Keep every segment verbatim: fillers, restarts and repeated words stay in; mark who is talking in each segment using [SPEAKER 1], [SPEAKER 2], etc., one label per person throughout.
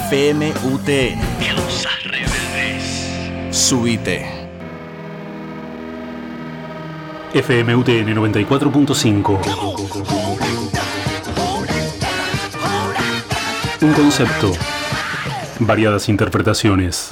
[SPEAKER 1] F M U T N.
[SPEAKER 2] Diosas rebeldes.
[SPEAKER 1] Subite.
[SPEAKER 3] F M U T N noventa y cuatro punto cinco. Un concepto. Variadas interpretaciones.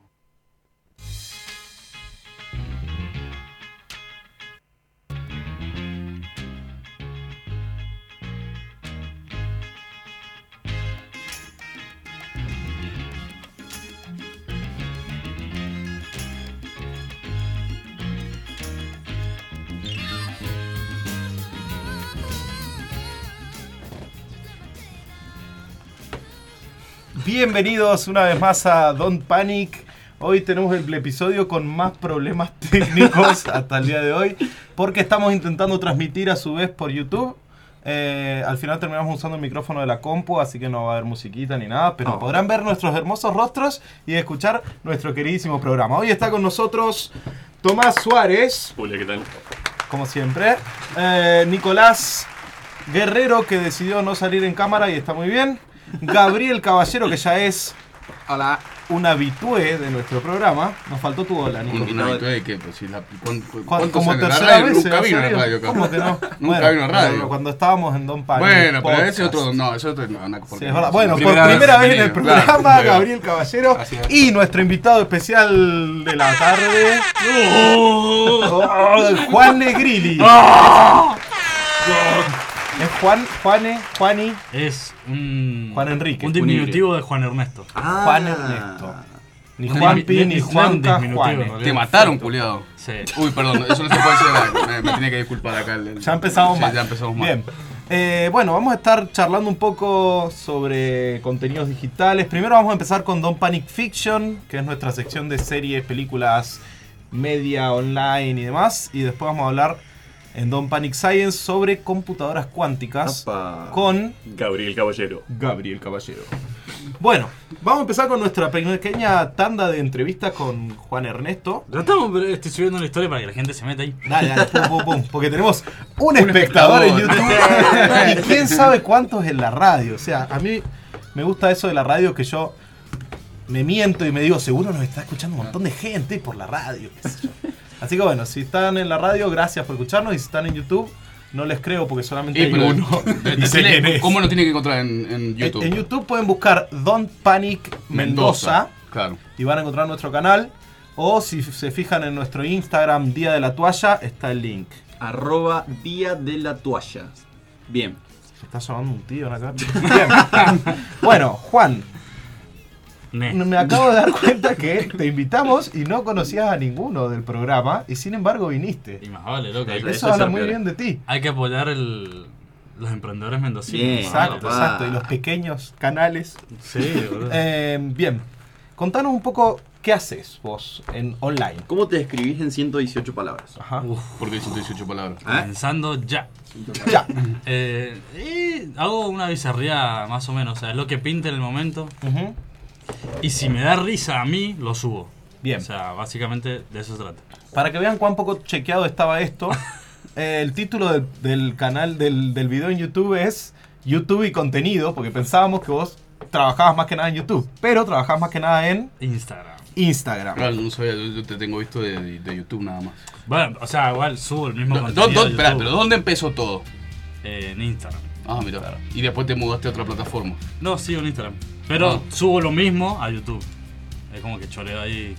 [SPEAKER 4] Bienvenidos una vez más a Don't Panic. Hoy tenemos el episodio con más problemas técnicos hasta el día de hoy, porque estamos intentando transmitir a su vez por YouTube. Eh, al final terminamos usando el micrófono de la compu, así que no va a haber musiquita ni nada, pero oh. podrán ver nuestros hermosos rostros y escuchar nuestro queridísimo programa. Hoy está con nosotros Tomás Suárez.
[SPEAKER 3] Hola, ¿qué tal?
[SPEAKER 4] Como siempre. Eh, Nicolás Guerrero, que decidió no salir en cámara y está muy bien. Gabriel Caballero, que ya es
[SPEAKER 5] hola.
[SPEAKER 4] un habitué de nuestro programa. Nos faltó tu hola, Nico.
[SPEAKER 5] ¿Un habitué de qué? Pues si la,
[SPEAKER 4] como tercera vez.
[SPEAKER 5] Nunca vino a la radio.
[SPEAKER 4] ¿Cómo que no?
[SPEAKER 5] Nunca
[SPEAKER 4] bueno,
[SPEAKER 5] vino a la radio.
[SPEAKER 4] Cuando estábamos en Don Panic.
[SPEAKER 5] Bueno, pero ese otro. No, ese otro no. no
[SPEAKER 4] sí, es bueno, primera por primera vez, vez en el programa, claro, Gabriel Caballero. Y nuestro invitado especial de la tarde, oh, oh, Juan Negrilli. Oh. Es Juan, Juane, Juani.
[SPEAKER 6] Es un...
[SPEAKER 4] Juan Enrique.
[SPEAKER 6] Un diminutivo de Juan Ernesto.
[SPEAKER 4] Ah, Juan Ernesto. Ni Juanpi, ni Juanca, Juane.
[SPEAKER 5] Te mataron, culiado.
[SPEAKER 6] Sí.
[SPEAKER 5] Uy, perdón, eso no se puede decir. Me, me tiene que disculpar acá. El, el...
[SPEAKER 4] Ya empezamos
[SPEAKER 5] sí,
[SPEAKER 4] mal.
[SPEAKER 5] Ya empezamos mal.
[SPEAKER 4] Bien. Eh, bueno, vamos a estar charlando un poco sobre contenidos digitales. Primero vamos a empezar con Don't Panic Fiction, que es nuestra sección de series, películas, media, online y demás. Y después vamos a hablar en Don't Panic Science sobre computadoras cuánticas. Opa. Con
[SPEAKER 3] Gabriel Caballero.
[SPEAKER 4] Gabriel Caballero. Bueno, vamos a empezar con nuestra pequeña tanda de entrevistas con Juan Ernesto.
[SPEAKER 6] Ya estamos, estoy subiendo una historia para que la gente se meta ahí.
[SPEAKER 4] Dale, dale, pum, pum, pum. Porque tenemos un, un espectador, espectador en YouTube. Y quién sabe cuántos en la radio. O sea, a mí me gusta eso de la radio, que yo me miento y me digo, seguro nos está escuchando un montón de gente por la radio, qué sé yo. Así que bueno, si están en la radio, gracias por escucharnos. Y si están en YouTube, no les creo porque solamente
[SPEAKER 5] eh,
[SPEAKER 4] hay
[SPEAKER 5] pero,
[SPEAKER 4] uno.
[SPEAKER 5] Y sé quién es. ¿Cómo lo tienen que encontrar en, en YouTube?
[SPEAKER 4] En, en YouTube pueden buscar Don't Panic Mendoza, Mendoza.
[SPEAKER 5] Claro.
[SPEAKER 4] Y van a encontrar nuestro canal. O si se fijan en nuestro Instagram, Día de la Toalla, está el link.
[SPEAKER 7] Arroba Día de la Toalla. Bien.
[SPEAKER 4] Se está llamando un tío acá. Bien. Bueno, Juan. Ne. Me acabo de dar cuenta que te invitamos y no conocías a ninguno del programa y sin embargo viniste.
[SPEAKER 6] Y más vale, loco.
[SPEAKER 4] Eso, eso habla muy bien de ti.
[SPEAKER 6] Hay que apoyar el, los emprendedores mendocinos.
[SPEAKER 4] Bien, exacto, ah, exacto. Y los pequeños canales.
[SPEAKER 6] Sí, boludo.
[SPEAKER 4] Eh, bien. Contanos un poco qué haces vos en online.
[SPEAKER 7] ¿Cómo te describís en ciento dieciocho palabras?
[SPEAKER 4] Ajá.
[SPEAKER 5] Uf, ¿por qué ciento dieciocho palabras?
[SPEAKER 6] ¿Eh? Pensando ya.
[SPEAKER 4] Ya.
[SPEAKER 6] Eh, y hago una bizarría más o menos. O sea, es lo que pinta en el momento.
[SPEAKER 4] Uh-huh.
[SPEAKER 6] Y si me da risa a mí, lo subo.
[SPEAKER 4] Bien.
[SPEAKER 6] O sea, básicamente de eso se trata.
[SPEAKER 4] Para que vean cuán poco chequeado estaba esto, eh, el título del, del canal, del, del video en YouTube es YouTube y contenido, porque pensábamos que vos trabajabas más que nada en YouTube, pero trabajabas más que nada en
[SPEAKER 6] Instagram.
[SPEAKER 4] Instagram.
[SPEAKER 5] Claro, no sabía, yo te tengo visto de, de YouTube nada más.
[SPEAKER 6] Bueno, o sea, igual subo el mismo
[SPEAKER 5] do,
[SPEAKER 6] contenido.
[SPEAKER 5] Do, do, espera, pero ¿dónde empezó todo?
[SPEAKER 6] Eh, en Instagram.
[SPEAKER 5] Ah, mira. Claro. Y después te mudaste a otra plataforma.
[SPEAKER 6] No, sigo en Instagram. Pero ah. subo lo mismo a YouTube. Es como que choreo ahí.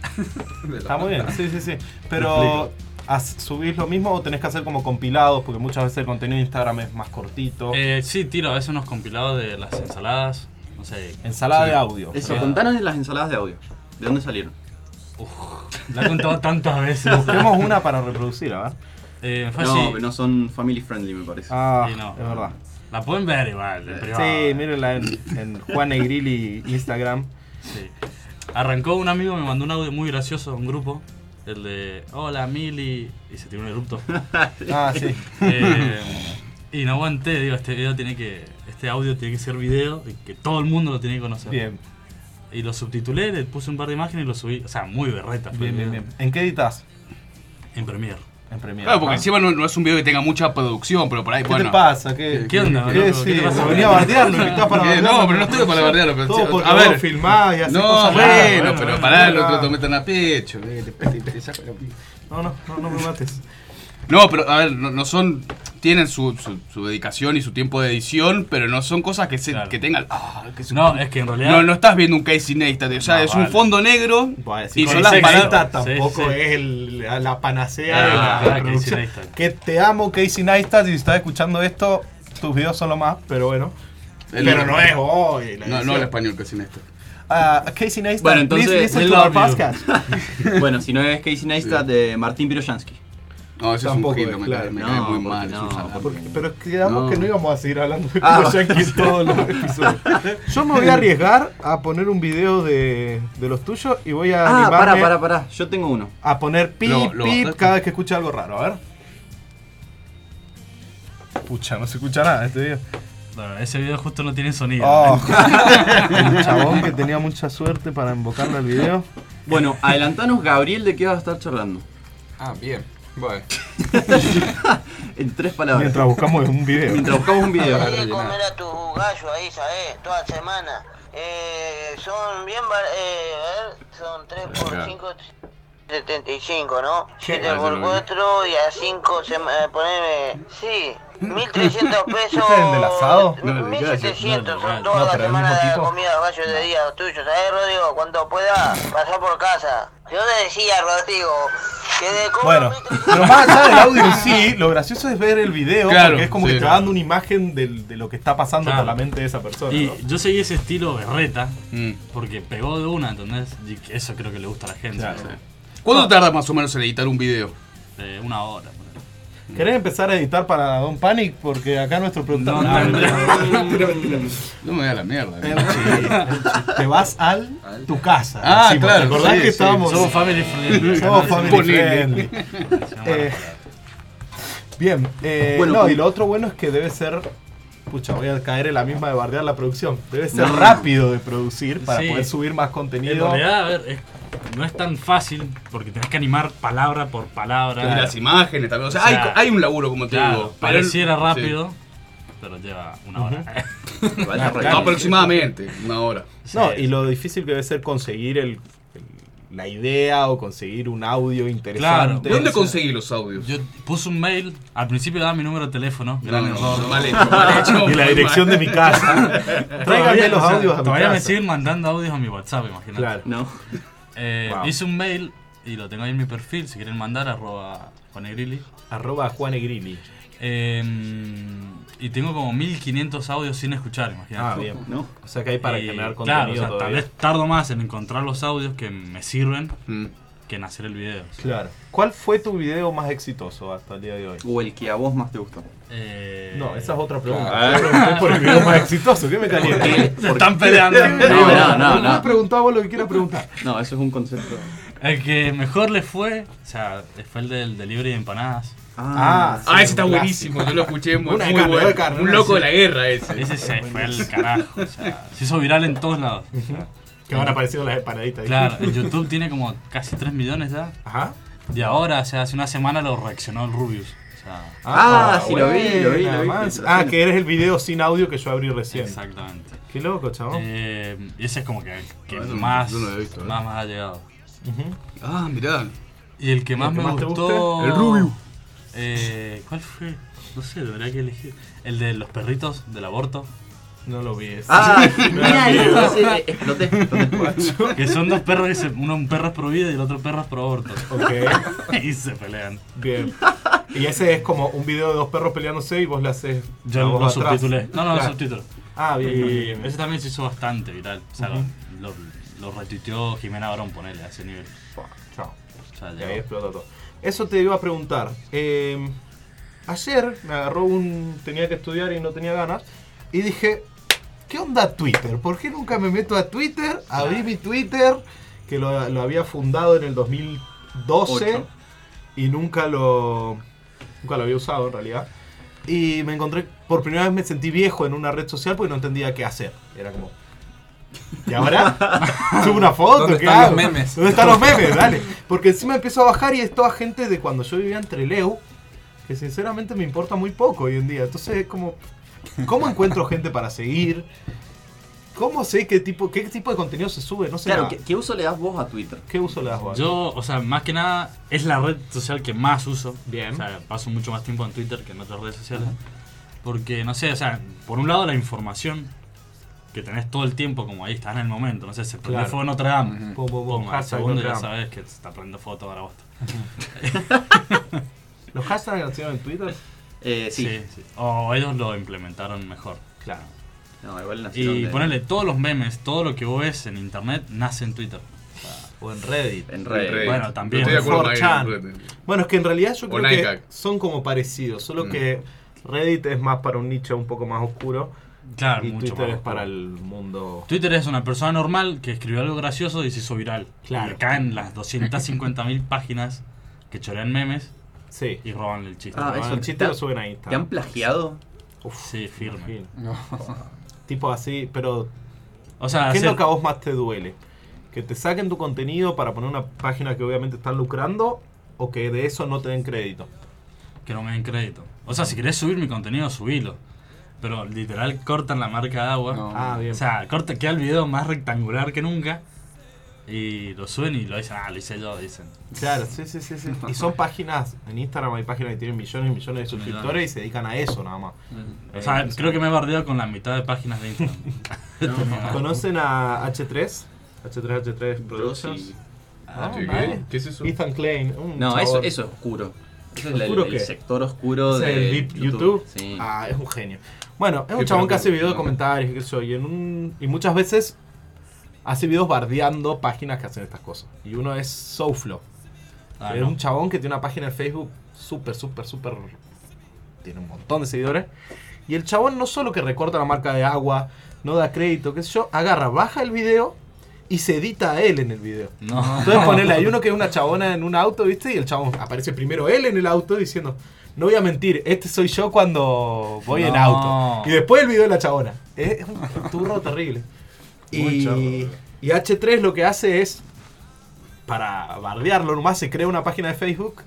[SPEAKER 4] Está muy bien, sí, sí, sí. Pero, ¿subís lo mismo o tenés que hacer como compilados? Porque muchas veces el contenido de Instagram es más cortito.
[SPEAKER 6] Eh, sí, tiro a veces unos compilados de las ensaladas. No sé.
[SPEAKER 4] Ensalada
[SPEAKER 6] sí.
[SPEAKER 4] de audio.
[SPEAKER 7] Eso, sí. Contanos de las ensaladas de audio. ¿De dónde salieron?
[SPEAKER 6] Uf, la he contado tantas veces.
[SPEAKER 4] Busquemos una para reproducir, a ver.
[SPEAKER 7] Eh, no, no son family friendly, me parece.
[SPEAKER 4] Ah,
[SPEAKER 6] sí, no.
[SPEAKER 4] Es verdad.
[SPEAKER 6] La pueden ver igual, en privado.
[SPEAKER 4] Sí, mírenla en, en Juan Negrilli Instagram.
[SPEAKER 6] Sí. Arrancó un amigo, me mandó un audio muy gracioso a un grupo. El de, hola Mili, y se tiró un erupto.
[SPEAKER 4] Ah, sí.
[SPEAKER 6] Eh, y no aguanté, digo, este video tiene que, este audio tiene que ser video y que todo el mundo lo tiene que conocer.
[SPEAKER 4] Bien.
[SPEAKER 6] Y lo subtitulé, le puse un par de imágenes y lo subí, o sea, muy berreta.
[SPEAKER 4] Bien, bien, bien. ¿En qué editas?
[SPEAKER 6] En Premiere.
[SPEAKER 4] En Premiere.
[SPEAKER 5] Claro, porque
[SPEAKER 4] ¿no?
[SPEAKER 5] encima no, no es un video que tenga mucha producción, pero por ahí,
[SPEAKER 4] ¿Qué
[SPEAKER 5] bueno.
[SPEAKER 4] te pasa? ¿Qué,
[SPEAKER 6] ¿Qué onda,
[SPEAKER 4] ¿Qué,
[SPEAKER 6] boludo?
[SPEAKER 4] sí,
[SPEAKER 6] ¿Qué te pasa?
[SPEAKER 4] venía a bardear, lo invitás para
[SPEAKER 5] Eh,
[SPEAKER 4] bardear.
[SPEAKER 5] no, pero no estoy para bardearlo, pero
[SPEAKER 4] Todo
[SPEAKER 5] sí,
[SPEAKER 4] porque
[SPEAKER 5] a
[SPEAKER 4] vos
[SPEAKER 5] ver.
[SPEAKER 4] filmás y haces
[SPEAKER 5] No,
[SPEAKER 4] cosas
[SPEAKER 5] bueno,
[SPEAKER 4] raras,
[SPEAKER 5] pero
[SPEAKER 4] bueno,
[SPEAKER 5] pará,
[SPEAKER 4] bueno,
[SPEAKER 5] no te
[SPEAKER 4] nada.
[SPEAKER 5] lo metan a pecho. eh, te- te- te saco la pi-
[SPEAKER 4] No, no, no, no me mates.
[SPEAKER 5] No, pero a ver, no, no son. Tienen su, su, su dedicación y su tiempo de edición, pero no son cosas que se,
[SPEAKER 6] Claro.
[SPEAKER 5] que tengan. Ah, que se-
[SPEAKER 6] No, es que en realidad.
[SPEAKER 5] no, no estás viendo un Casey Neistat, o sea,
[SPEAKER 6] No,
[SPEAKER 5] es un
[SPEAKER 6] vale.
[SPEAKER 5] fondo negro
[SPEAKER 4] Bueno, si
[SPEAKER 5] y
[SPEAKER 4] con
[SPEAKER 5] son
[SPEAKER 4] las
[SPEAKER 5] las palabras.
[SPEAKER 4] palabras tampoco
[SPEAKER 6] Sí, sí.
[SPEAKER 4] es el- la, la panacea
[SPEAKER 6] Ah,
[SPEAKER 4] de la
[SPEAKER 6] ah, Casey
[SPEAKER 4] producción.
[SPEAKER 6] Neistat.
[SPEAKER 4] Que te amo, Casey Neistat, y si estás escuchando esto, tus videos son lo más, pero bueno.
[SPEAKER 5] El-
[SPEAKER 4] pero no es hoy. la
[SPEAKER 5] No, no
[SPEAKER 4] edición.
[SPEAKER 5] el español Casey Neistat.
[SPEAKER 4] Ah, Casey Neistat,
[SPEAKER 7] Bueno, entonces,
[SPEAKER 4] please listen
[SPEAKER 6] I
[SPEAKER 4] to our
[SPEAKER 6] love you.
[SPEAKER 4] podcast.
[SPEAKER 7] Bueno, si no es Casey Neistat, de Martín Piroyansky.
[SPEAKER 5] No, ese
[SPEAKER 4] Tampoco
[SPEAKER 5] es un
[SPEAKER 4] es,
[SPEAKER 5] gil, me,
[SPEAKER 4] claro.
[SPEAKER 5] cae, me
[SPEAKER 7] No,
[SPEAKER 5] cae muy
[SPEAKER 7] porque
[SPEAKER 5] mal. es un
[SPEAKER 7] no,
[SPEAKER 5] salame.
[SPEAKER 4] Porque- pero quedamos
[SPEAKER 5] No.
[SPEAKER 4] que no íbamos a seguir hablando de
[SPEAKER 7] Ah.
[SPEAKER 4] Piro Yankee todos los episodios. Yo me voy a arriesgar a poner un video de, de los tuyos y voy a
[SPEAKER 7] Ah,
[SPEAKER 4] animarme
[SPEAKER 7] pará, pará, pará. Yo tengo uno.
[SPEAKER 4] a poner pip,
[SPEAKER 5] Lo- lo
[SPEAKER 4] pip
[SPEAKER 5] bajaste.
[SPEAKER 4] cada vez que escuche algo raro. A ver. Pucha, no se escucha nada este video.
[SPEAKER 6] Bueno, ese video justo no tiene sonido.
[SPEAKER 4] Oh. El chabón que tenía mucha suerte para invocarle al video.
[SPEAKER 7] Bueno, adelantanos, Gabriel, de qué vas a estar charlando.
[SPEAKER 5] Ah, bien. Bueno.
[SPEAKER 7] En tres palabras.
[SPEAKER 4] Mientras buscamos un video.
[SPEAKER 7] Mientras buscamos un video.
[SPEAKER 8] Hay que comer a tus gallos ahí, ¿sabes? Toda semana. Eh, son bien... bar- Eh, a ver, son tres por cinco, setenta y cinco, ¿no? siete por cuatro y a cinco, se, eh, poneme... Sí, mil trescientos pesos...
[SPEAKER 4] ¿Este es el del asado?
[SPEAKER 8] mil setecientos, son
[SPEAKER 6] No,
[SPEAKER 8] toda
[SPEAKER 4] no,
[SPEAKER 8] la
[SPEAKER 4] pero el
[SPEAKER 8] semana
[SPEAKER 4] mismo
[SPEAKER 8] de
[SPEAKER 4] tipo.
[SPEAKER 8] comida de gallos de día tuyos, ¿sabes, Rodrigo? Cuando pueda, pasar por casa. Yo te decía, Rodrigo, que de cómo
[SPEAKER 4] Bueno,
[SPEAKER 8] mil trescientos
[SPEAKER 4] pero más allá del audio en sí, lo gracioso es ver el video,
[SPEAKER 5] Claro,
[SPEAKER 4] porque es como
[SPEAKER 5] sí.
[SPEAKER 4] que te va dando una imagen del- de lo que está pasando
[SPEAKER 6] Claro.
[SPEAKER 4] por la mente de esa persona.
[SPEAKER 6] Y
[SPEAKER 4] ¿no?
[SPEAKER 6] yo seguí ese estilo berreta
[SPEAKER 5] Mm.
[SPEAKER 6] porque pegó de una, ¿entendés? Y que eso creo que le gusta a la gente.
[SPEAKER 4] Claro.
[SPEAKER 6] ¿no?
[SPEAKER 5] ¿Cuánto tarda más o menos en editar un video?
[SPEAKER 6] Eh, una hora. por ahí.
[SPEAKER 4] ¿Querés empezar a editar para Don Panic? Porque acá nuestro productor...
[SPEAKER 6] No,
[SPEAKER 4] Ah,
[SPEAKER 6] no,
[SPEAKER 4] mentira, mentira, mentira.
[SPEAKER 5] No me voy a la mierda.
[SPEAKER 4] Eh,
[SPEAKER 5] eh.
[SPEAKER 4] sí, te vas al tu casa.
[SPEAKER 5] Ah,
[SPEAKER 4] decimos.
[SPEAKER 5] claro,
[SPEAKER 4] ¿Te acordás
[SPEAKER 5] sí,
[SPEAKER 4] que
[SPEAKER 5] sí.
[SPEAKER 4] estábamos...
[SPEAKER 6] Somos family friendly.
[SPEAKER 4] Somos
[SPEAKER 6] Acá
[SPEAKER 4] family
[SPEAKER 5] Ponele.
[SPEAKER 4] friendly. Eh, bien, eh,
[SPEAKER 7] Bueno,
[SPEAKER 4] no,
[SPEAKER 7] con-
[SPEAKER 4] y lo otro bueno es que debe ser... Pucha, voy a caer en la misma de bardear la producción. Debe ser
[SPEAKER 7] No.
[SPEAKER 4] rápido de producir para
[SPEAKER 6] Sí.
[SPEAKER 4] poder subir más
[SPEAKER 6] En
[SPEAKER 4] contenido.
[SPEAKER 6] realidad, a ver, es- no es tan fácil porque tenés que animar palabra por palabra.
[SPEAKER 5] Y las imágenes también. O sea,
[SPEAKER 6] O sea,
[SPEAKER 5] hay, hay un laburo, como te
[SPEAKER 6] Claro,
[SPEAKER 5] digo. pero-
[SPEAKER 6] pareciera
[SPEAKER 5] sí.
[SPEAKER 6] rápido, pero lleva una hora.
[SPEAKER 5] No, aproximadamente, una hora.
[SPEAKER 4] No,
[SPEAKER 6] Sí.
[SPEAKER 4] y lo difícil que debe ser conseguir el, el- la idea o conseguir un audio interesante.
[SPEAKER 5] ¿De dónde conseguí los audios?
[SPEAKER 6] Yo puse un mail, al principio daba mi número de teléfono, gran
[SPEAKER 5] No, no,
[SPEAKER 6] error.
[SPEAKER 5] mal hecho, mal hecho.
[SPEAKER 4] Y la dirección de mi casa. Tráiganme los
[SPEAKER 6] o sea,
[SPEAKER 4] audios a mi
[SPEAKER 6] Todavía me
[SPEAKER 4] casa.
[SPEAKER 6] siguen mandando audios a mi WhatsApp, imagínate.
[SPEAKER 4] Claro.
[SPEAKER 7] No.
[SPEAKER 6] Eh,
[SPEAKER 4] Wow.
[SPEAKER 6] Hice un mail y lo tengo ahí en mi perfil, si quieren mandar, arroba Juanegrilli.
[SPEAKER 4] Arroba Juanegrilli.
[SPEAKER 6] Eh, y tengo como mil quinientos audios sin escuchar, imagínate.
[SPEAKER 4] Ah, bien.
[SPEAKER 7] No.
[SPEAKER 4] O sea que hay para
[SPEAKER 6] Y,
[SPEAKER 4] generar
[SPEAKER 6] claro,
[SPEAKER 4] contenido
[SPEAKER 6] o sea, tal
[SPEAKER 4] todavía.
[SPEAKER 6] vez tardo más en encontrar los audios que me sirven
[SPEAKER 5] Mm.
[SPEAKER 6] que en hacer el video. o sea.
[SPEAKER 4] Claro. ¿Cuál fue tu video más exitoso hasta el día de hoy?
[SPEAKER 7] O el que a vos más te gustó.
[SPEAKER 6] Eh,
[SPEAKER 4] No, esa es otra pregunta.
[SPEAKER 5] Ah.
[SPEAKER 4] Yo pregunté por el video más exitoso. ¿Qué me calienta?
[SPEAKER 6] Se están peleando.
[SPEAKER 7] No, no, no,
[SPEAKER 4] Me
[SPEAKER 7] no.
[SPEAKER 4] preguntaba vos lo que quieras preguntar.
[SPEAKER 7] No, eso es un concepto.
[SPEAKER 6] El que mejor le fue, o sea, fue el del delivery de empanadas.
[SPEAKER 4] Ah, sí,
[SPEAKER 5] Ah, ese está
[SPEAKER 4] un
[SPEAKER 5] buenísimo, yo lo escuché muy,
[SPEAKER 4] Una de
[SPEAKER 5] muy
[SPEAKER 4] carne,
[SPEAKER 5] bueno.
[SPEAKER 4] de carne,
[SPEAKER 5] Un
[SPEAKER 4] una
[SPEAKER 5] loco
[SPEAKER 4] sí.
[SPEAKER 5] de la guerra ese.
[SPEAKER 6] Ese se fue al carajo, o sea, se hizo viral en todos lados. o sea.
[SPEAKER 4] Que van apareciendo las empanaditas.
[SPEAKER 6] Claro, en YouTube tiene como casi tres millones ya.
[SPEAKER 4] Ajá.
[SPEAKER 6] Y ahora, o sea, hace una semana lo reaccionó el Rubius. O sea,
[SPEAKER 7] Ah, sí, lo vi, lo vi,
[SPEAKER 4] buena,
[SPEAKER 7] lo vi.
[SPEAKER 4] man. Ah, que eres el video sin audio que yo abrí recién.
[SPEAKER 6] exactamente.
[SPEAKER 4] Qué loco, chabón.
[SPEAKER 6] Eh, y ese es como que, que
[SPEAKER 5] Ah, no,
[SPEAKER 6] más,
[SPEAKER 5] yo no lo he visto, ¿eh?
[SPEAKER 6] más, más ha llegado.
[SPEAKER 4] Ujú.
[SPEAKER 5] Ah, mirá.
[SPEAKER 6] Y el que más
[SPEAKER 4] que
[SPEAKER 6] me
[SPEAKER 4] más te
[SPEAKER 6] gustó.
[SPEAKER 4] guste?
[SPEAKER 5] El Rubius.
[SPEAKER 6] Eh, ¿Cuál fue? No sé, debería que elegir. El de los perritos del aborto.
[SPEAKER 4] No lo vi. ese.
[SPEAKER 7] Ah, mira, ese, exploté, exploté.
[SPEAKER 6] Que son dos perros que se, uno un perro es pro vida y el otro perro es pro aborto.
[SPEAKER 4] Ok,
[SPEAKER 6] Y se pelean.
[SPEAKER 4] bien. Y ese es como un video de dos perros peleándose y vos le haces. la
[SPEAKER 6] Yo
[SPEAKER 4] voz
[SPEAKER 6] lo
[SPEAKER 4] atrás.
[SPEAKER 6] subtitulé. No, no,
[SPEAKER 4] Claro.
[SPEAKER 6] lo subtitulé.
[SPEAKER 4] Ah, bien. bien,
[SPEAKER 6] Y
[SPEAKER 4] bien, bien.
[SPEAKER 6] ese también se hizo bastante viral. O sea,
[SPEAKER 4] Ujú.
[SPEAKER 6] lo, lo, lo retuiteó Jimena Barón, ponele a ese nivel.
[SPEAKER 4] Buah, chao.
[SPEAKER 6] O sea,
[SPEAKER 4] Y
[SPEAKER 6] llegó.
[SPEAKER 4] ahí explotó todo. Eso te iba a preguntar. Eh, ayer me agarró un. Tenía que estudiar y no tenía ganas. Y dije, ¿qué onda Twitter? ¿Por qué nunca me meto a Twitter? Abrí mi Twitter, que lo, lo había fundado en el dos mil doce.
[SPEAKER 7] Ocho.
[SPEAKER 4] Y nunca lo. Nunca lo había usado en realidad. Y me encontré. Por primera vez me sentí viejo en una red social porque no entendía qué hacer. Era como. ¿Y ahora? ¿Subo una foto?
[SPEAKER 9] ¿Dónde
[SPEAKER 4] ¿Qué
[SPEAKER 9] están
[SPEAKER 4] hago?
[SPEAKER 9] los memes?
[SPEAKER 4] ¿Dónde están los memes? Dale. Porque encima empiezo a bajar y es toda gente de cuando yo vivía en Trelew, que sinceramente me importa muy poco hoy en día. Entonces es como, ¿cómo encuentro gente para seguir? ¿Cómo sé qué tipo, qué tipo de contenido se sube? No sé
[SPEAKER 7] Claro,
[SPEAKER 4] nada.
[SPEAKER 7] ¿qué, ¿qué uso le das vos a Twitter?
[SPEAKER 4] ¿Qué uso le das vos?
[SPEAKER 6] Yo, o sea, más que nada, es la red social que más uso.
[SPEAKER 4] Bien.
[SPEAKER 6] O sea, paso mucho más tiempo en Twitter que en otras redes sociales. Porque, no sé, o sea, por un lado la información que tenés todo el tiempo, como ahí estás en el momento. No sé, se prende
[SPEAKER 4] Claro.
[SPEAKER 6] fuego en Notre Dame.
[SPEAKER 4] Pum, pum, pum,
[SPEAKER 6] Pum, al
[SPEAKER 4] hashtag
[SPEAKER 6] segundo
[SPEAKER 4] Notre
[SPEAKER 6] ya
[SPEAKER 4] Dame.
[SPEAKER 6] sabes que se está prendiendo foto ahora vos.
[SPEAKER 4] ¿Los hashtags nacieron en Twitter?
[SPEAKER 7] Eh, sí.
[SPEAKER 6] Sí, sí. O ellos lo implementaron mejor.
[SPEAKER 4] Claro.
[SPEAKER 7] No, igual nacieron
[SPEAKER 6] Y
[SPEAKER 7] de-
[SPEAKER 6] ponerle todos los memes, todo lo que vos ves en internet, nace en Twitter.
[SPEAKER 4] O en Reddit.
[SPEAKER 7] en
[SPEAKER 5] En
[SPEAKER 7] Reddit.
[SPEAKER 5] Reddit.
[SPEAKER 6] Bueno, también.
[SPEAKER 5] Estoy de acuerdo con
[SPEAKER 4] cuatro chan.
[SPEAKER 5] alguien en Reddit.
[SPEAKER 4] Bueno, es que en realidad yo
[SPEAKER 5] O
[SPEAKER 4] creo
[SPEAKER 5] Nighthack.
[SPEAKER 4] que son como parecidos, solo
[SPEAKER 5] Mm.
[SPEAKER 4] que Reddit es más para un nicho un poco más oscuro
[SPEAKER 6] Claro,
[SPEAKER 4] y
[SPEAKER 6] mucho
[SPEAKER 4] Twitter
[SPEAKER 6] más
[SPEAKER 4] es para
[SPEAKER 6] oscuro.
[SPEAKER 4] el mundo...
[SPEAKER 6] Twitter es una persona normal que escribió algo gracioso y se hizo viral.
[SPEAKER 4] Claro.
[SPEAKER 6] Y caen las doscientas cincuenta mil páginas que chorean memes
[SPEAKER 4] Sí.
[SPEAKER 6] y roban el chiste.
[SPEAKER 7] Ah,
[SPEAKER 6] Roban
[SPEAKER 7] eso.
[SPEAKER 4] El chiste
[SPEAKER 7] ¿Te-
[SPEAKER 4] lo suben a
[SPEAKER 7] ¿Te han
[SPEAKER 4] Instagram.
[SPEAKER 7] plagiado?
[SPEAKER 6] Sí, firme.
[SPEAKER 4] Imagino.
[SPEAKER 9] No.
[SPEAKER 4] Tipo así, pero
[SPEAKER 6] O sea,
[SPEAKER 4] ¿qué es
[SPEAKER 6] hacer-
[SPEAKER 4] lo que a vos más te duele? ¿Que te saquen tu contenido para poner una página que obviamente están lucrando o que de eso no te den crédito?
[SPEAKER 6] que no me den crédito. O sea, si querés subir mi contenido, subilo. Pero literal cortan la marca de agua.
[SPEAKER 9] No.
[SPEAKER 4] Ah, bien.
[SPEAKER 6] O sea, corta, queda el video más rectangular que nunca. Y lo suben y lo dicen, ah, lo hice yo, dicen.
[SPEAKER 4] Claro, sí, sí, sí, sí. Y son páginas, en Instagram hay páginas que tienen millones y millones de suscriptores y se dedican a eso nada más.
[SPEAKER 6] O sea, creo que me he bardeado con la mitad de páginas de Instagram. Tenía-
[SPEAKER 4] ¿Conocen a H tres? H tres H tres
[SPEAKER 7] Yo
[SPEAKER 4] Productions.
[SPEAKER 7] sí.
[SPEAKER 4] Ah,
[SPEAKER 5] ¿Qué?
[SPEAKER 4] vale.
[SPEAKER 5] ¿Qué es eso?
[SPEAKER 4] Ethan Klein. Un
[SPEAKER 7] No, eso,
[SPEAKER 4] chabón.
[SPEAKER 7] eso es oscuro. Eso es el,
[SPEAKER 4] ¿Oscuro
[SPEAKER 7] el
[SPEAKER 4] qué?
[SPEAKER 7] sector oscuro
[SPEAKER 4] ¿Es
[SPEAKER 7] de
[SPEAKER 4] el Deep YouTube?
[SPEAKER 7] Sí.
[SPEAKER 4] Ah, es un genio. Bueno, es un
[SPEAKER 5] ¿Qué
[SPEAKER 4] chabón que
[SPEAKER 5] pero-
[SPEAKER 4] hace videos de
[SPEAKER 5] no.
[SPEAKER 4] comentarios y qué sé yo, y, en un, y muchas veces hace videos bardeando páginas que hacen estas cosas. Y uno es SoFlo.
[SPEAKER 6] Ah,
[SPEAKER 4] que es
[SPEAKER 6] no.
[SPEAKER 4] un chabón que tiene una página de Facebook súper, súper, súper... Tiene un montón de seguidores. Y el chabón no solo que recorta la marca de agua, no da crédito, qué sé yo, agarra, baja el video y se edita a él en el video.
[SPEAKER 6] No.
[SPEAKER 4] Entonces ponele, hay uno que es una chabona en un auto, ¿viste? Y el chabón aparece primero él en el auto diciendo, no voy a mentir, este soy yo cuando voy en
[SPEAKER 6] No.
[SPEAKER 4] auto. Y después el video de la chabona. Es un turro terrible.
[SPEAKER 6] Muy
[SPEAKER 4] Y,
[SPEAKER 6] charro.
[SPEAKER 4] y H tres lo que hace es, para bardearlo nomás, se crea una página de Facebook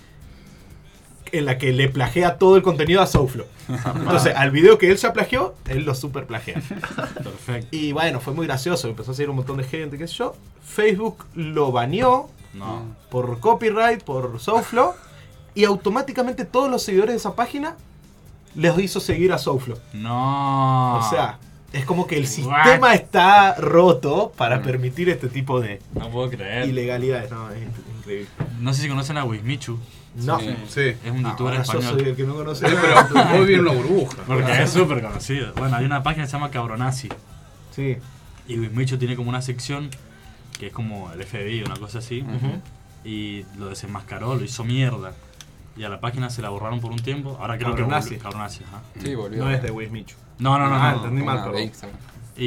[SPEAKER 4] en la que le plagia todo el contenido a SoFlo. Entonces, al video que él ya plagió, él lo super plagia.
[SPEAKER 6] Perfecto.
[SPEAKER 4] Y bueno, fue muy gracioso, empezó a seguir un montón de gente, qué sé yo. Facebook lo baneó
[SPEAKER 6] No.
[SPEAKER 4] por copyright, por SoFlo, y automáticamente todos los seguidores de esa página les hizo seguir a SoFlo.
[SPEAKER 6] No.
[SPEAKER 4] O sea, es como que el sistema está roto para permitir este tipo de
[SPEAKER 6] No puedo creer.
[SPEAKER 4] ilegalidades. No, es increíble.
[SPEAKER 6] No sé si conocen a Wismichu.
[SPEAKER 4] No,
[SPEAKER 9] Sí.
[SPEAKER 5] Sí.
[SPEAKER 6] Es un youtuber
[SPEAKER 4] ahora yo
[SPEAKER 6] español.
[SPEAKER 4] soy el que no conoce
[SPEAKER 5] Sí,
[SPEAKER 4] nada.
[SPEAKER 5] pero vos vivís en una burbuja.
[SPEAKER 6] Porque es súper conocido. Bueno, hay una página que se llama Cabronazzi.
[SPEAKER 4] Sí.
[SPEAKER 6] Y Wismichu tiene como una sección que es como el F B I, una cosa así.
[SPEAKER 4] Ujú.
[SPEAKER 6] Y lo desenmascaró, lo hizo mierda. Y a la página se la borraron por un tiempo. Ahora creo
[SPEAKER 4] Cabronazzi.
[SPEAKER 6] que volvió. Cabronazzi, ajá.
[SPEAKER 9] Sí, volvió.
[SPEAKER 4] No es de Wismichu.
[SPEAKER 6] No, no, no.
[SPEAKER 4] Ah,
[SPEAKER 6] no.
[SPEAKER 4] entendí mal,
[SPEAKER 9] Una
[SPEAKER 4] perdón.
[SPEAKER 9] de Instagram.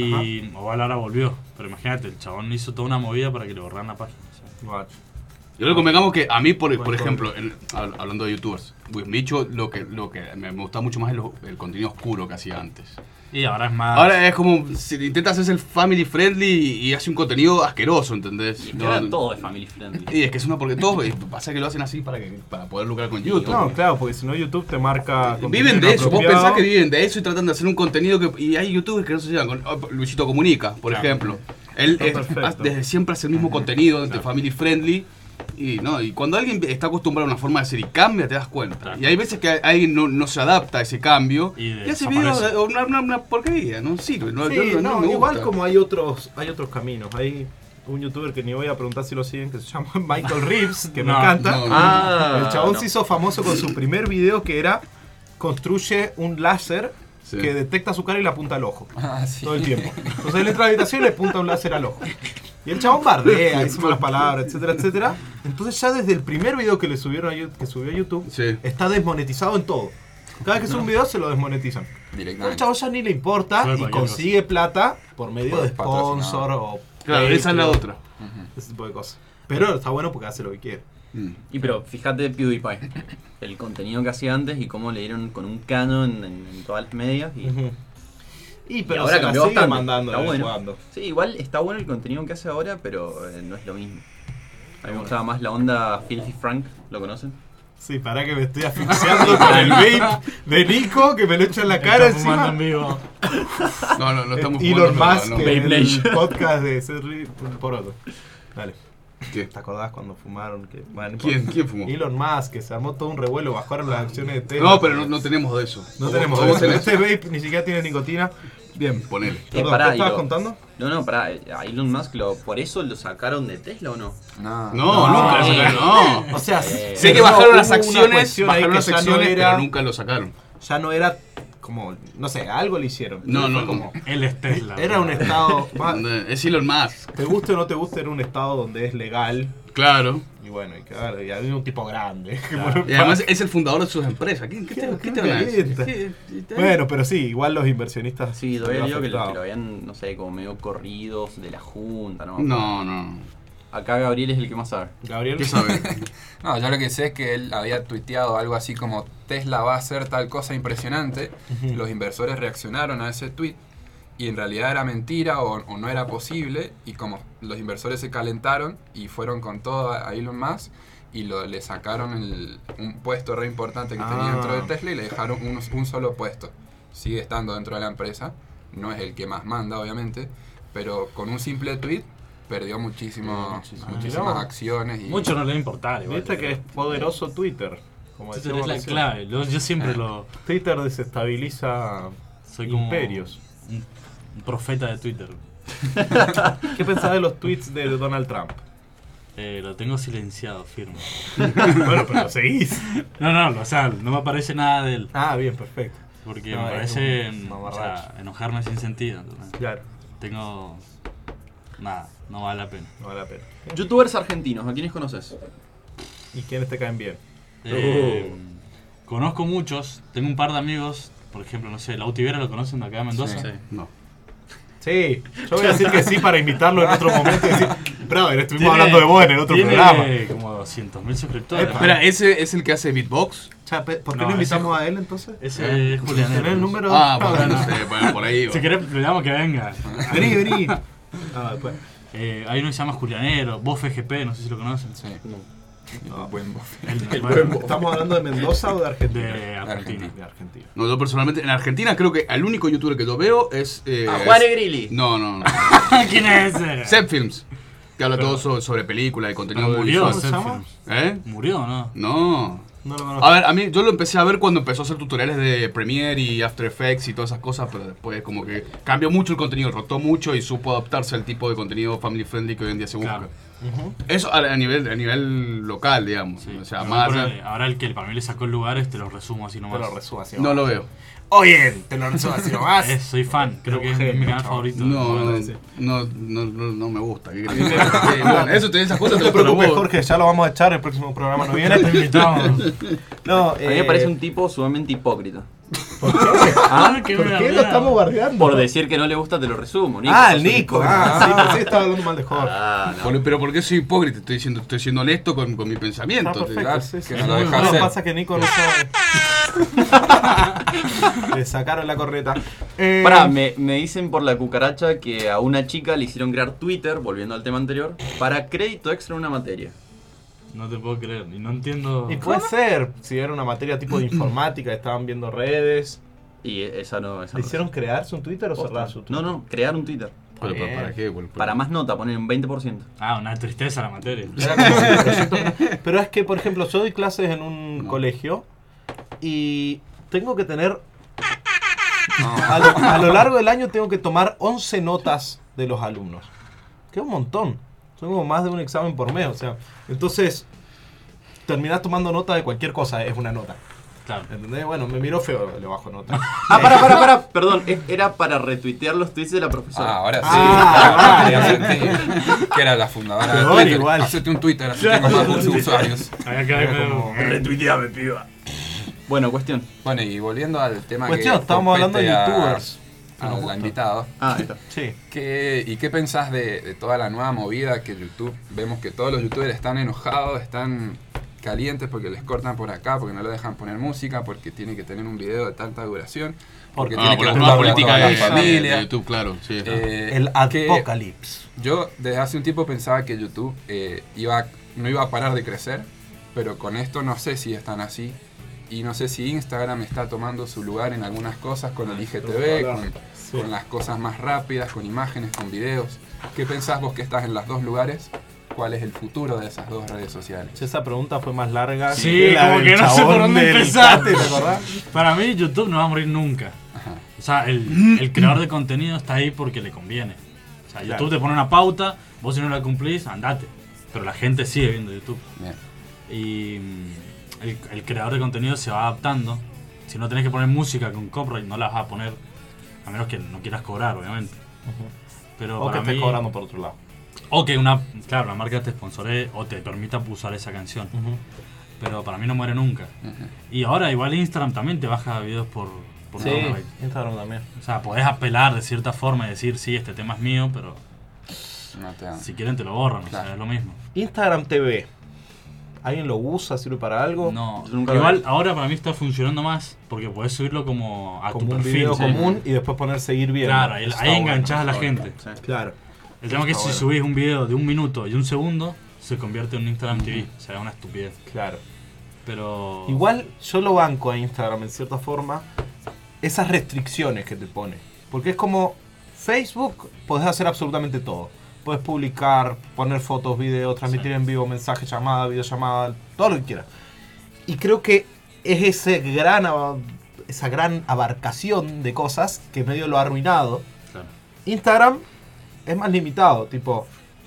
[SPEAKER 6] Y igual ahora volvió. Pero imagínate, el chabón hizo toda una movida para que le borraran la página. o sea.
[SPEAKER 4] Guacho.
[SPEAKER 5] Yo le convengamos que a mí, por,
[SPEAKER 4] Buen
[SPEAKER 5] por ejemplo, en- hab- hablando de youtubers, Wismichu, lo que, lo que me, me gusta mucho más es lo- el contenido oscuro que hacía antes.
[SPEAKER 6] Y ahora es más.
[SPEAKER 5] Ahora es como, si intenta hacerse el family friendly y, y hace un contenido asqueroso, ¿entendés?
[SPEAKER 7] Y
[SPEAKER 5] No,
[SPEAKER 7] ahora todo es family friendly.
[SPEAKER 5] y es que es una porque todos, eh, pasa que lo hacen así para, que, para poder lucrar con YouTube.
[SPEAKER 4] No, claro, porque si no YouTube te marca...
[SPEAKER 5] Viven
[SPEAKER 4] contenido
[SPEAKER 5] de eso, vos
[SPEAKER 4] inapropiado.
[SPEAKER 5] pensás que viven de eso y tratan de hacer un contenido que... Y hay youtubers que no se llevan con... oh, Luisito Comunica, por
[SPEAKER 6] Claro.
[SPEAKER 5] ejemplo. Él
[SPEAKER 4] Está
[SPEAKER 5] es-
[SPEAKER 4] perfecto.
[SPEAKER 5] hace- desde siempre hace el mismo contenido, de family friendly. Y no y cuando alguien está acostumbrado a una forma de hacer y cambia, te das cuenta.
[SPEAKER 6] Claro.
[SPEAKER 5] Y hay veces que alguien no, no se adapta a ese cambio
[SPEAKER 6] Y
[SPEAKER 5] y, hace
[SPEAKER 6] desaparece.
[SPEAKER 5] videos de una, una- una porquería, no sirve. No,
[SPEAKER 4] Sí,
[SPEAKER 5] yo no- no
[SPEAKER 4] no,
[SPEAKER 5] me
[SPEAKER 4] igual
[SPEAKER 5] gusta.
[SPEAKER 4] como hay otros, hay otros caminos. Hay un youtuber que ni voy a preguntar si lo siguen, que se llama Michael Reeves, que me
[SPEAKER 6] No,
[SPEAKER 4] encanta.
[SPEAKER 5] no, no.
[SPEAKER 7] Ah,
[SPEAKER 4] El chabón
[SPEAKER 7] no.
[SPEAKER 4] se hizo famoso con su primer video que era construye un láser
[SPEAKER 5] Sí.
[SPEAKER 4] que detecta su cara y le apunta al ojo.
[SPEAKER 9] Ah, sí.
[SPEAKER 4] Todo el tiempo. Entonces él entra a la habitación y le apunta un láser al ojo. Y el chabón bardea, dice malas palabras, etcétera, etcétera. Entonces ya desde el primer video que le subieron a YouTube, que subió a YouTube,
[SPEAKER 5] Sí.
[SPEAKER 4] está desmonetizado en todo. Cada vez que sube un video se lo desmonetizan. Al
[SPEAKER 9] Directamente.
[SPEAKER 4] chabón ya ni le importa
[SPEAKER 6] Sube
[SPEAKER 4] y
[SPEAKER 6] cualquier
[SPEAKER 4] consigue plata por medio
[SPEAKER 9] Por
[SPEAKER 4] de
[SPEAKER 9] patrocinado.
[SPEAKER 4] sponsor o
[SPEAKER 5] Claro, esa es la
[SPEAKER 4] Patreon,
[SPEAKER 5] otra.
[SPEAKER 9] Ujú.
[SPEAKER 4] ese tipo de cosas. Pero está bueno porque hace lo que quiere.
[SPEAKER 5] Mm.
[SPEAKER 7] Y pero fíjate PewDiePie, el contenido que hacía antes y cómo le dieron con un caño en, en- en todas las medias. Y
[SPEAKER 4] Ujú. Y pero
[SPEAKER 7] y ahora
[SPEAKER 4] se la
[SPEAKER 7] cambió
[SPEAKER 4] sigue
[SPEAKER 7] bastante.
[SPEAKER 4] mandando de
[SPEAKER 7] Está
[SPEAKER 4] vez en
[SPEAKER 7] bueno.
[SPEAKER 4] cuando.
[SPEAKER 7] Sí, igual está bueno el contenido que hace ahora, pero eh, no es lo mismo. A mí me gustaba más la onda Filthy Frank, ¿lo conocen?
[SPEAKER 4] Sí, pará que me estoy asfixiando con el vape de Nico, que me lo echa en la cara
[SPEAKER 6] Está fumando
[SPEAKER 4] encima.
[SPEAKER 6] en vivo.
[SPEAKER 5] No, no, no estamos
[SPEAKER 4] Elon
[SPEAKER 5] jugando,
[SPEAKER 4] Musk
[SPEAKER 5] no, no.
[SPEAKER 4] en el
[SPEAKER 7] Nation.
[SPEAKER 4] podcast de Serri por otro. Dale.
[SPEAKER 5] ¿Qué?
[SPEAKER 4] ¿Te acordás cuando fumaron? Que, bueno, no
[SPEAKER 5] ¿Quién,
[SPEAKER 4] importa.
[SPEAKER 5] ¿Quién fumó?
[SPEAKER 4] Elon Musk, que se armó todo un revuelo, bajaron las acciones de Tesla.
[SPEAKER 5] No, pero no, no tenemos de eso.
[SPEAKER 4] No
[SPEAKER 5] ¿Vos-
[SPEAKER 4] tenemos.
[SPEAKER 5] vos tenés?
[SPEAKER 4] Este vape ni siquiera tiene nicotina. Bien.
[SPEAKER 5] Ponele.
[SPEAKER 4] Perdón,
[SPEAKER 7] pará,
[SPEAKER 4] ¿qué estabas
[SPEAKER 7] y lo-
[SPEAKER 4] contando?
[SPEAKER 7] No, no, pará, a Elon Musk lo, por eso lo sacaron de Tesla o no?
[SPEAKER 9] No.
[SPEAKER 5] No, nunca lo
[SPEAKER 7] sí.
[SPEAKER 5] sacaron. No.
[SPEAKER 4] O sea,
[SPEAKER 7] Eh,
[SPEAKER 5] Sé que
[SPEAKER 4] no,
[SPEAKER 5] bajaron
[SPEAKER 4] hubo
[SPEAKER 5] las
[SPEAKER 4] una
[SPEAKER 5] acciones,
[SPEAKER 4] cuestión ahí
[SPEAKER 5] bajaron
[SPEAKER 4] que
[SPEAKER 5] las
[SPEAKER 4] ya no
[SPEAKER 5] acciones,
[SPEAKER 4] era-
[SPEAKER 5] pero nunca lo sacaron.
[SPEAKER 4] Ya no era como, no sé, algo le hicieron.
[SPEAKER 5] No,
[SPEAKER 4] Fue
[SPEAKER 5] no,
[SPEAKER 4] como,
[SPEAKER 6] Él es Tesla.
[SPEAKER 4] era un estado, más-
[SPEAKER 5] Es Elon Musk.
[SPEAKER 4] te guste o no te guste, era un estado donde es legal.
[SPEAKER 5] Claro.
[SPEAKER 4] Y bueno, y claro, y había un tipo grande.
[SPEAKER 5] Y además es el fundador de sus empresas. ¿Qué, qué, te,
[SPEAKER 4] Qué-
[SPEAKER 5] qué
[SPEAKER 4] qué
[SPEAKER 5] te van a decir?
[SPEAKER 4] calienta.
[SPEAKER 5] ¿Qué-
[SPEAKER 4] Bueno, pero sí, igual los inversionistas.
[SPEAKER 7] Sí,
[SPEAKER 4] se
[SPEAKER 7] todavía
[SPEAKER 4] vio
[SPEAKER 7] digo que lo, que
[SPEAKER 4] afectado.
[SPEAKER 7] lo habían, no sé, como medio corridos de la junta, ¿no?
[SPEAKER 5] No, no.
[SPEAKER 7] Acá Gabriel es el que más sabe.
[SPEAKER 4] Gabriel,
[SPEAKER 5] ¿Qué sabe?
[SPEAKER 9] No, yo lo que sé es que él había tuiteado algo así como Tesla va a hacer tal cosa impresionante.
[SPEAKER 4] Ujú.
[SPEAKER 9] Los inversores reaccionaron a ese tweet y en realidad era mentira o, o no era posible. Y como los inversores se calentaron y fueron con todo a Elon Musk y lo, le sacaron el- un puesto re importante que tenía
[SPEAKER 4] Ah.
[SPEAKER 9] dentro de Tesla y le dejaron unos- un solo puesto. Sigue estando dentro de la empresa, no es el que más manda obviamente, pero con un simple tweet perdió muchísimo,
[SPEAKER 6] muchísimo.
[SPEAKER 9] muchísimas
[SPEAKER 4] Ah,
[SPEAKER 9] acciones. Y,
[SPEAKER 6] Mucho no le va a importar. Igual,
[SPEAKER 4] viste que es poderoso Twitter. Como
[SPEAKER 6] Twitter
[SPEAKER 4] decíamos
[SPEAKER 6] es la
[SPEAKER 4] recién.
[SPEAKER 6] clave. Lo- Yo siempre
[SPEAKER 9] Eh.
[SPEAKER 6] lo.
[SPEAKER 4] Twitter desestabiliza
[SPEAKER 6] Soy como
[SPEAKER 4] imperios.
[SPEAKER 6] Un, un profeta de Twitter.
[SPEAKER 4] ¿Qué pensás de los tweets de Donald Trump?
[SPEAKER 6] Eh, lo tengo silenciado, firme.
[SPEAKER 4] Bueno, pero lo seguís.
[SPEAKER 6] No, no, o sea, no me aparece nada de él.
[SPEAKER 4] Ah, bien, perfecto.
[SPEAKER 6] Porque
[SPEAKER 4] No,
[SPEAKER 6] me
[SPEAKER 4] es
[SPEAKER 6] parece
[SPEAKER 4] un
[SPEAKER 6] o
[SPEAKER 4] mamarracho.
[SPEAKER 6] sea, enojarme sin sentido. ¿entendés?
[SPEAKER 4] Claro,
[SPEAKER 6] Tengo. Nada, no vale la pena.
[SPEAKER 4] no vale la pena.
[SPEAKER 7] Youtubers argentinos, ¿a quiénes conoces?
[SPEAKER 4] ¿Y quiénes te caen bien?
[SPEAKER 6] Eh, Conozco muchos, tengo un par de amigos, por ejemplo, no sé, Lau Tivera lo conocen de acá de Mendoza.
[SPEAKER 9] Sí.
[SPEAKER 5] No.
[SPEAKER 4] Sí, yo voy a decir que sí para invitarlo en otro momento y decir, brother, estuvimos
[SPEAKER 6] Tiene-
[SPEAKER 4] hablando de vos en el otro
[SPEAKER 6] tiene
[SPEAKER 4] programa.
[SPEAKER 6] como doscientos mil suscriptores.
[SPEAKER 4] Epa.
[SPEAKER 5] Espera, ¿ese es el que hace beatbox?
[SPEAKER 4] Cha, pe- ¿Por qué
[SPEAKER 6] No,
[SPEAKER 4] no, invitamos
[SPEAKER 6] ese-
[SPEAKER 4] a él entonces?
[SPEAKER 6] Ese es Julián.
[SPEAKER 4] ¿Tenés el número?
[SPEAKER 5] Ah, bueno, no sé, bueno, por ahí va.
[SPEAKER 6] Si querés, le damos que venga.
[SPEAKER 4] Vení, vení. Ah, después.
[SPEAKER 6] Eh, hay uno que se llama Julianero, Bof G P, no sé si lo conocen.
[SPEAKER 9] Sí.
[SPEAKER 4] No.
[SPEAKER 9] Buen bofe.
[SPEAKER 6] El,
[SPEAKER 4] Bueno, ¿estamos hablando de Mendoza o de Argentina?
[SPEAKER 6] de Argentina.
[SPEAKER 4] De Argentina.
[SPEAKER 5] No, yo personalmente, en Argentina creo que el único youtuber que yo veo es... Eh,
[SPEAKER 7] A Juan
[SPEAKER 5] es-
[SPEAKER 7] Grilli.
[SPEAKER 5] No, no, no.
[SPEAKER 6] ¿Quién es ese?
[SPEAKER 5] Zep Films. Que habla
[SPEAKER 6] Pero-
[SPEAKER 5] todo sobre, sobre películas y contenido
[SPEAKER 6] Pero
[SPEAKER 5] muy
[SPEAKER 6] murió,
[SPEAKER 5] visual.
[SPEAKER 4] ¿Cómo se
[SPEAKER 6] Zep
[SPEAKER 4] llama?
[SPEAKER 6] Films.
[SPEAKER 5] ¿Eh?
[SPEAKER 6] ¿Murió o no?
[SPEAKER 5] No.
[SPEAKER 4] No lo conozco.
[SPEAKER 5] A ver, a mí yo lo empecé a ver cuando empezó a hacer tutoriales de Premiere y After Effects y todas esas cosas, pero después como que cambió mucho el contenido, rotó mucho y supo adaptarse al tipo de contenido family friendly que hoy en día se busca.
[SPEAKER 6] Claro.
[SPEAKER 4] Ujú.
[SPEAKER 5] Eso a, a nivel a nivel local, digamos.
[SPEAKER 6] Sí.
[SPEAKER 5] O sea,
[SPEAKER 6] Pero
[SPEAKER 5] más
[SPEAKER 6] bueno,
[SPEAKER 5] allá-
[SPEAKER 6] ahora el que para mí le sacó el lugar, este lo resumo así
[SPEAKER 4] Te
[SPEAKER 6] nomás.
[SPEAKER 4] lo resumo así.
[SPEAKER 5] no lo veo.
[SPEAKER 4] Oye, te lo resumo así nomás.
[SPEAKER 6] Eh, soy fan, creo que es
[SPEAKER 4] Genio,
[SPEAKER 6] mi canal
[SPEAKER 4] chavo.
[SPEAKER 6] favorito.
[SPEAKER 5] No,
[SPEAKER 4] no,
[SPEAKER 5] no,
[SPEAKER 4] ese.
[SPEAKER 5] no, no, no, no me gusta. ¿Qué
[SPEAKER 4] A
[SPEAKER 5] querés?
[SPEAKER 4] mí me-
[SPEAKER 5] Sí, bueno, eso te esas cosas
[SPEAKER 4] No
[SPEAKER 5] te
[SPEAKER 4] te
[SPEAKER 5] lo
[SPEAKER 4] preocupes,
[SPEAKER 5] vos.
[SPEAKER 4] Jorge, ya lo vamos a echar, el próximo programa no viene.
[SPEAKER 6] Te invitamos.
[SPEAKER 4] No,
[SPEAKER 7] A mí me
[SPEAKER 4] eh,
[SPEAKER 7] parece un tipo sumamente hipócrita.
[SPEAKER 4] ¿Por qué?
[SPEAKER 6] Ah, qué
[SPEAKER 4] ¿Por
[SPEAKER 6] buena
[SPEAKER 4] qué lo
[SPEAKER 6] idea.
[SPEAKER 4] estamos bardeando?
[SPEAKER 7] Por decir que no le gusta, te lo resumo. Nico,
[SPEAKER 4] Ah,
[SPEAKER 7] sos
[SPEAKER 4] el
[SPEAKER 7] un
[SPEAKER 4] Nico.
[SPEAKER 7] hipócrita.
[SPEAKER 4] Ah, sí, pensé que estaba hablando mal de Jorge.
[SPEAKER 7] Ah, no.
[SPEAKER 5] Por- pero ¿por qué soy hipócrita? Estoy diciendo, estoy siendo honesto con, con mi pensamiento.
[SPEAKER 4] Está perfecto,
[SPEAKER 9] claro,
[SPEAKER 4] sí, sí.
[SPEAKER 9] que no lo
[SPEAKER 4] No,
[SPEAKER 9] deja
[SPEAKER 4] lo que
[SPEAKER 9] hacer.
[SPEAKER 4] pasa es que Nico no sabe. Le sacaron la corneta. Eh,
[SPEAKER 7] Pará, me, me dicen por la cucaracha que a una chica le hicieron crear Twitter, volviendo al tema anterior, para crédito extra en una materia.
[SPEAKER 6] No te puedo creer, y no entiendo.
[SPEAKER 4] Y puede ser, si era una materia tipo de informática, estaban viendo redes.
[SPEAKER 7] Y esa no... Esa
[SPEAKER 4] ¿Le
[SPEAKER 7] no.
[SPEAKER 4] hicieron crearse un Twitter o
[SPEAKER 7] Posta.
[SPEAKER 4] cerrar su Twitter?
[SPEAKER 7] No, no, crear un Twitter.
[SPEAKER 5] Pero,
[SPEAKER 4] Bien.
[SPEAKER 5] ¿para, para qué? Por- por-
[SPEAKER 7] Para más nota, poner un veinte por ciento.
[SPEAKER 6] Ah, una tristeza la materia.
[SPEAKER 4] Era como un proyecto. Pero es que, por ejemplo, yo doy clases en un
[SPEAKER 5] No.
[SPEAKER 4] colegio y tengo que tener... A lo, a lo largo del año tengo que tomar once notas de los alumnos. Que es un montón. Son como más de un examen por mes, o sea. Entonces, terminás tomando nota de cualquier cosa, es una nota.
[SPEAKER 6] Claro.
[SPEAKER 4] ¿Entendés? Bueno, me miró feo, le bajo nota.
[SPEAKER 7] Ah, para, para, para. Perdón, es- era para retuitear los tweets de la
[SPEAKER 9] Ah,
[SPEAKER 7] profesora.
[SPEAKER 9] ahora sí.
[SPEAKER 4] Ah,
[SPEAKER 9] Tenía
[SPEAKER 4] vale.
[SPEAKER 9] sentido. Que era la fundadora de
[SPEAKER 4] Peor
[SPEAKER 9] Twitter.
[SPEAKER 4] igual.
[SPEAKER 9] Hacete un Twitter, así tengo más usuarios.
[SPEAKER 6] Acá
[SPEAKER 4] Era como-
[SPEAKER 6] retuiteame, piba.
[SPEAKER 7] Bueno, cuestión.
[SPEAKER 9] Bueno, y volviendo al tema
[SPEAKER 4] Cuestión,
[SPEAKER 9] que
[SPEAKER 4] estábamos hablando de
[SPEAKER 9] compete a-
[SPEAKER 4] youtubers.
[SPEAKER 9] a
[SPEAKER 4] Nos
[SPEAKER 9] la invitada.
[SPEAKER 7] Ah, ahí está.
[SPEAKER 4] Sí.
[SPEAKER 9] ¿Qué, ¿Y qué pensás de, de toda la nueva movida que YouTube? Vemos que todos los youtubers están enojados, están calientes porque les cortan por acá, porque no le dejan poner música, porque tiene que tener un video de tanta duración, porque
[SPEAKER 5] Ah,
[SPEAKER 9] tiene
[SPEAKER 5] por
[SPEAKER 9] que
[SPEAKER 5] las
[SPEAKER 9] gustar
[SPEAKER 5] nuevas
[SPEAKER 9] a
[SPEAKER 5] políticas
[SPEAKER 9] toda la
[SPEAKER 5] de,
[SPEAKER 9] familia.
[SPEAKER 5] de YouTube, claro. Sí.
[SPEAKER 9] Eh,
[SPEAKER 4] El
[SPEAKER 9] que
[SPEAKER 4] apocalipsis.
[SPEAKER 9] Yo desde hace un tiempo pensaba que YouTube eh, iba, no iba a parar de crecer, pero con esto no sé si es tan así. Y no sé si Instagram está tomando su lugar en algunas cosas con el I G T V, con, con las cosas más rápidas, con imágenes, con videos. ¿Qué pensás vos que estás en los dos lugares? ¿Cuál es el futuro de esas dos redes sociales?
[SPEAKER 4] Esa pregunta fue más larga.
[SPEAKER 6] Sí,
[SPEAKER 4] que la
[SPEAKER 6] como
[SPEAKER 4] del
[SPEAKER 6] que no sé
[SPEAKER 4] chabón
[SPEAKER 6] por dónde
[SPEAKER 4] del
[SPEAKER 6] empezar.
[SPEAKER 4] Cate, ¿te acordás?
[SPEAKER 6] Para mí YouTube no va a morir nunca.
[SPEAKER 9] Ajá.
[SPEAKER 6] O sea, el, el creador de contenido está ahí porque le conviene. O sea, YouTube
[SPEAKER 4] Claro.
[SPEAKER 6] te pone una pauta, vos si no la cumplís, andate. Pero la gente sigue viendo YouTube.
[SPEAKER 9] Bien.
[SPEAKER 6] Y mm, el, el creador de contenido se va adaptando. Si no tenés que poner música con copyright, no la vas a poner. A menos que no quieras cobrar, obviamente. Pero
[SPEAKER 4] O que
[SPEAKER 6] para
[SPEAKER 4] estés
[SPEAKER 6] mí,
[SPEAKER 4] cobrando por otro lado.
[SPEAKER 6] o que una, claro, una marca te sponsoree o te permita usar esa canción. Pero para mí no muere nunca.
[SPEAKER 9] Ujú.
[SPEAKER 6] Y ahora igual Instagram también te baja videos por, por
[SPEAKER 4] Sí,
[SPEAKER 6] copyright.
[SPEAKER 4] Instagram también.
[SPEAKER 6] O sea, podés apelar de cierta forma y decir, sí, este tema es mío, pero
[SPEAKER 9] No te dan.
[SPEAKER 6] si quieren te lo borran, o
[SPEAKER 9] Claro.
[SPEAKER 6] sea, es lo mismo.
[SPEAKER 4] Instagram T V. ¿Alguien lo usa? ¿Sirve para algo?
[SPEAKER 6] No,
[SPEAKER 7] Yo nunca lo
[SPEAKER 6] igual
[SPEAKER 7] vi.
[SPEAKER 6] ahora para mí está funcionando más porque podés subirlo como a
[SPEAKER 4] Como
[SPEAKER 6] tu
[SPEAKER 4] un
[SPEAKER 6] perfil.
[SPEAKER 4] video
[SPEAKER 6] sí.
[SPEAKER 4] común y después poner seguir viendo.
[SPEAKER 6] Claro, ahí,
[SPEAKER 4] Eso
[SPEAKER 6] ahí
[SPEAKER 4] está
[SPEAKER 6] enganchás a la
[SPEAKER 7] Está bueno.
[SPEAKER 6] gente.
[SPEAKER 7] Sí.
[SPEAKER 4] Claro.
[SPEAKER 6] El tema es que
[SPEAKER 4] Está
[SPEAKER 6] si
[SPEAKER 4] bueno.
[SPEAKER 6] subís un video de un minuto y un segundo, se convierte en un Instagram T V. O sea, es una estupidez.
[SPEAKER 4] Claro.
[SPEAKER 6] Pero...
[SPEAKER 4] Igual yo lo banco a Instagram en cierta forma. Esas restricciones que te pone. Porque es como Facebook, podés hacer absolutamente todo. Puedes publicar, poner fotos, videos, transmitir en vivo, mensajes, llamada, videollamada, todo lo que quieras. Y creo que es ese gran, aba- esa gran abarcación de cosas que medio lo ha arruinado.
[SPEAKER 6] Claro.
[SPEAKER 4] Instagram es más limitado, tipo,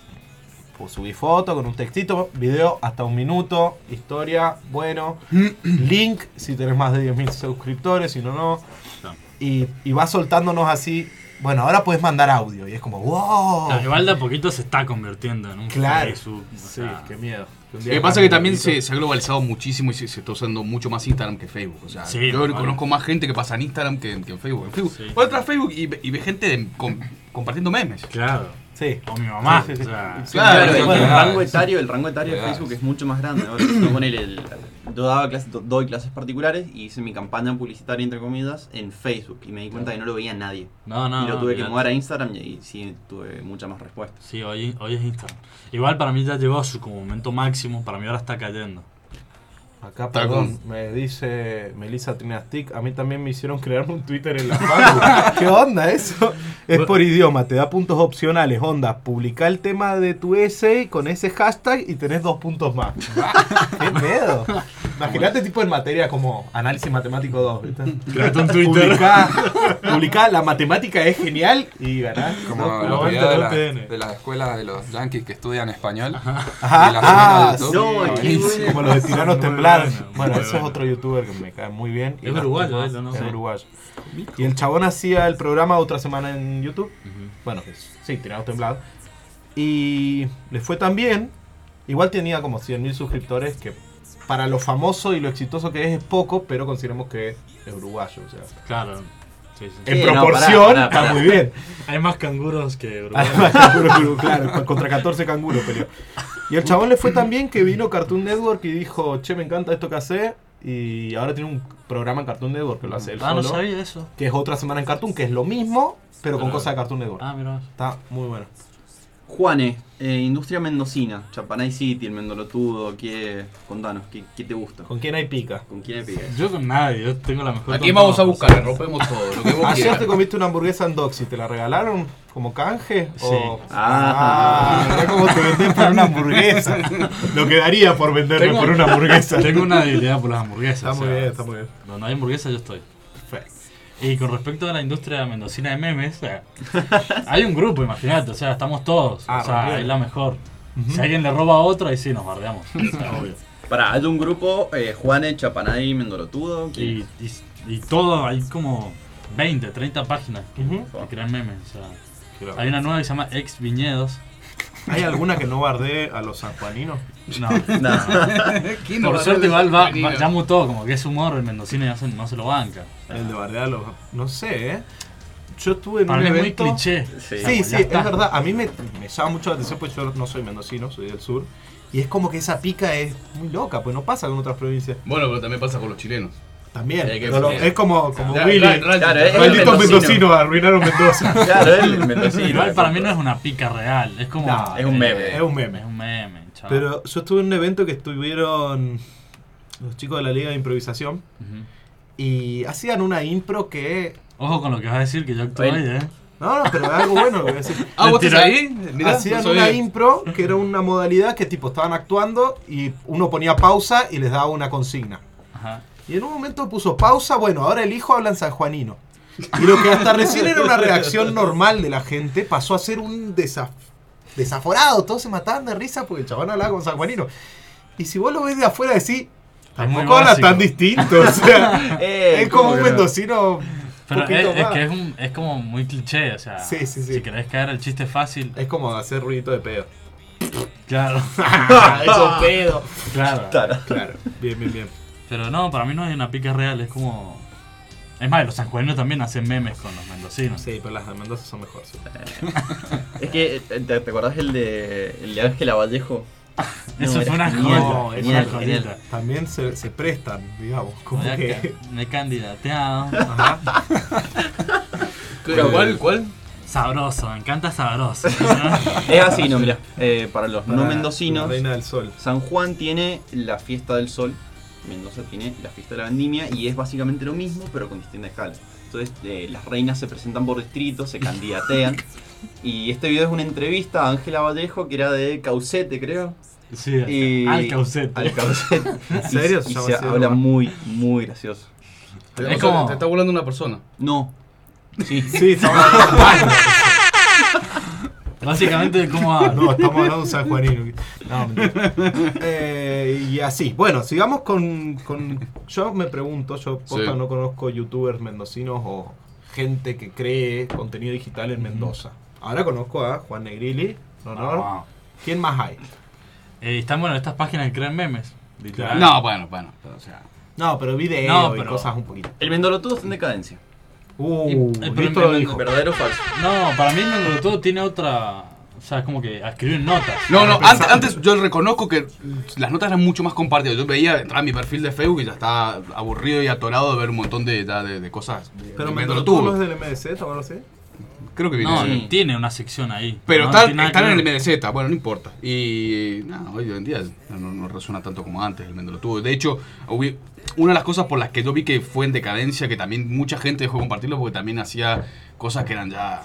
[SPEAKER 4] pues subí foto con un textito, video hasta un minuto, historia, bueno, link si tenés más de diez mil suscriptores, si no, no.
[SPEAKER 6] Claro.
[SPEAKER 4] Y, y va soltándonos así, bueno, ahora puedes mandar audio y es como, wow.
[SPEAKER 6] Claro, igual de a poquito se está convirtiendo en un
[SPEAKER 4] Claro.
[SPEAKER 6] Facebook. o
[SPEAKER 4] Sí,
[SPEAKER 6] sea,
[SPEAKER 4] qué miedo. Un
[SPEAKER 5] Lo
[SPEAKER 4] día
[SPEAKER 5] que pasa es
[SPEAKER 4] cambie
[SPEAKER 5] que también
[SPEAKER 4] un poquito.
[SPEAKER 5] se, se ha globalizado muchísimo y se, se está usando mucho más Instagram que Facebook. O sea,
[SPEAKER 6] Sí,
[SPEAKER 5] yo
[SPEAKER 6] normal.
[SPEAKER 5] conozco más gente que pasa en Instagram que, en- que en Facebook. En Facebook,
[SPEAKER 6] Sí.
[SPEAKER 5] vos entras a Facebook y, ve- y ve gente de- con- compartiendo memes.
[SPEAKER 6] Claro.
[SPEAKER 4] Sí.
[SPEAKER 6] O mi mamá.
[SPEAKER 4] Sí, sí, sí.
[SPEAKER 6] O sea,
[SPEAKER 4] Sí,
[SPEAKER 7] Claro,
[SPEAKER 5] Claro,
[SPEAKER 7] el,
[SPEAKER 5] bueno,
[SPEAKER 7] rango
[SPEAKER 9] ah,
[SPEAKER 7] etario, el rango etario de
[SPEAKER 9] Claro.
[SPEAKER 7] Facebook es mucho más grande. Ahora, no, ponele el- yo daba clases, do- doy clases particulares y hice mi campaña publicitaria, entre comillas, en Facebook. Y me di cuenta que no lo veía nadie.
[SPEAKER 6] no, no.
[SPEAKER 7] y lo
[SPEAKER 6] no,
[SPEAKER 7] tuve que
[SPEAKER 6] olvidate.
[SPEAKER 7] mudar a Instagram y ahí sí tuve mucha más respuesta.
[SPEAKER 6] Sí, hoy, hoy es Instagram. Igual para mí ya llegó a su como momento máximo, para mí ahora está cayendo.
[SPEAKER 4] Acá,
[SPEAKER 5] Está
[SPEAKER 4] perdón, me dice Melissa Trinastic, a mí también me hicieron crearme un Twitter en la facu. ¿Qué onda eso? Es por idioma, te da puntos opcionales, onda, publica el tema de tu essay con ese hashtag y tenés dos puntos más. ¿Qué pedo? Imagínate tipo en materia como análisis matemático dos, ¿viste?
[SPEAKER 6] Create un Twitter.
[SPEAKER 4] Publicá, publicá, la matemática es genial y ganás.
[SPEAKER 9] Como
[SPEAKER 4] dos
[SPEAKER 9] los
[SPEAKER 4] puntos.
[SPEAKER 9] videos de, la-
[SPEAKER 6] U T N.
[SPEAKER 9] de las escuelas de los yankees que estudian español.
[SPEAKER 4] Ajá,
[SPEAKER 9] y la
[SPEAKER 4] ah,
[SPEAKER 9] suben a
[SPEAKER 4] sí,
[SPEAKER 9] YouTube.
[SPEAKER 7] No, qué
[SPEAKER 9] Buenísimo.
[SPEAKER 7] bueno.
[SPEAKER 4] como los de tiranos
[SPEAKER 6] Muy
[SPEAKER 4] temblar.
[SPEAKER 6] bueno, muy
[SPEAKER 4] Bueno, ese es
[SPEAKER 6] bueno.
[SPEAKER 4] otro youtuber que me cae muy bien.
[SPEAKER 6] Es
[SPEAKER 4] Y
[SPEAKER 6] uruguayo,
[SPEAKER 4] más-
[SPEAKER 6] él, ¿no?
[SPEAKER 4] Es
[SPEAKER 6] Sí.
[SPEAKER 4] uruguayo. Y el chabón hacía el programa otra semana en YouTube.
[SPEAKER 6] Ujú.
[SPEAKER 4] Bueno, que es- sí, tiranos temblados. Y le fue tan bien. Igual tenía como cien mil suscriptores, que para lo famoso y lo exitoso que es es poco, pero consideramos que es uruguayo. O sea,
[SPEAKER 6] Claro. Sí, sí.
[SPEAKER 4] en
[SPEAKER 7] Sí, no,
[SPEAKER 4] proporción
[SPEAKER 7] pará, pará,
[SPEAKER 4] está
[SPEAKER 7] pará.
[SPEAKER 4] muy bien.
[SPEAKER 6] Hay más canguros que
[SPEAKER 4] Además,
[SPEAKER 6] uruguayos.
[SPEAKER 4] canguro, claro, contra catorce canguros peleó. Y el chabón le fue tan bien que vino Cartoon Network y dijo, che, me encanta esto que hace. Y ahora tiene un programa en Cartoon Network que lo hace él
[SPEAKER 6] Ah, no
[SPEAKER 4] solo.
[SPEAKER 6] sabía eso.
[SPEAKER 4] Que es otra semana en Cartoon, que es lo mismo, pero con
[SPEAKER 6] Pero-
[SPEAKER 4] cosas de Cartoon Network.
[SPEAKER 6] Ah, mira.
[SPEAKER 4] Está muy bueno.
[SPEAKER 7] Juane, eh, industria mendocina, Chapanay City, el Mendolotudo, ¿qué, contanos, ¿qué, qué te gusta?
[SPEAKER 4] ¿Con quién hay pica?
[SPEAKER 7] ¿Con quién hay picas?
[SPEAKER 6] Yo con nadie, yo tengo la mejor.
[SPEAKER 5] Aquí
[SPEAKER 6] con
[SPEAKER 5] vamos a
[SPEAKER 6] todos,
[SPEAKER 5] buscar,
[SPEAKER 6] o sea.
[SPEAKER 5] rompemos todo. Lo que vos
[SPEAKER 4] Ayer
[SPEAKER 5] quieras.
[SPEAKER 4] te comiste una hamburguesa en Doxy, ¿te la regalaron como canje?
[SPEAKER 6] Sí.
[SPEAKER 4] O...
[SPEAKER 7] Ah.
[SPEAKER 4] Ah, mirá cómo te venden por una hamburguesa. Lo que daría por venderme
[SPEAKER 6] Tengo-
[SPEAKER 4] por una hamburguesa.
[SPEAKER 6] Tengo una debilidad por las hamburguesas.
[SPEAKER 4] Está
[SPEAKER 6] o
[SPEAKER 4] muy
[SPEAKER 6] sea,
[SPEAKER 4] bien, está muy bien.
[SPEAKER 6] Donde hay hamburguesas yo estoy.
[SPEAKER 4] Perfecto.
[SPEAKER 6] Y con respecto a la industria mendocina de memes, o sea, hay un grupo, imagínate, o sea, estamos todos.
[SPEAKER 4] Ah,
[SPEAKER 6] o sea,
[SPEAKER 4] rompiendo.
[SPEAKER 6] es la mejor. Si alguien le roba a otro, ahí sí nos bardeamos. O sea, obvio.
[SPEAKER 7] Pará, hay un grupo, eh, Juane, Chapanay, Mendolotudo. ¿quién?
[SPEAKER 6] Y, y, y todo, hay como veinte, treinta páginas que,
[SPEAKER 4] Ujú.
[SPEAKER 6] que crean memes. O sea, hay una nueva que se llama Ex Viñedos.
[SPEAKER 4] ¿Hay alguna que no bardee a los sanjuaninos?
[SPEAKER 6] No,
[SPEAKER 7] No.
[SPEAKER 5] ¿Quién no
[SPEAKER 6] por
[SPEAKER 5] va a
[SPEAKER 6] suerte
[SPEAKER 5] ser
[SPEAKER 6] igual va,
[SPEAKER 5] femenino?
[SPEAKER 6] va- ya mutó, como que es humor, el mendocino ya se- no se lo banca. O sea,
[SPEAKER 4] El de bardear a los... No sé, ¿eh? yo estuve en
[SPEAKER 6] Para
[SPEAKER 4] un
[SPEAKER 6] mí es muy
[SPEAKER 4] evento...
[SPEAKER 6] cliché.
[SPEAKER 7] Sí,
[SPEAKER 4] Sí,
[SPEAKER 6] Ya
[SPEAKER 4] sí,
[SPEAKER 6] está.
[SPEAKER 4] es verdad. A mí me, me llama mucho la atención porque yo no soy mendocino, soy del sur. Y es como que esa pica es muy loca, pues no pasa con otras provincias.
[SPEAKER 5] Bueno, pero también pasa con los chilenos.
[SPEAKER 4] También.
[SPEAKER 5] Hay que-
[SPEAKER 4] Pero lo- es como, como
[SPEAKER 5] Ya,
[SPEAKER 4] Willy.
[SPEAKER 5] ra- ra-
[SPEAKER 7] Claro, es el
[SPEAKER 4] Malditos
[SPEAKER 7] mendocino.
[SPEAKER 4] mendocinos arruinaron Mendoza.
[SPEAKER 7] Claro, el mendocino.
[SPEAKER 6] Igual para mí no es una pica real, es como.
[SPEAKER 4] No,
[SPEAKER 7] es un meme.
[SPEAKER 4] Es un meme.
[SPEAKER 6] Es un meme, chaval.
[SPEAKER 4] Pero yo estuve en un evento que estuvieron los chicos de la Liga de Improvisación
[SPEAKER 6] Ujú.
[SPEAKER 4] y hacían una impro que...
[SPEAKER 6] Ojo con lo que vas a decir, que yo actué ahí,
[SPEAKER 7] Oye.
[SPEAKER 6] ¿eh?
[SPEAKER 4] No, no, pero es algo bueno lo que voy a decir.
[SPEAKER 5] Ah, ¿vos estás
[SPEAKER 6] Mentira.
[SPEAKER 5] ahí? Mirá,
[SPEAKER 4] Hacían
[SPEAKER 5] no sabía.
[SPEAKER 4] una impro que era una modalidad que tipo estaban actuando y uno ponía pausa y les daba una consigna.
[SPEAKER 6] Ajá.
[SPEAKER 4] Y en un momento puso pausa, bueno, ahora el hijo habla en sanjuanino. Y lo que hasta recién era una reacción normal de la gente pasó a ser un desaf desaforado. Todos se mataban de risa porque el chabón hablaba con sanjuanino. Y si vos lo ves de afuera decís,
[SPEAKER 6] muy
[SPEAKER 4] tampoco habla
[SPEAKER 6] básico.
[SPEAKER 4] tan distinto. O sea,
[SPEAKER 7] Eh,
[SPEAKER 4] es como
[SPEAKER 7] ¿cómo
[SPEAKER 4] un
[SPEAKER 7] que no?
[SPEAKER 4] mendocino.
[SPEAKER 6] Pero
[SPEAKER 4] poquito
[SPEAKER 6] es, es
[SPEAKER 4] más.
[SPEAKER 6] que es, un, es como muy cliché, o sea.
[SPEAKER 4] Sí, sí, sí.
[SPEAKER 6] Si querés caer el chiste fácil,
[SPEAKER 4] Es como hacer ruidito de pedo.
[SPEAKER 6] claro.
[SPEAKER 4] Eso pedo.
[SPEAKER 6] Claro.
[SPEAKER 7] Claro.
[SPEAKER 4] Claro, bien, bien, bien.
[SPEAKER 6] Pero no, para mí no es una pica real, es como. Es más, los sanjuaninos también hacen memes con los mendocinos.
[SPEAKER 4] Sí, pero las de Mendoza son mejores. sí.
[SPEAKER 7] Es que, ¿te, te acordás el de, el de Ángela Vallejo?
[SPEAKER 6] Eso
[SPEAKER 7] No,
[SPEAKER 6] fue una
[SPEAKER 7] era
[SPEAKER 6] joya.
[SPEAKER 7] genial,
[SPEAKER 6] es
[SPEAKER 7] genial,
[SPEAKER 6] una
[SPEAKER 7] genial.
[SPEAKER 6] joyita.
[SPEAKER 4] También se, se prestan, digamos. Como
[SPEAKER 6] Ya
[SPEAKER 4] que.
[SPEAKER 6] ca- Me he candidateado.
[SPEAKER 4] Ajá.
[SPEAKER 5] ¿Cuál? ¿Cuál? ¿Cuál?
[SPEAKER 6] Sabroso, me encanta sabroso.
[SPEAKER 7] Es así, no, mira. Eh, para los no
[SPEAKER 4] Para
[SPEAKER 7] mendocinos,
[SPEAKER 4] La Reina del Sol.
[SPEAKER 7] San Juan tiene la fiesta del sol, Mendoza tiene la fiesta de la vendimia y es básicamente lo mismo pero con distinta escala. Entonces eh, las reinas se presentan por distrito, se candidatean y este video es una entrevista a Ángela Vallejo que era de Caucete, creo.
[SPEAKER 6] Sí,
[SPEAKER 7] Y
[SPEAKER 6] al caucete.
[SPEAKER 7] Al Caucete.
[SPEAKER 4] ¿En serio?
[SPEAKER 7] Y, y
[SPEAKER 4] ¿Se llama
[SPEAKER 7] se
[SPEAKER 4] así el
[SPEAKER 7] habla
[SPEAKER 4] lugar?
[SPEAKER 7] muy, muy gracioso.
[SPEAKER 5] Te,
[SPEAKER 6] Es
[SPEAKER 5] o sea,
[SPEAKER 6] como-
[SPEAKER 5] te está volando una persona.
[SPEAKER 7] No. Sí.
[SPEAKER 4] Sí, estamos
[SPEAKER 6] Básicamente de cómo habla.
[SPEAKER 4] No, estamos hablando de un sanjuanino. No, mentira. Eh, y así. Bueno, sigamos con, con... Yo me pregunto, yo posta
[SPEAKER 5] Sí.
[SPEAKER 4] no conozco youtubers mendocinos o gente que cree contenido digital en Mendoza. Ahora conozco a Juan Negrilli, Honor.
[SPEAKER 6] No.
[SPEAKER 4] ¿Quién más hay?
[SPEAKER 6] Eh, están bueno estas páginas que crean memes. Literal.
[SPEAKER 5] No, bueno, bueno. pero, o sea,
[SPEAKER 4] No, pero video
[SPEAKER 6] No,
[SPEAKER 4] y
[SPEAKER 6] pero-
[SPEAKER 4] cosas un poquito.
[SPEAKER 7] El Mendolotudo está en decadencia.
[SPEAKER 4] Uh,
[SPEAKER 6] Y- el
[SPEAKER 4] Listo
[SPEAKER 6] problema-
[SPEAKER 4] lo dijo.
[SPEAKER 7] ¿Verdadero o falso?
[SPEAKER 6] No, para mí el todo tiene otra. O sea, es como que a escribir notas.
[SPEAKER 5] No, no,
[SPEAKER 4] Pensaba-
[SPEAKER 5] antes, antes yo reconozco que las notas eran mucho más compartidas. Yo veía, entraba a mi perfil de Facebook y ya estaba aburrido y atorado de ver un montón de, ya de, de cosas.
[SPEAKER 4] Pero
[SPEAKER 5] de
[SPEAKER 4] me
[SPEAKER 5] Metro
[SPEAKER 4] lo
[SPEAKER 5] Tubo.
[SPEAKER 4] tuvo es del M D Z o algo así.
[SPEAKER 5] Creo que viene.
[SPEAKER 6] No,
[SPEAKER 5] así.
[SPEAKER 6] tiene una sección ahí.
[SPEAKER 5] Pero
[SPEAKER 6] no
[SPEAKER 5] están,
[SPEAKER 6] tiene nada
[SPEAKER 5] están
[SPEAKER 6] que
[SPEAKER 5] en el
[SPEAKER 6] ver.
[SPEAKER 5] M D Z, bueno, no importa. Y no, hoy en día no, no resuena tanto como antes el Mendolo Tubo. De hecho, hubi- una de las cosas por las que yo vi que fue en decadencia, que también mucha gente dejó de compartirlo porque también hacía cosas que eran ya...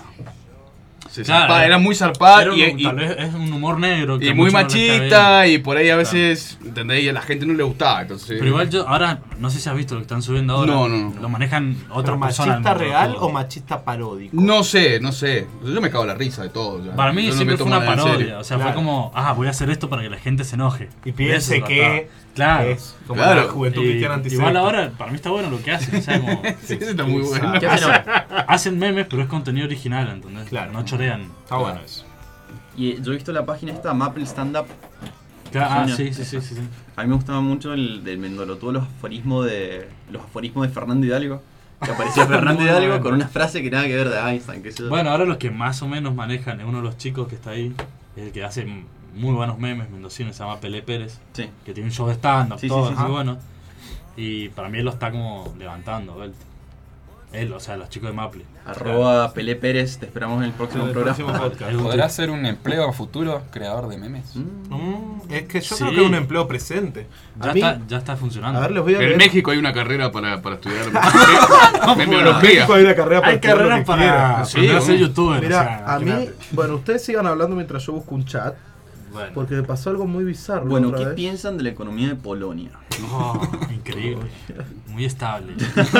[SPEAKER 5] Se
[SPEAKER 6] Claro,
[SPEAKER 5] zarpaba, era muy zarpada
[SPEAKER 6] Era un-
[SPEAKER 5] y, y-
[SPEAKER 6] tal vez es un humor negro. que
[SPEAKER 5] y
[SPEAKER 6] a
[SPEAKER 5] muy
[SPEAKER 6] muchos no les cae
[SPEAKER 5] machista
[SPEAKER 6] bien.
[SPEAKER 5] y por ahí a veces, ¿entendés? Y a la gente no le gustaba. Entonces,
[SPEAKER 6] Pero igual yo, ahora, no sé si has visto lo que están subiendo ahora.
[SPEAKER 5] No, no, no.
[SPEAKER 6] Lo manejan
[SPEAKER 4] ¿Pero
[SPEAKER 6] otras personas.
[SPEAKER 4] machista
[SPEAKER 6] al mundo
[SPEAKER 4] real
[SPEAKER 6] todo.
[SPEAKER 4] o machista paródico?
[SPEAKER 5] No sé, no sé. Yo me cago en la risa de todo. ya.
[SPEAKER 6] Para mí
[SPEAKER 5] Yo no
[SPEAKER 6] siempre
[SPEAKER 5] me
[SPEAKER 6] fue
[SPEAKER 5] tomo
[SPEAKER 6] una
[SPEAKER 5] nada en serio.
[SPEAKER 6] parodia. O sea,
[SPEAKER 4] Claro.
[SPEAKER 6] fue como, ah, voy a hacer esto para que la gente se enoje.
[SPEAKER 4] Y
[SPEAKER 6] De
[SPEAKER 4] piense
[SPEAKER 6] eso se
[SPEAKER 4] que
[SPEAKER 6] trataba. Claro.
[SPEAKER 4] es como
[SPEAKER 5] Claro.
[SPEAKER 4] la juventud
[SPEAKER 6] Y-
[SPEAKER 4] cristiana antisemita.
[SPEAKER 6] igual ahora, para mí está bueno lo que hacen. O sea, como,
[SPEAKER 5] Sí, ese está muy bueno.
[SPEAKER 7] ¿Qué hacen ahora?
[SPEAKER 6] hacen memes, pero es contenido original, ¿entendés?
[SPEAKER 4] Claro.
[SPEAKER 6] No chorean.
[SPEAKER 4] Está bueno eso.
[SPEAKER 7] Y eh, yo he visto la página esta, Maple Stand Up.
[SPEAKER 6] Ah,
[SPEAKER 7] Sí,
[SPEAKER 6] sí, sí, sí, sí, sí.
[SPEAKER 7] A mí me gustaba mucho el del Mendolotudo, los aforismos de los aforismos de Fernando Hidalgo. Que aparecía Fernando
[SPEAKER 6] Muy
[SPEAKER 7] Hidalgo
[SPEAKER 6] bueno.
[SPEAKER 7] con una frase que nada que ver de Einstein, que sé yo.
[SPEAKER 6] Bueno, ahora los que más o menos manejan es uno de los chicos que está ahí, el que hace muy buenos memes mendocinos, se llama Pelé Pérez,
[SPEAKER 7] Sí.
[SPEAKER 6] que tiene un show de stand-up,
[SPEAKER 7] Sí, sí,
[SPEAKER 6] todo
[SPEAKER 7] sí,
[SPEAKER 6] muy
[SPEAKER 7] sí.
[SPEAKER 6] bueno. Y para mí él lo está como levantando, él. Él, o sea, los chicos de Maple.
[SPEAKER 7] Arroba Pelé Pérez, te esperamos en el próximo
[SPEAKER 4] En el
[SPEAKER 7] programa.
[SPEAKER 4] próximo podcast.
[SPEAKER 6] Es un
[SPEAKER 9] ¿Podrá
[SPEAKER 6] tipo-
[SPEAKER 9] ser un empleo a futuro creador de memes?
[SPEAKER 7] Mm.
[SPEAKER 4] Mm, es que yo
[SPEAKER 6] Sí.
[SPEAKER 4] creo que es un empleo presente.
[SPEAKER 6] Ya,
[SPEAKER 4] A mí,
[SPEAKER 6] está, ya está funcionando.
[SPEAKER 4] a ver, les voy a
[SPEAKER 5] En
[SPEAKER 4] leer.
[SPEAKER 5] México hay una carrera para, para estudiar
[SPEAKER 4] En
[SPEAKER 5] memeología.
[SPEAKER 4] México hay una carrera para
[SPEAKER 6] Hay
[SPEAKER 4] estudiar lo
[SPEAKER 6] carreras
[SPEAKER 4] que
[SPEAKER 6] para,
[SPEAKER 4] quieran.
[SPEAKER 5] Sí,
[SPEAKER 6] para
[SPEAKER 5] ¿no?
[SPEAKER 6] ser youtuber.
[SPEAKER 4] Mira,
[SPEAKER 6] o sea,
[SPEAKER 4] a mí,
[SPEAKER 6] imagínate.
[SPEAKER 4] bueno, ustedes sigan hablando mientras yo busco un chat,
[SPEAKER 6] Bueno,
[SPEAKER 4] porque me pasó algo muy bizarro.
[SPEAKER 7] Bueno,
[SPEAKER 4] otra
[SPEAKER 7] ¿qué
[SPEAKER 4] vez.
[SPEAKER 7] piensan de la economía de Polonia?
[SPEAKER 6] no, increíble. Muy estable.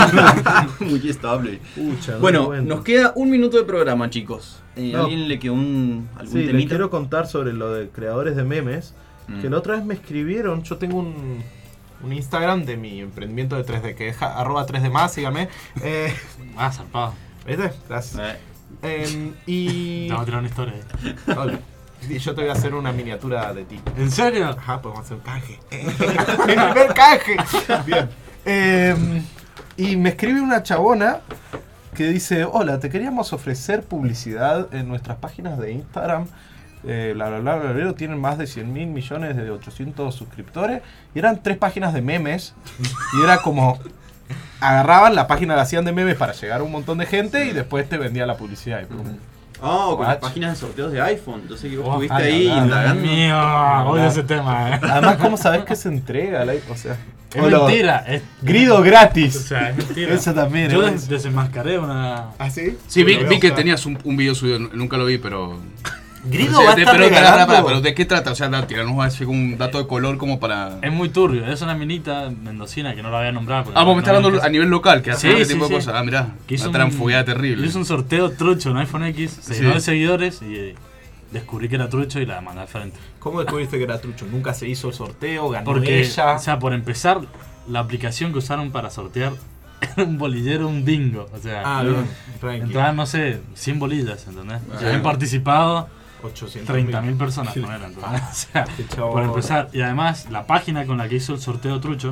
[SPEAKER 7] Muy estable.
[SPEAKER 4] Pucha, no
[SPEAKER 7] Bueno,
[SPEAKER 4] cuento.
[SPEAKER 7] nos queda un minuto de programa, chicos. Eh,
[SPEAKER 4] No.
[SPEAKER 7] ¿Alguien le quedó un, algún
[SPEAKER 4] Sí, les
[SPEAKER 7] temita?
[SPEAKER 4] quiero contar sobre lo de creadores de memes.
[SPEAKER 7] Mm.
[SPEAKER 4] Que la otra vez me escribieron, yo tengo un, un Instagram de mi emprendimiento de tres D, que es ja- arroba tres D más, síganme. Eh,
[SPEAKER 6] Ah, zarpado.
[SPEAKER 4] ¿Viste? Gracias.
[SPEAKER 7] Eh,
[SPEAKER 4] Em, y...
[SPEAKER 6] Te vamos a tirar una historia. ahí.
[SPEAKER 4] Ole. Y yo te voy a hacer una miniatura de ti.
[SPEAKER 6] ¿En serio?
[SPEAKER 4] Ajá, podemos hacer un canje. Mi primer canje. Bien. Eh, y me escribe una chabona que dice, hola, te queríamos ofrecer publicidad en nuestras páginas de Instagram. Eh, bla, bla, bla, bla, bla, tienen más de cien mil millones de ochocientos suscriptores. Y eran tres páginas de memes. Y era como... Agarraban la página, la hacían de memes para llegar a un montón de gente y después te vendía la publicidad. Y pum.
[SPEAKER 7] Oh, con las
[SPEAKER 4] Watch.
[SPEAKER 7] páginas de sorteos de iPhone. Entonces que vos
[SPEAKER 6] Oh,
[SPEAKER 7] estuviste
[SPEAKER 4] ay,
[SPEAKER 7] ahí
[SPEAKER 4] la verdad,
[SPEAKER 7] indagando.
[SPEAKER 6] Dios mío, odio ese tema, eh.
[SPEAKER 4] Además, ¿cómo sabés que se entrega? La- O sea,
[SPEAKER 6] Es
[SPEAKER 4] o lo-
[SPEAKER 6] mentira. Es,
[SPEAKER 4] Grido
[SPEAKER 6] o
[SPEAKER 4] gratis.
[SPEAKER 6] sea, es mentira.
[SPEAKER 4] Eso también.
[SPEAKER 6] Yo
[SPEAKER 4] ¿eh?
[SPEAKER 6] des- desenmascaré una.
[SPEAKER 4] ¿Ah, sí?
[SPEAKER 5] Sí, vi,
[SPEAKER 4] Lo voy a
[SPEAKER 5] vi que
[SPEAKER 4] buscar.
[SPEAKER 5] tenías un, un video subido, nunca lo vi, pero...
[SPEAKER 4] Grido
[SPEAKER 5] O sea,
[SPEAKER 4] va a
[SPEAKER 5] de-
[SPEAKER 4] estar
[SPEAKER 5] pero, pero,
[SPEAKER 4] regalando.
[SPEAKER 5] pero, pero, ¿de qué trata? O sea, da- tiranos así como un dato de color como para...
[SPEAKER 6] Es muy turbio. Es una minita mendocina que no la voy a nombrar. porque
[SPEAKER 5] Ah, vos
[SPEAKER 6] no-
[SPEAKER 5] me estás
[SPEAKER 6] no
[SPEAKER 5] hablando
[SPEAKER 6] me-
[SPEAKER 5] a nivel local, que hace
[SPEAKER 6] Sí,
[SPEAKER 5] ese
[SPEAKER 6] sí,
[SPEAKER 5] tipo
[SPEAKER 6] sí.
[SPEAKER 5] de cosas. Ah, mirá,
[SPEAKER 6] que hizo
[SPEAKER 5] una
[SPEAKER 6] un-
[SPEAKER 5] transfobia terrible.
[SPEAKER 6] Hizo un sorteo trucho en iPhone X, se llenó
[SPEAKER 5] Sí.
[SPEAKER 6] de seguidores y eh, descubrí que era trucho y la mandé al frente.
[SPEAKER 4] ¿Cómo descubriste que era trucho? Nunca se hizo el sorteo, ganó
[SPEAKER 6] Porque,
[SPEAKER 4] ella.
[SPEAKER 6] o sea, por empezar, la aplicación que usaron para sortear era un bolillero, un bingo. O sea,
[SPEAKER 4] Ah, bien. Tranqui.
[SPEAKER 6] entraban, no sé, cien bolillas, ¿entendés?
[SPEAKER 5] Ah.
[SPEAKER 6] Ya habían participado
[SPEAKER 4] ochocientos
[SPEAKER 6] treinta mil personas con él, ¿entendés? O sea,
[SPEAKER 4] Qué chavo.
[SPEAKER 6] por empezar. Y además, la página con la que hizo el sorteo trucho,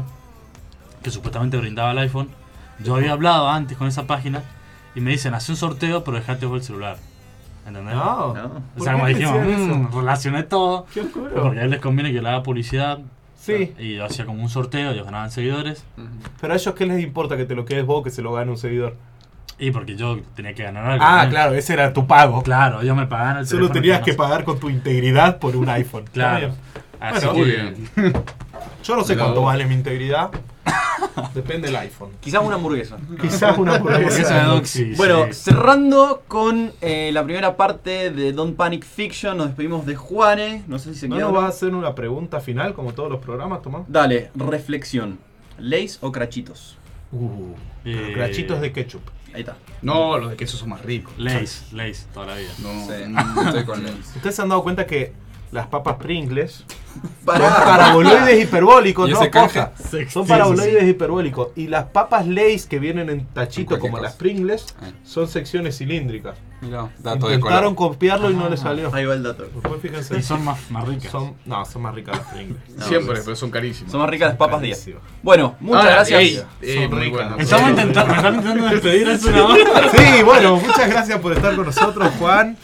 [SPEAKER 6] que supuestamente brindaba el iPhone, yo había hablado antes con esa página y me dicen, haz un sorteo, pero dejate vos el celular. ¿Entendés?
[SPEAKER 4] No.
[SPEAKER 7] No.
[SPEAKER 6] O sea, como
[SPEAKER 4] ¿Por qué
[SPEAKER 6] dijimos,
[SPEAKER 4] decían eso?
[SPEAKER 6] "Mm, relacioné todo.
[SPEAKER 4] Qué oscuro.
[SPEAKER 6] Porque a él les conviene que le haga publicidad.
[SPEAKER 4] Sí.
[SPEAKER 6] Y yo hacía como un sorteo, ellos ganaban seguidores.
[SPEAKER 4] Pero a ellos, ¿qué les importa que te lo quedes vos, que se lo gane un seguidor?
[SPEAKER 6] Y porque yo tenía que ganar algo.
[SPEAKER 4] Ah,
[SPEAKER 6] ¿no?
[SPEAKER 4] claro, ese era tu pago.
[SPEAKER 6] Claro, ellos me pagaban el
[SPEAKER 4] Solo
[SPEAKER 6] teléfono
[SPEAKER 4] tenías
[SPEAKER 6] no
[SPEAKER 4] que
[SPEAKER 6] sé.
[SPEAKER 4] pagar con tu integridad por un iPhone.
[SPEAKER 6] Claro.
[SPEAKER 4] Está
[SPEAKER 6] Así
[SPEAKER 4] Bueno,
[SPEAKER 6] que,
[SPEAKER 5] Muy bien.
[SPEAKER 4] bien. Yo no sé
[SPEAKER 5] Pero-
[SPEAKER 4] cuánto vale mi integridad. Depende del iPhone.
[SPEAKER 7] Quizás una hamburguesa.
[SPEAKER 4] Quizás una
[SPEAKER 6] Porque esa de
[SPEAKER 4] hamburguesa.
[SPEAKER 6] Doxy,
[SPEAKER 7] Bueno,
[SPEAKER 6] sí.
[SPEAKER 7] cerrando con eh, la primera parte de Don't Panic Fiction, nos despedimos de Juanes. No sé si se
[SPEAKER 4] ¿No
[SPEAKER 7] queda.
[SPEAKER 4] nos vas a hacer una pregunta final como todos los programas, Tomás?
[SPEAKER 7] Dale, reflexión. ¿Lays o crachitos?
[SPEAKER 4] Uh,
[SPEAKER 6] Eh,
[SPEAKER 4] crachitos de ketchup.
[SPEAKER 7] Ahí está.
[SPEAKER 5] No, los de queso son más ricos.
[SPEAKER 6] Lays, Lays, toda la vida.
[SPEAKER 5] No,
[SPEAKER 9] Sí,
[SPEAKER 5] mm,
[SPEAKER 9] estoy con él.
[SPEAKER 4] ¿Ustedes se han dado cuenta que las papas Pringles son
[SPEAKER 7] Pará.
[SPEAKER 4] paraboloides hiperbólicos?
[SPEAKER 9] ¿Y
[SPEAKER 4] No,
[SPEAKER 9] ese canje?
[SPEAKER 4] posta.
[SPEAKER 6] Sí,
[SPEAKER 4] Son
[SPEAKER 6] sí,
[SPEAKER 4] paraboloides hiperbólicos. Y las papas Lay's que vienen en tachito
[SPEAKER 9] En cualquier
[SPEAKER 4] como
[SPEAKER 9] cosa.
[SPEAKER 4] las Pringles
[SPEAKER 9] Ah.
[SPEAKER 4] son secciones cilíndricas.
[SPEAKER 9] Mirá, dato de
[SPEAKER 4] Intentaron
[SPEAKER 9] color.
[SPEAKER 4] copiarlo y no les salió.
[SPEAKER 7] Ahí va el dato.
[SPEAKER 4] Después fíjense.
[SPEAKER 6] Y son más, más ricas.
[SPEAKER 4] Son, no, son más ricas las Pringles.
[SPEAKER 7] No,
[SPEAKER 5] siempre,
[SPEAKER 7] pues.
[SPEAKER 5] pero son carísimos.
[SPEAKER 7] Son más ricas las papas días.
[SPEAKER 4] Carísimo.
[SPEAKER 7] Bueno, muchas
[SPEAKER 5] Ah,
[SPEAKER 7] gracias.
[SPEAKER 5] ey, eh,
[SPEAKER 4] Son
[SPEAKER 5] muy
[SPEAKER 4] ricas.
[SPEAKER 5] bueno.
[SPEAKER 6] Estamos
[SPEAKER 4] Sí.
[SPEAKER 6] intentando, me están intentando despedir hace una hora.
[SPEAKER 4] Sí, bueno, muchas gracias por estar con nosotros, Juan.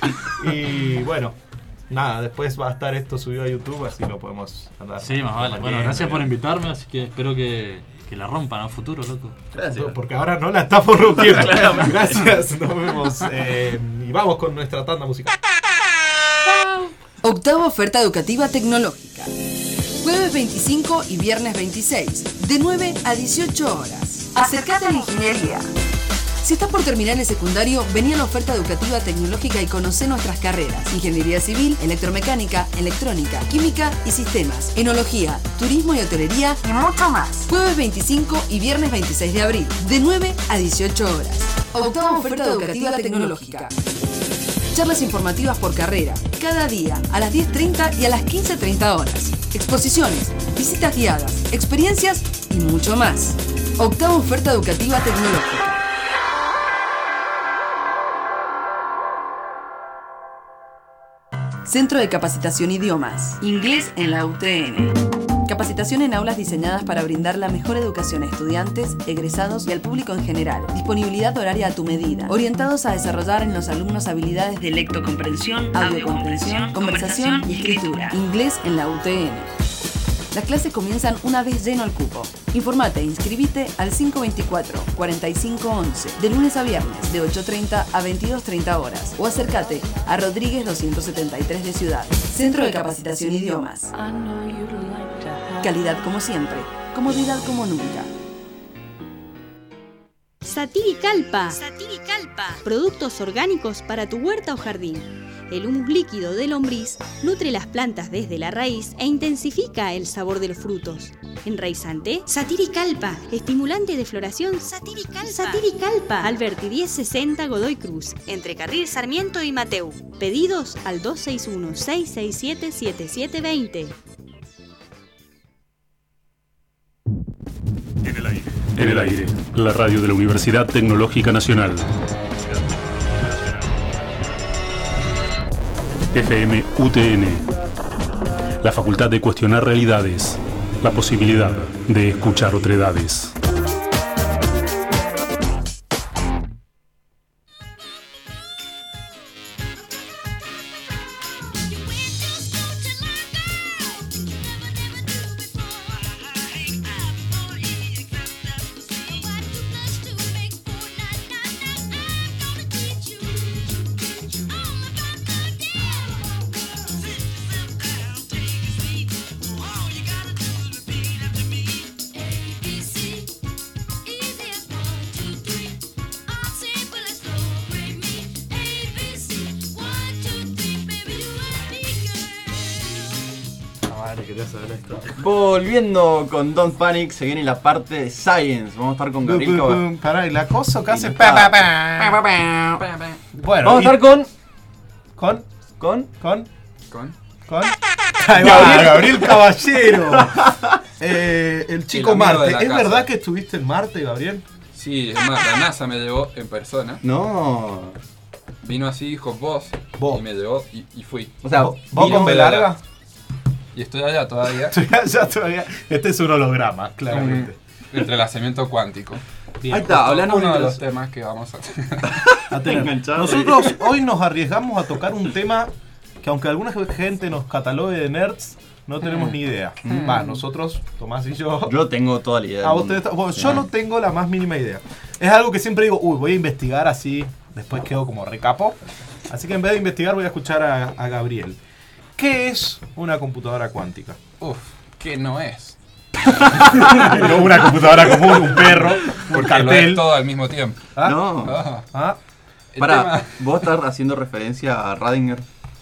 [SPEAKER 4] Y bueno, nada, después va a estar esto subido a YouTube, así lo podemos andar.
[SPEAKER 6] Sí, más vale. Bueno,
[SPEAKER 4] compartiendo.
[SPEAKER 6] gracias por invitarme, así que espero que, que la rompan a un futuro, loco.
[SPEAKER 7] Gracias.
[SPEAKER 4] Porque ahora no la estamos rompiendo. Gracias, nos vemos. eh, y vamos con nuestra tanda musical.
[SPEAKER 10] Octava oferta educativa tecnológica. Jueves veinticinco y viernes veintiséis, de nueve a dieciocho horas. Acércate a la ingeniería. Si estás por terminar el secundario, vení a la oferta educativa tecnológica y conocé nuestras carreras: ingeniería civil, electromecánica, electrónica, química y sistemas, enología, turismo y hotelería y mucho más. Jueves veinticinco y viernes veintiséis de abril, de nueve a dieciocho horas. Octava oferta educativa tecnológica. Charlas informativas por carrera, cada día a las diez treinta y a las quince treinta horas. Exposiciones, visitas guiadas, experiencias y mucho más. Octava oferta educativa tecnológica. Centro de Capacitación Idiomas. Inglés en la U T N. Capacitación en aulas diseñadas para brindar la mejor educación a estudiantes, egresados y al público en general. Disponibilidad horaria a tu medida. Orientados a desarrollar en los alumnos habilidades de lectocomprensión, audiocomprensión, conversación y escritura. Inglés en la U T N. Las clases comienzan una vez lleno el cupo. Informate e inscribite al cinco veinticuatro, cuarenta y cinco once, de lunes a viernes, de ocho treinta a veintidós treinta horas. O acércate a Rodríguez doscientos setenta y tres de Ciudad. Centro de Capacitación Idiomas. Calidad como siempre, comodidad como nunca.
[SPEAKER 11] Satiricalpa. Satiricalpa. Productos orgánicos para tu huerta o jardín. El humus líquido de lombriz nutre las plantas desde la raíz e intensifica el sabor de los frutos. Enraizante, Satiricalpa. Estimulante de floración, Satiricalpa. Satiricalpa. Alberti diez sesenta Godoy Cruz, entre Carril Sarmiento y Mateu. Pedidos al dos seis uno, seis seis siete, siete siete dos cero.
[SPEAKER 3] En el aire. En el aire. La radio de la Universidad Tecnológica Nacional. F M U T N. La facultad de cuestionar realidades. La posibilidad de escuchar otredades.
[SPEAKER 6] Dale, quería saber esto.
[SPEAKER 7] Volviendo con Don't Panic, se viene la parte de Science. Vamos a estar con Gabriel Caballero.
[SPEAKER 4] Pará, el acoso que hace.
[SPEAKER 7] no
[SPEAKER 4] Pa,
[SPEAKER 7] está.
[SPEAKER 4] pa, pa. Bueno,
[SPEAKER 7] Vamos a
[SPEAKER 4] y-
[SPEAKER 7] estar con.
[SPEAKER 4] con.
[SPEAKER 7] Con.
[SPEAKER 4] Con.
[SPEAKER 9] Con.
[SPEAKER 4] Con. Ahí va, Gabriel Caballero. Eh, el chico
[SPEAKER 9] El amigo de
[SPEAKER 4] Marte.
[SPEAKER 9] la
[SPEAKER 4] ¿Es
[SPEAKER 9] casa.
[SPEAKER 4] verdad que estuviste en Marte, Gabriel?
[SPEAKER 9] Sí, es más, la NASA me llevó en persona.
[SPEAKER 7] No.
[SPEAKER 9] Vino así, dijo vos,
[SPEAKER 4] Vos.
[SPEAKER 9] y me llevó y, y fui.
[SPEAKER 7] O sea,
[SPEAKER 4] ¿Vos
[SPEAKER 7] vino-
[SPEAKER 4] con B larga?
[SPEAKER 9] Y estoy allá todavía.
[SPEAKER 4] ya, ya todavía. Este es un holograma, claramente.
[SPEAKER 9] Un entrelazamiento cuántico.
[SPEAKER 4] Bien.
[SPEAKER 7] Ahí está, hablando
[SPEAKER 9] Uno de
[SPEAKER 7] de
[SPEAKER 9] los temas que vamos a
[SPEAKER 4] A tener.
[SPEAKER 7] Enganchado.
[SPEAKER 4] Nosotros hoy nos arriesgamos a tocar un tema que aunque alguna gente nos catalogue de nerds, no tenemos ni idea. Va, nosotros, Tomás y yo.
[SPEAKER 7] Yo tengo toda la idea.
[SPEAKER 4] Ah,
[SPEAKER 7] del
[SPEAKER 4] ustedes-
[SPEAKER 7] mundo.
[SPEAKER 4] bueno, yo
[SPEAKER 7] Ah.
[SPEAKER 4] no tengo la más mínima idea. Es algo que siempre digo, uy, voy a investigar así, después quedo como recapo. Así que en vez de investigar voy a escuchar a, a Gabriel. ¿Qué es una computadora cuántica?
[SPEAKER 9] Uf, ¿qué no es?
[SPEAKER 4] No una computadora común, un perro, un
[SPEAKER 9] Porque lo
[SPEAKER 4] cartel.
[SPEAKER 9] es todo al mismo tiempo.
[SPEAKER 4] ¿Ah?
[SPEAKER 7] No.
[SPEAKER 9] Ah,
[SPEAKER 4] ¿Ah?
[SPEAKER 9] el
[SPEAKER 7] Para,
[SPEAKER 9] tema-
[SPEAKER 7] vos estás haciendo referencia a Radinger.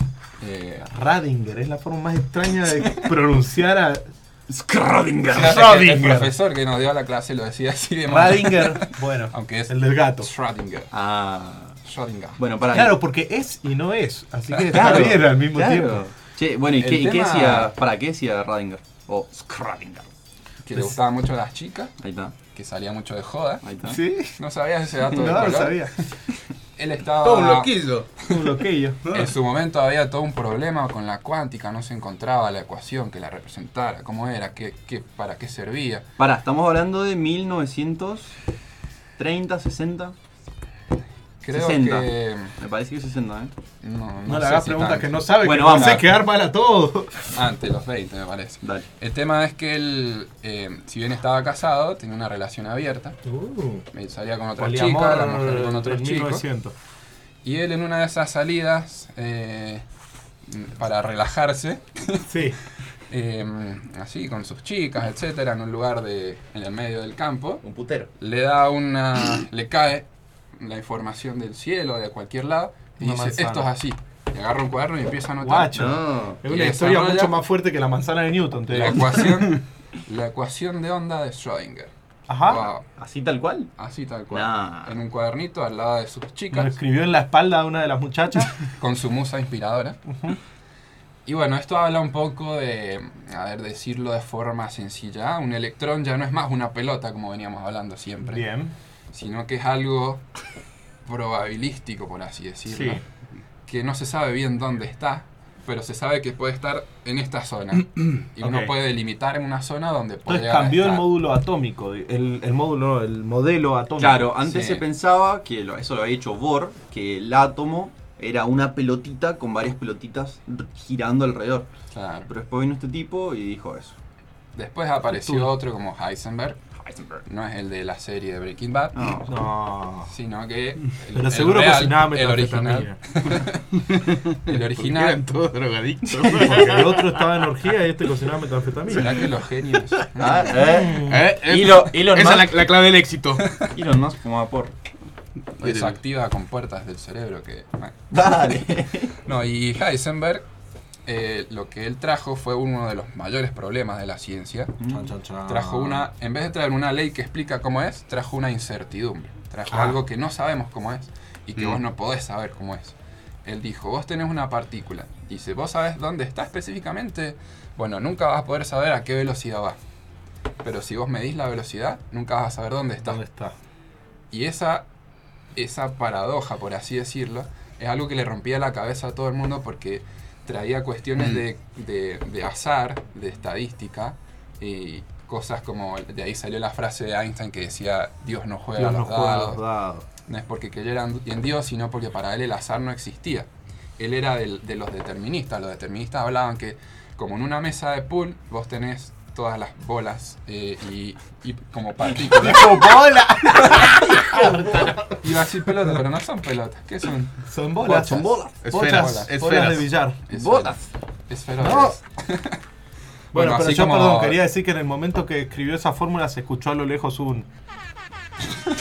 [SPEAKER 9] eh,
[SPEAKER 4] Radinger, es la forma más extraña de pronunciar a
[SPEAKER 7] Schrödinger.
[SPEAKER 9] sí, es que el
[SPEAKER 4] Schrödinger.
[SPEAKER 9] profesor que nos dio la clase lo decía así de mal.
[SPEAKER 4] Radinger. Bueno,
[SPEAKER 9] Aunque es
[SPEAKER 4] el del gato.
[SPEAKER 9] Schrödinger.
[SPEAKER 7] Ah.
[SPEAKER 9] Schrödinger.
[SPEAKER 7] Bueno, para.
[SPEAKER 4] Claro, porque es y no es, así que está
[SPEAKER 7] Claro,
[SPEAKER 4] bien al mismo
[SPEAKER 7] claro.
[SPEAKER 4] tiempo.
[SPEAKER 7] Che, bueno, ¿y
[SPEAKER 9] El
[SPEAKER 7] qué, y qué
[SPEAKER 9] tema-
[SPEAKER 7] decía? ¿Para qué decía Radinger? O Schrödinger.
[SPEAKER 9] Que le gustaban mucho las chicas,
[SPEAKER 7] Ahí está,
[SPEAKER 9] que salía mucho de joda.
[SPEAKER 7] ahí está.
[SPEAKER 4] ¿Sí?
[SPEAKER 9] ¿No sabías ese dato
[SPEAKER 4] No,
[SPEAKER 9] de
[SPEAKER 4] no
[SPEAKER 9] color?
[SPEAKER 4] sabía.
[SPEAKER 9] Él estaba...
[SPEAKER 5] Todo un loquillo.
[SPEAKER 4] Un bloqueo.
[SPEAKER 9] En su momento había todo un problema con la cuántica, no se encontraba la ecuación que la representara, cómo era, qué, qué, para qué servía.
[SPEAKER 7] Para, estamos hablando de mil novecientos treinta, sesenta.
[SPEAKER 9] Creo
[SPEAKER 7] sesenta.
[SPEAKER 9] que...
[SPEAKER 7] Me parece que sesenta, ¿eh?
[SPEAKER 9] No,
[SPEAKER 4] No le
[SPEAKER 9] sé
[SPEAKER 4] hagas
[SPEAKER 9] si
[SPEAKER 4] preguntas
[SPEAKER 9] tanto.
[SPEAKER 4] que no sabe,
[SPEAKER 7] Bueno,
[SPEAKER 4] que
[SPEAKER 7] vamos.
[SPEAKER 4] va a quedar mal a todo.
[SPEAKER 9] Antes, los veinte me parece.
[SPEAKER 7] Dale.
[SPEAKER 9] El tema es que él, eh, si bien estaba casado, tenía una relación abierta.
[SPEAKER 4] Uh,
[SPEAKER 9] Él salía con otras
[SPEAKER 4] poliamor
[SPEAKER 9] chicas, la mujer con otros
[SPEAKER 4] en
[SPEAKER 9] chicos.
[SPEAKER 4] mil novecientos.
[SPEAKER 9] Y él en una de esas salidas, eh, para relajarse,
[SPEAKER 4] Sí.
[SPEAKER 9] eh, así con sus chicas, etcétera, en un lugar de, en el medio del campo,
[SPEAKER 7] Un putero.
[SPEAKER 9] le da una, le cae la información del cielo, de cualquier lado, y
[SPEAKER 4] Una
[SPEAKER 9] dice,
[SPEAKER 4] manzana.
[SPEAKER 9] esto es así. Y agarra un cuaderno y empieza a anotar
[SPEAKER 4] Guacho.
[SPEAKER 7] No.
[SPEAKER 4] Es
[SPEAKER 9] Y
[SPEAKER 4] una historia
[SPEAKER 9] desarrolla-
[SPEAKER 4] mucho más fuerte que la manzana de Newton, te
[SPEAKER 9] la
[SPEAKER 4] digo.
[SPEAKER 9] ecuación, la ecuación de onda de Schrödinger.
[SPEAKER 4] Ajá.
[SPEAKER 9] Wow,
[SPEAKER 7] ¿Así tal cual?
[SPEAKER 9] así tal cual.
[SPEAKER 7] Nah.
[SPEAKER 9] En un cuadernito al lado de sus
[SPEAKER 4] Lo
[SPEAKER 9] chicas,
[SPEAKER 4] escribió en la espalda de una de las muchachas.
[SPEAKER 9] con su musa inspiradora.
[SPEAKER 4] Ujú.
[SPEAKER 9] Y bueno, esto habla un poco de, a ver, decirlo de forma sencilla. Un electrón ya no es más una pelota, como veníamos hablando siempre,
[SPEAKER 4] Bien.
[SPEAKER 9] sino que es algo probabilístico, por así decirlo,
[SPEAKER 4] Sí.
[SPEAKER 9] que no se sabe bien dónde está, pero se sabe que puede estar en esta zona. Y uno
[SPEAKER 4] Ok.
[SPEAKER 9] puede delimitar en una zona donde puede
[SPEAKER 4] Entonces
[SPEAKER 9] llegar a
[SPEAKER 4] cambió el
[SPEAKER 9] estar.
[SPEAKER 4] módulo atómico. El, el módulo, no, el modelo atómico.
[SPEAKER 7] Claro, antes
[SPEAKER 9] Sí.
[SPEAKER 7] se pensaba que lo- eso lo había hecho Bohr, que el átomo era una pelotita con varias pelotitas r- girando alrededor.
[SPEAKER 9] Claro.
[SPEAKER 7] Pero después vino este tipo y dijo eso.
[SPEAKER 9] Después apareció
[SPEAKER 4] Tú.
[SPEAKER 9] otro como Heisenberg. No es el de la serie de Breaking Bad,
[SPEAKER 7] No.
[SPEAKER 4] No.
[SPEAKER 9] sino que el,
[SPEAKER 4] Pero
[SPEAKER 9] el
[SPEAKER 4] seguro
[SPEAKER 9] real,
[SPEAKER 4] cocinaba
[SPEAKER 9] el original.
[SPEAKER 4] metanfetamina.
[SPEAKER 9] El original.
[SPEAKER 5] todos drogadictos.
[SPEAKER 4] Porque el otro estaba en orgía y este cocinaba metanfetamina.
[SPEAKER 9] ¿Será que los genios?
[SPEAKER 7] Ah, eh.
[SPEAKER 5] ¿Eh?
[SPEAKER 7] Elon- Elon
[SPEAKER 5] Esa es
[SPEAKER 7] Musk.
[SPEAKER 5] la, la clave del éxito.
[SPEAKER 7] Elon Musk fumaba por.
[SPEAKER 9] Desactiva con puertas del cerebro que... bueno.
[SPEAKER 7] Dale.
[SPEAKER 9] No, y Heisenberg, eh, lo que él trajo fue uno de los mayores problemas de la ciencia.
[SPEAKER 4] Chan, chan, chan.
[SPEAKER 9] Trajo una, en vez de traer una ley que explica cómo es, trajo una incertidumbre. Trajo
[SPEAKER 4] Ah.
[SPEAKER 9] algo que no sabemos cómo es y que
[SPEAKER 7] Mm.
[SPEAKER 9] vos no podés saber cómo es. Él dijo, vos tenés una partícula. Dice, ¿vos sabés dónde está específicamente? Bueno, nunca vas a poder saber a qué velocidad va. Pero si vos medís la velocidad, nunca vas a saber dónde está.
[SPEAKER 4] ¿Dónde está?
[SPEAKER 9] Y esa, esa paradoja, por así decirlo, es algo que le rompía la cabeza a todo el mundo porque traía cuestiones de, de, de azar, de estadística, y cosas como, de ahí salió la frase de Einstein que decía, Dios no juega
[SPEAKER 4] Dios
[SPEAKER 9] a
[SPEAKER 4] no
[SPEAKER 9] los
[SPEAKER 4] juega a
[SPEAKER 9] dados.
[SPEAKER 4] los dados.
[SPEAKER 9] No es porque creyera en Dios, sino porque para él el azar no existía. Él era del- de los deterministas. Los deterministas hablaban que, como en una mesa de pool, vos tenés todas las bolas eh, y, y como partículas.
[SPEAKER 4] ¡Dijo bola!
[SPEAKER 9] Iba a decir pelotas, pero no son pelotas. ¿Qué son?
[SPEAKER 4] Son bolas.
[SPEAKER 7] Son bolas.
[SPEAKER 5] Esferas.
[SPEAKER 4] Bolas,
[SPEAKER 5] Esferas.
[SPEAKER 4] bolas de billar.
[SPEAKER 7] Bolas.
[SPEAKER 9] Esferoides.
[SPEAKER 4] No. Bueno, pero
[SPEAKER 9] así
[SPEAKER 4] yo,
[SPEAKER 9] como-
[SPEAKER 4] perdón, quería decir que en el momento que escribió esa fórmula se escuchó a lo lejos un...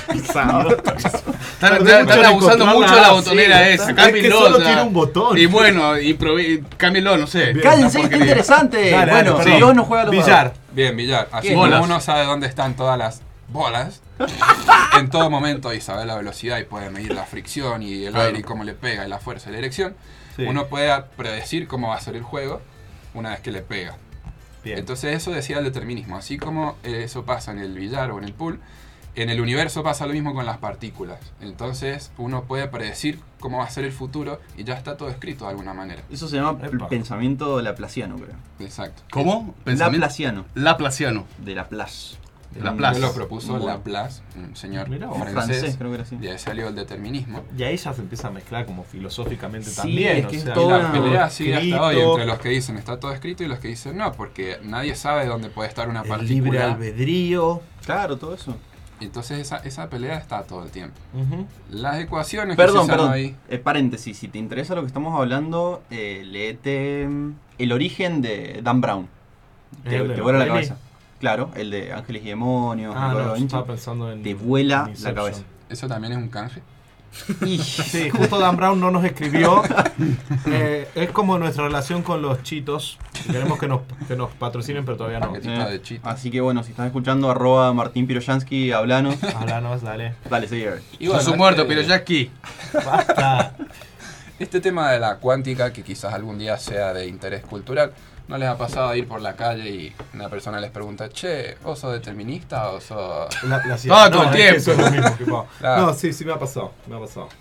[SPEAKER 4] pesado.
[SPEAKER 5] Están, están, están abusando mucho de la botonera
[SPEAKER 4] sí,
[SPEAKER 5] esa.
[SPEAKER 4] Es
[SPEAKER 5] Cámbienlo.
[SPEAKER 4] que solo
[SPEAKER 5] o sea,
[SPEAKER 4] tiene un botón.
[SPEAKER 5] Y bueno, y provi- cámbienlo, no sé.
[SPEAKER 4] Bien.
[SPEAKER 7] ¡Cállense,
[SPEAKER 5] Una
[SPEAKER 7] está
[SPEAKER 5] porquería.
[SPEAKER 7] interesante!
[SPEAKER 4] Dale,
[SPEAKER 7] bueno,
[SPEAKER 4] dale,
[SPEAKER 7] si
[SPEAKER 4] perdón.
[SPEAKER 7] Dios no juega a los
[SPEAKER 4] Billar.
[SPEAKER 7] dados.
[SPEAKER 9] Bien, billar. Así
[SPEAKER 7] ¿Qué?
[SPEAKER 9] como
[SPEAKER 5] Bolas.
[SPEAKER 9] uno sabe dónde están todas las bolas, en todo momento y sabe la velocidad y puede medir la fricción y el
[SPEAKER 5] Claro.
[SPEAKER 9] aire y cómo le pega y la fuerza y la dirección,
[SPEAKER 4] Sí.
[SPEAKER 9] uno puede predecir cómo va a ser el juego una vez que le pega.
[SPEAKER 4] Bien.
[SPEAKER 9] Entonces eso decía el determinismo. Así como eso pasa en el billar o en el pool, en el universo pasa lo mismo con las partículas. Entonces uno puede predecir cómo va a ser el futuro y ya está todo escrito de alguna manera.
[SPEAKER 7] Eso se llama
[SPEAKER 4] Epa.
[SPEAKER 7] pensamiento laplaciano, creo.
[SPEAKER 9] Exacto.
[SPEAKER 5] ¿Cómo? Pensamiento-
[SPEAKER 7] Laplaciano.
[SPEAKER 5] Laplaciano.
[SPEAKER 7] De Laplace.
[SPEAKER 5] De Laplace.
[SPEAKER 9] Eso lo propuso
[SPEAKER 7] Muy bueno.
[SPEAKER 9] Laplace, un señor
[SPEAKER 4] Mirá vos.
[SPEAKER 9] francés.
[SPEAKER 7] Francés, creo que era así.
[SPEAKER 9] De ahí salió el determinismo.
[SPEAKER 4] Y ahí ya se empieza a mezclar como filosóficamente
[SPEAKER 7] Sí,
[SPEAKER 4] también.
[SPEAKER 7] es
[SPEAKER 4] o
[SPEAKER 7] que es
[SPEAKER 4] sea,
[SPEAKER 7] todo
[SPEAKER 9] Y
[SPEAKER 7] una-
[SPEAKER 9] la pelea sigue hasta
[SPEAKER 4] escrito,
[SPEAKER 9] hoy entre los que dicen está todo escrito y los que dicen no, porque nadie sabe dónde puede estar una
[SPEAKER 4] el libre
[SPEAKER 9] partícula.
[SPEAKER 4] albedrío.
[SPEAKER 7] Claro, todo eso.
[SPEAKER 9] Entonces esa, esa pelea está todo el tiempo.
[SPEAKER 4] Ujú.
[SPEAKER 9] Las ecuaciones que
[SPEAKER 7] Perdón,
[SPEAKER 9] se usan
[SPEAKER 7] perdón.
[SPEAKER 9] ahí.
[SPEAKER 7] Eh, paréntesis, si te interesa lo que estamos hablando, eh, léete mm, El origen de Dan Brown.
[SPEAKER 4] ¿Es
[SPEAKER 7] Te,
[SPEAKER 4] el de
[SPEAKER 7] te vuela la
[SPEAKER 4] la peli?
[SPEAKER 7] cabeza. Claro, el de Ángeles y Demonios,
[SPEAKER 4] Ah,
[SPEAKER 7] el Código
[SPEAKER 4] no,
[SPEAKER 7] Da
[SPEAKER 4] yo
[SPEAKER 7] Vinci.
[SPEAKER 4] estaba pensando en.
[SPEAKER 7] Te vuela
[SPEAKER 4] en
[SPEAKER 7] la
[SPEAKER 4] Inception.
[SPEAKER 7] cabeza.
[SPEAKER 9] Eso también es un canje.
[SPEAKER 7] Y-
[SPEAKER 4] Sí, justo Dan Brown no nos escribió. Eh, es como nuestra relación con los chitos. Queremos que nos, que nos patrocinen, pero todavía no.
[SPEAKER 9] Paquetito
[SPEAKER 7] Eh,
[SPEAKER 9] de chito.
[SPEAKER 7] Así que bueno, si estás escuchando, arroba Martín Piroyansky, hablanos.
[SPEAKER 4] Háblanos, dale.
[SPEAKER 7] Dale, seguí.
[SPEAKER 9] Y
[SPEAKER 5] Sos
[SPEAKER 9] bueno,
[SPEAKER 5] un muerto,
[SPEAKER 9] este-
[SPEAKER 5] pero ya aquí.
[SPEAKER 4] Basta.
[SPEAKER 9] Este tema de la cuántica, que quizás algún día sea de interés cultural, ¿no les ha pasado a ir por la calle y una persona les pregunta, che, ¿vos sos determinista o sos...?
[SPEAKER 4] La, la
[SPEAKER 5] Todo, todo el
[SPEAKER 4] es que
[SPEAKER 5] tiempo.
[SPEAKER 4] eso es lo mismo, tipo.
[SPEAKER 9] Claro.
[SPEAKER 4] No, sí, sí me ha pasado. Me ha pasado.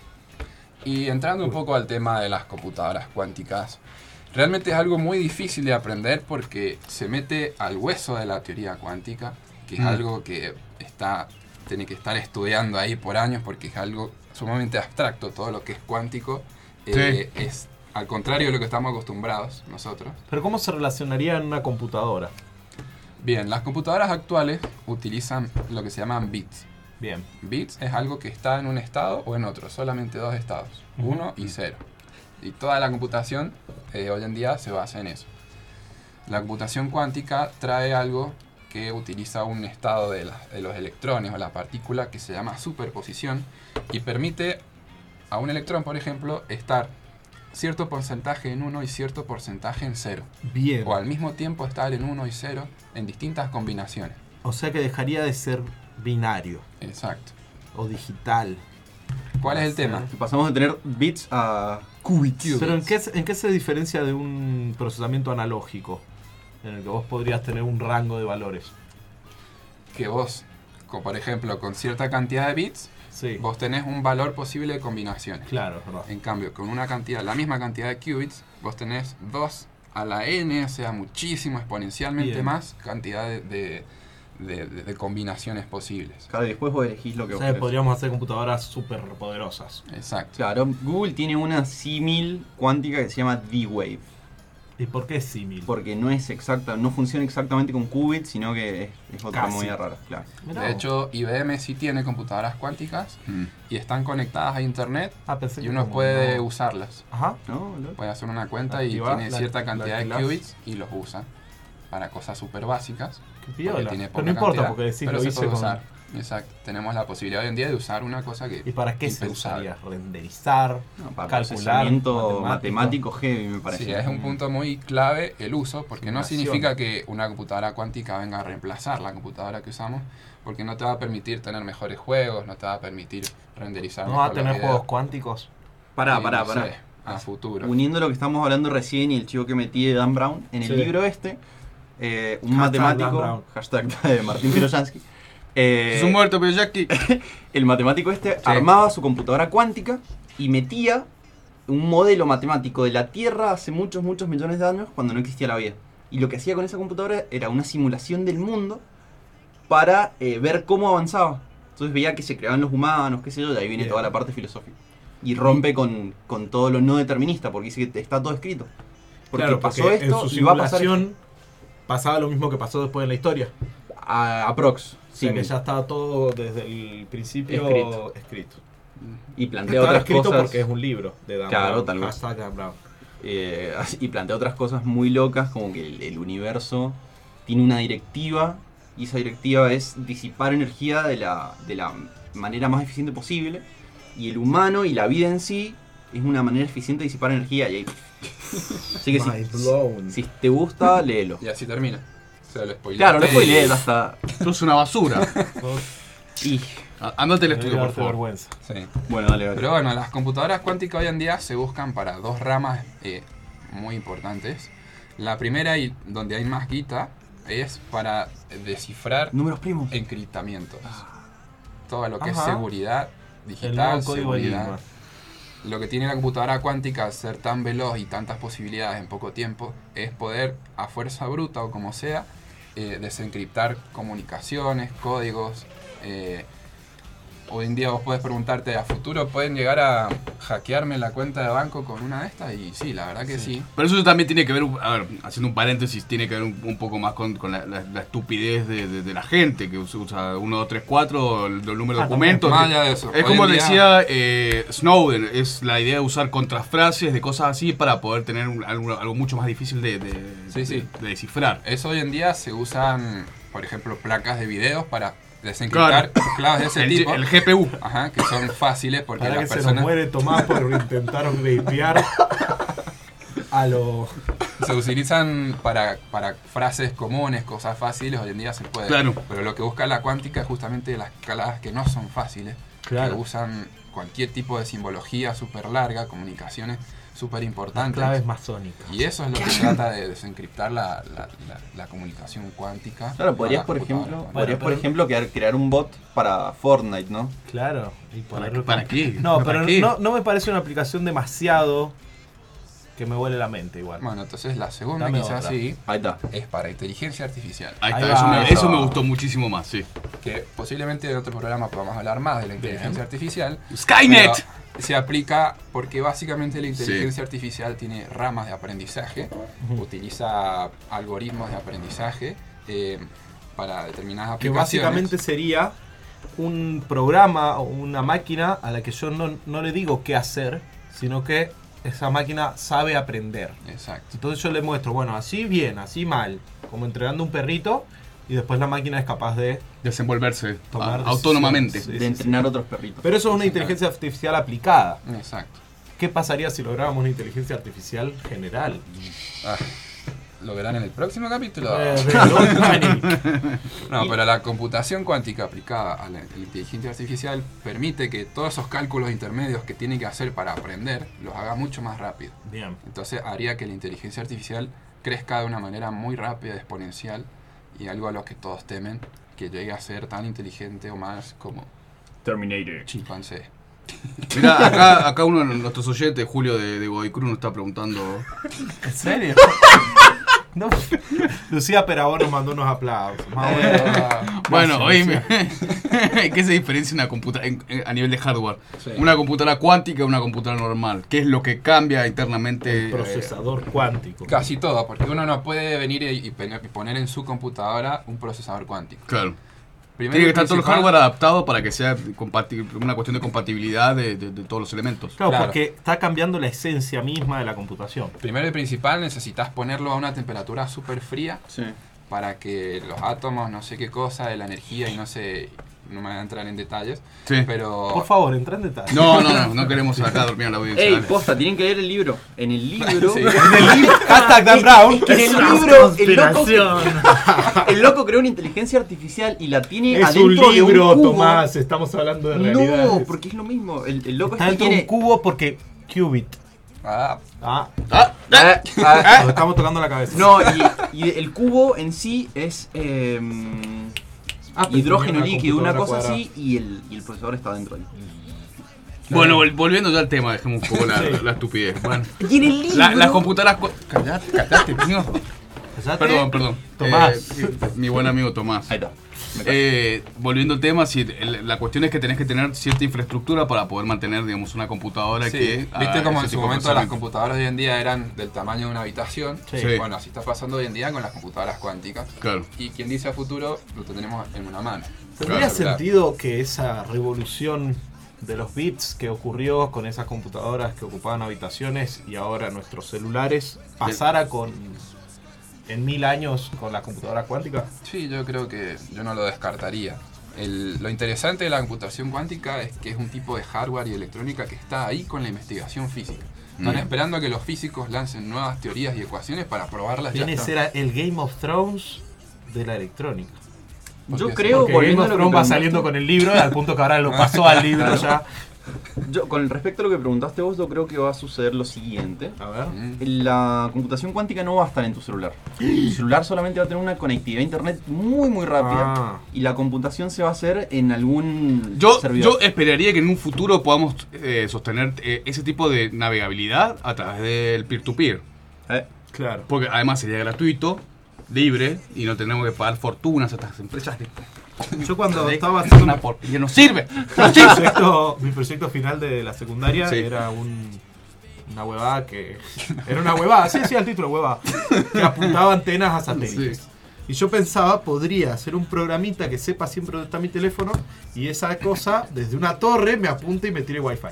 [SPEAKER 9] Y entrando un poco al tema de las computadoras cuánticas, realmente es algo muy difícil de aprender porque se mete al hueso de la teoría cuántica, que es
[SPEAKER 5] Mm.
[SPEAKER 9] algo que está, tiene que estar estudiando ahí por años porque es algo sumamente abstracto. Todo lo que es cuántico eh, es al contrario de lo que estamos acostumbrados nosotros.
[SPEAKER 4] Pero ¿cómo se relacionaría en una computadora?
[SPEAKER 9] Bien, las computadoras actuales utilizan lo que se llaman bits.
[SPEAKER 4] Bien.
[SPEAKER 9] Bits es algo que está en un estado o en otro, solamente dos estados,
[SPEAKER 4] Ujú.
[SPEAKER 9] uno y cero. Y toda la computación eh, hoy en día se basa en eso. La computación cuántica trae algo que utiliza un estado de, la- de los electrones o la partícula que se llama superposición y permite a un electrón, por ejemplo, estar cierto porcentaje en uno y cierto porcentaje en cero.
[SPEAKER 4] Bien.
[SPEAKER 9] O al mismo tiempo estar en uno y cero en distintas combinaciones.
[SPEAKER 4] O sea que dejaría de ser binario
[SPEAKER 9] Exacto.
[SPEAKER 4] o digital.
[SPEAKER 9] ¿Cuál es el tema?
[SPEAKER 7] Pasamos de tener bits a qubits.
[SPEAKER 4] Pero ¿en qué, se- ¿en qué se diferencia de un procesamiento analógico? En el que vos podrías tener un rango de valores.
[SPEAKER 9] Que vos, co- por ejemplo, con cierta cantidad de bits,
[SPEAKER 4] Sí.
[SPEAKER 9] vos tenés un valor posible de combinaciones.
[SPEAKER 4] Claro, es verdad.
[SPEAKER 9] En cambio, con una cantidad, la misma cantidad de qubits, vos tenés dos a la n, o sea, muchísimo, exponencialmente
[SPEAKER 4] Bien.
[SPEAKER 9] más cantidad de, de, de- de- de combinaciones posibles.
[SPEAKER 7] Claro, y después vos elegís lo que
[SPEAKER 4] O
[SPEAKER 7] vos
[SPEAKER 4] sea,
[SPEAKER 7] querés.
[SPEAKER 4] podríamos hacer computadoras súper poderosas.
[SPEAKER 9] Exacto.
[SPEAKER 7] Claro, Google tiene una símil cuántica que se llama D-Wave.
[SPEAKER 4] ¿Y por qué es símil?
[SPEAKER 7] Porque no es exacta, no funciona exactamente con qubits, sino que es, es otra
[SPEAKER 4] Casi.
[SPEAKER 7] movida rara, claro.
[SPEAKER 4] Mirá
[SPEAKER 9] De
[SPEAKER 4] vos.
[SPEAKER 9] hecho, I B M sí tiene computadoras cuánticas
[SPEAKER 5] Mm.
[SPEAKER 9] y están conectadas a internet
[SPEAKER 4] Ah, pensé
[SPEAKER 9] y
[SPEAKER 4] que
[SPEAKER 9] uno
[SPEAKER 4] como
[SPEAKER 9] puede
[SPEAKER 4] no.
[SPEAKER 9] usarlas.
[SPEAKER 4] Ajá.
[SPEAKER 7] ¿No? ¿No?
[SPEAKER 9] Puede hacer una cuenta y
[SPEAKER 4] Activar
[SPEAKER 9] tiene
[SPEAKER 4] la-
[SPEAKER 9] cierta
[SPEAKER 4] la
[SPEAKER 9] cantidad de
[SPEAKER 4] clase.
[SPEAKER 9] qubits y los usa para cosas súper básicas.
[SPEAKER 4] Qué
[SPEAKER 9] porque
[SPEAKER 4] piola.
[SPEAKER 9] tiene
[SPEAKER 4] Pero
[SPEAKER 9] poca
[SPEAKER 4] no importa
[SPEAKER 9] cantidad,
[SPEAKER 4] porque decís
[SPEAKER 9] pero
[SPEAKER 4] lo
[SPEAKER 9] se
[SPEAKER 4] hice
[SPEAKER 9] puede
[SPEAKER 4] con...
[SPEAKER 9] usar. Exacto. Tenemos la posibilidad hoy en día de usar una cosa que
[SPEAKER 4] ¿Y para qué se
[SPEAKER 9] impensable.
[SPEAKER 4] usaría? ¿Renderizar?
[SPEAKER 7] No, para
[SPEAKER 4] Calcular,
[SPEAKER 7] procesamiento
[SPEAKER 4] matemático.
[SPEAKER 7] matemático heavy, me parece.
[SPEAKER 9] Sí, es un punto muy clave el uso, porque no
[SPEAKER 4] Simulación.
[SPEAKER 9] significa que una computadora cuántica venga a reemplazar la computadora que usamos, porque no te va a permitir tener mejores juegos, no te va a permitir renderizar
[SPEAKER 4] ¿No va a
[SPEAKER 9] mejor los
[SPEAKER 4] tener
[SPEAKER 9] videos.
[SPEAKER 4] juegos cuánticos?
[SPEAKER 7] Pará,
[SPEAKER 9] Sí,
[SPEAKER 7] pará,
[SPEAKER 9] no
[SPEAKER 7] pará.
[SPEAKER 9] sé, a futuro.
[SPEAKER 7] Uniendo lo que estamos hablando recién y el chivo que metí de Dan Brown, en el
[SPEAKER 4] Sí.
[SPEAKER 7] libro este, eh, un
[SPEAKER 4] Hashtag Dan
[SPEAKER 7] matemático,
[SPEAKER 4] Brown.
[SPEAKER 7] hashtag de Martín Piroyansky, eh,
[SPEAKER 5] Es un muerto, pero ya aquí.
[SPEAKER 7] el matemático este armaba su computadora cuántica y metía un modelo matemático de la Tierra hace muchos, muchos millones de años cuando no existía la vida. Y lo que hacía con esa computadora era una simulación del mundo para eh, ver cómo avanzaba. Entonces veía que se creaban los humanos, qué sé yo, de ahí viene
[SPEAKER 4] Bien.
[SPEAKER 7] toda la parte filosófica. Y rompe con, con todo lo no determinista, porque dice que está todo escrito. Porque
[SPEAKER 4] Claro,
[SPEAKER 7] pasó
[SPEAKER 4] porque
[SPEAKER 7] esto
[SPEAKER 4] en su
[SPEAKER 7] y va a pasar
[SPEAKER 4] simulación pasaba lo mismo que pasó después en la historia.
[SPEAKER 7] a, aprox.
[SPEAKER 4] O sea
[SPEAKER 7] Sí,
[SPEAKER 4] que ya estaba todo desde el principio
[SPEAKER 7] Escrito.
[SPEAKER 4] escrito.
[SPEAKER 7] y plantea
[SPEAKER 4] Estaba
[SPEAKER 7] otras
[SPEAKER 4] escrito
[SPEAKER 7] cosas.
[SPEAKER 4] porque es un libro de Dan
[SPEAKER 7] Claro,
[SPEAKER 4] Brown.
[SPEAKER 7] tal vez.
[SPEAKER 4] Hashtag Dan Brown.
[SPEAKER 7] Eh, y plantea otras cosas muy locas, como que el, el universo tiene una directiva, y esa directiva es disipar energía de la, de la manera más eficiente posible. Y el humano y la vida en sí es una manera eficiente de disipar energía. Y ahí... Así que si, si te gusta, léelo.
[SPEAKER 9] Y así termina. O sea, lo spoileé.
[SPEAKER 7] Claro, lo spoileé hasta...
[SPEAKER 5] Esto es una basura.
[SPEAKER 7] y...
[SPEAKER 5] Andate el estudio, por favor.
[SPEAKER 4] Vergüenza.
[SPEAKER 9] Sí.
[SPEAKER 7] Bueno, dale, dale.
[SPEAKER 9] Pero bueno, las computadoras cuánticas hoy en día se buscan para dos ramas eh, muy importantes. La primera, y donde hay más guita, es para descifrar
[SPEAKER 7] números primos,
[SPEAKER 9] encriptamientos. Todo lo que
[SPEAKER 7] Ajá.
[SPEAKER 9] es seguridad digital, seguridad. Lo que tiene la computadora cuántica al ser tan veloz y tantas posibilidades en poco tiempo es poder, a fuerza bruta o como sea, eh, desencriptar comunicaciones, códigos. Eh, hoy en día vos podés preguntarte, ¿a futuro pueden llegar a hackearme la cuenta de banco con una de estas? Y sí, la verdad que sí. sí.
[SPEAKER 5] Pero eso también tiene que ver, a ver, haciendo un paréntesis, tiene que ver un, un poco más con, con la, la, la estupidez de, de, de la gente que usa uno, dos, tres, cuatro, el, el número de
[SPEAKER 9] Ah,
[SPEAKER 5] documentos.
[SPEAKER 9] más allá de eso.
[SPEAKER 5] Es
[SPEAKER 9] Hoy
[SPEAKER 5] como
[SPEAKER 9] en día-
[SPEAKER 5] decía eh, Snowden, es la idea de usar contrafrases de cosas así para poder tener un- algo, algo mucho más difícil de, de,
[SPEAKER 9] Sí, sí.
[SPEAKER 5] de, de descifrar.
[SPEAKER 9] Eso hoy en día se usan, por ejemplo, placas de videos para desencriptar
[SPEAKER 5] Claro.
[SPEAKER 9] claves de ese
[SPEAKER 5] El-
[SPEAKER 9] tipo.
[SPEAKER 5] el G P U.
[SPEAKER 9] Ajá, que son fáciles porque
[SPEAKER 4] Para
[SPEAKER 9] las
[SPEAKER 4] que se
[SPEAKER 9] personas...
[SPEAKER 4] nos muere Tomás por intentar vapear a lo...
[SPEAKER 9] Se utilizan para, para frases comunes, cosas fáciles, hoy en día se puede.
[SPEAKER 5] Claro.
[SPEAKER 9] Pero lo que busca la cuántica es justamente las claves que no son fáciles,
[SPEAKER 4] Claro.
[SPEAKER 9] que usan cualquier tipo de simbología súper larga, comunicaciones súper importantes.
[SPEAKER 4] claves masónicas.
[SPEAKER 9] Y eso es lo que trata de desencriptar la, la, la, la comunicación cuántica.
[SPEAKER 7] Claro, podrías,
[SPEAKER 9] a la
[SPEAKER 7] por
[SPEAKER 9] computadora
[SPEAKER 7] ejemplo,
[SPEAKER 9] cuántica.
[SPEAKER 7] podrías, por ejemplo crear, crear un bot para Fortnite, ¿no?
[SPEAKER 4] Claro. Y
[SPEAKER 5] ¿Para,
[SPEAKER 4] ponerlo
[SPEAKER 5] para
[SPEAKER 4] con-
[SPEAKER 5] qué?
[SPEAKER 4] No,
[SPEAKER 5] ¿Para
[SPEAKER 4] pero
[SPEAKER 5] qué?
[SPEAKER 4] no, no me parece una aplicación demasiado que me huele la mente igual.
[SPEAKER 9] Bueno, entonces la segunda
[SPEAKER 4] Dame
[SPEAKER 9] quizás
[SPEAKER 4] otra.
[SPEAKER 9] sí
[SPEAKER 7] Ahí está.
[SPEAKER 9] es para inteligencia artificial.
[SPEAKER 5] Ahí
[SPEAKER 4] Ahí
[SPEAKER 5] está,
[SPEAKER 4] va,
[SPEAKER 5] eso, me,
[SPEAKER 4] eso.
[SPEAKER 5] eso me gustó muchísimo más, sí.
[SPEAKER 9] Que posiblemente en otro programa podamos hablar más de la inteligencia artificial.
[SPEAKER 5] Skynet.
[SPEAKER 9] Pero se aplica porque básicamente la inteligencia artificial tiene ramas de aprendizaje, utiliza algoritmos de aprendizaje eh, para determinadas
[SPEAKER 4] Que
[SPEAKER 9] aplicaciones.
[SPEAKER 4] básicamente sería un programa o una máquina a la que yo no, no le digo qué hacer, sino que esa máquina sabe aprender.
[SPEAKER 9] Exacto.
[SPEAKER 4] Entonces yo le muestro, bueno, así bien, así mal, como entrenando un perrito, y después la máquina es capaz de
[SPEAKER 5] Desenvolverse
[SPEAKER 4] tomar
[SPEAKER 5] a- autónomamente.
[SPEAKER 4] decisiones. Sí,
[SPEAKER 7] De
[SPEAKER 4] sí,
[SPEAKER 7] entrenar
[SPEAKER 4] sí.
[SPEAKER 7] otros perritos.
[SPEAKER 4] Pero eso es una inteligencia artificial aplicada.
[SPEAKER 9] Exacto.
[SPEAKER 4] ¿Qué pasaría si lográramos una inteligencia artificial general?
[SPEAKER 9] Ah, lo verán en el próximo capítulo.
[SPEAKER 4] Eh, Don't panic.
[SPEAKER 9] No, pero la computación cuántica aplicada a la inteligencia artificial permite que todos esos cálculos intermedios que tiene que hacer para aprender los haga mucho más rápido.
[SPEAKER 4] Bien.
[SPEAKER 9] Entonces haría que la inteligencia artificial crezca de una manera muy rápida, exponencial, y algo a lo que todos temen, que llegue a ser tan inteligente o más como
[SPEAKER 7] Terminator.
[SPEAKER 9] chimpancé.
[SPEAKER 5] Mirá, acá, acá uno de nuestros oyentes, Julio de, de Godoy Cruz, nos está preguntando.
[SPEAKER 4] ¿En serio? No. Lucía Perabón nos mandó unos aplausos. Más o
[SPEAKER 9] Eh,
[SPEAKER 4] menos.
[SPEAKER 9] ah,
[SPEAKER 5] Bueno,
[SPEAKER 4] Gracias,
[SPEAKER 5] oíme, ¿qué se diferencia una computadora a nivel de hardware?
[SPEAKER 9] Sí.
[SPEAKER 5] Una computadora cuántica y una computadora normal. ¿Qué es lo que cambia internamente?
[SPEAKER 4] El procesador cuántico.
[SPEAKER 9] Casi todo, porque uno no puede venir y, y pe- y poner en su computadora un procesador cuántico.
[SPEAKER 5] Eh, claro.
[SPEAKER 9] Primero
[SPEAKER 5] Tiene que
[SPEAKER 9] y
[SPEAKER 5] estar todo el
[SPEAKER 9] principal-
[SPEAKER 5] hardware adaptado para que sea compati- una cuestión de compatibilidad de, de- de todos los elementos.
[SPEAKER 4] Claro,
[SPEAKER 9] Claro.
[SPEAKER 4] porque está cambiando la esencia misma de la computación.
[SPEAKER 9] Primero y principal necesitas ponerlo a una temperatura súper fría
[SPEAKER 7] Sí.
[SPEAKER 9] para que los átomos, no sé qué cosa, de la energía y no sé, no me voy a entrar en detalles,
[SPEAKER 5] Sí.
[SPEAKER 9] pero...
[SPEAKER 4] Por favor, entra en detalle.
[SPEAKER 5] No, no, no, no queremos acá dormir a la audiencia.
[SPEAKER 7] Ey,
[SPEAKER 5] dale.
[SPEAKER 7] posta, tienen que leer el libro. En el libro.
[SPEAKER 9] Sí.
[SPEAKER 4] En el libro, hashtag Dan Brown.
[SPEAKER 7] En el libro, el loco, el loco creó una inteligencia artificial y la tiene
[SPEAKER 4] Es
[SPEAKER 7] adentro
[SPEAKER 4] un
[SPEAKER 7] de
[SPEAKER 4] libro,
[SPEAKER 7] un cubo.
[SPEAKER 4] Tomás. Estamos hablando de realidad.
[SPEAKER 7] No, porque es lo mismo. El, el loco
[SPEAKER 4] Está
[SPEAKER 7] este
[SPEAKER 4] dentro de un
[SPEAKER 7] tiene.
[SPEAKER 4] cubo porque qubit.
[SPEAKER 9] Ah,
[SPEAKER 4] Ah,
[SPEAKER 5] Ah,
[SPEAKER 7] Ah, ah,
[SPEAKER 4] nos estamos tocando la cabeza.
[SPEAKER 7] no, y, y el cubo en sí es eh,
[SPEAKER 4] Ah, pero
[SPEAKER 7] hidrógeno
[SPEAKER 4] tenía una
[SPEAKER 7] líquido, una
[SPEAKER 4] computadora
[SPEAKER 7] cosa así, y el, y el procesador está dentro ahí.
[SPEAKER 5] bueno, vol- volviendo ya al tema, dejemos un poco la,
[SPEAKER 4] Sí.
[SPEAKER 5] la estupidez. Bueno,
[SPEAKER 7] Y en el libro.
[SPEAKER 5] la- las computadoras. cu- Callate, callate, tío.
[SPEAKER 4] Cállate.
[SPEAKER 5] Perdón, perdón.
[SPEAKER 4] Tomás.
[SPEAKER 5] Eh, mi buen amigo Tomás.
[SPEAKER 7] Ahí está.
[SPEAKER 5] Eh, volviendo al tema, sí, el- la cuestión es que tenés que tener cierta infraestructura para poder mantener, digamos, una computadora
[SPEAKER 9] sí.
[SPEAKER 5] que...
[SPEAKER 9] Viste
[SPEAKER 5] haga
[SPEAKER 9] como
[SPEAKER 5] ese
[SPEAKER 9] en su
[SPEAKER 5] tipo de
[SPEAKER 9] momento las
[SPEAKER 5] procesamiento.
[SPEAKER 9] computadoras de hoy en día eran del tamaño de una habitación.
[SPEAKER 4] Sí.
[SPEAKER 5] Sí.
[SPEAKER 9] Bueno, así está pasando hoy en día con las computadoras cuánticas.
[SPEAKER 5] Claro.
[SPEAKER 9] Y quien dice a futuro, lo tenemos en una mano.
[SPEAKER 4] ¿Tendría
[SPEAKER 5] Claro,
[SPEAKER 9] Celular.
[SPEAKER 4] sentido que esa revolución de los bits que ocurrió con esas computadoras que ocupaban habitaciones y ahora nuestros celulares pasara con en mil años con la computadora cuántica?
[SPEAKER 9] Sí, yo creo que yo no lo descartaría. el, lo interesante de la computación cuántica es que es un tipo de hardware y electrónica que está ahí con la investigación física. Están
[SPEAKER 4] Mm.
[SPEAKER 9] esperando a que los físicos lancen nuevas teorías y ecuaciones para probarlas.
[SPEAKER 4] Viene a
[SPEAKER 9] ya
[SPEAKER 4] ser
[SPEAKER 9] está.
[SPEAKER 4] el Game of Thrones de la electrónica.
[SPEAKER 7] Yo
[SPEAKER 9] Porque
[SPEAKER 7] creo,
[SPEAKER 4] Porque Game
[SPEAKER 7] volviendo a
[SPEAKER 4] of
[SPEAKER 7] lo que
[SPEAKER 4] Thrones va
[SPEAKER 7] preguntaste-
[SPEAKER 4] saliendo con el libro, al punto que ahora lo pasó al libro ya.
[SPEAKER 7] Yo, con respecto a lo que preguntaste vos, yo creo que va a suceder lo siguiente.
[SPEAKER 4] A ver.
[SPEAKER 9] Mm.
[SPEAKER 7] La computación cuántica no va a estar en tu celular. Tu celular solamente va a tener una conectividad a internet muy muy rápida.
[SPEAKER 4] Ah.
[SPEAKER 7] Y la computación se va a hacer en algún
[SPEAKER 5] Yo,
[SPEAKER 7] servidor.
[SPEAKER 5] yo esperaría que en un futuro podamos eh, sostener eh, ese tipo de navegabilidad a través del peer-to-peer.
[SPEAKER 7] ¿Eh?
[SPEAKER 4] Claro.
[SPEAKER 5] Porque además sería gratuito, libre, y no tenemos que pagar fortunas a estas empresas. de-
[SPEAKER 4] Yo cuando
[SPEAKER 5] de-
[SPEAKER 4] estaba haciendo
[SPEAKER 5] una
[SPEAKER 4] mi,
[SPEAKER 5] porquería, no sirve.
[SPEAKER 4] mi proyecto, mi proyecto final de la secundaria
[SPEAKER 5] Sí.
[SPEAKER 4] era un, una huevada que... Era una huevada, sí decía el título, huevada. Que apuntaba antenas a satélites.
[SPEAKER 5] Sí.
[SPEAKER 4] Y yo pensaba, podría hacer un programita que sepa siempre dónde está mi teléfono y esa cosa, desde una torre, me apunte y me tire wifi.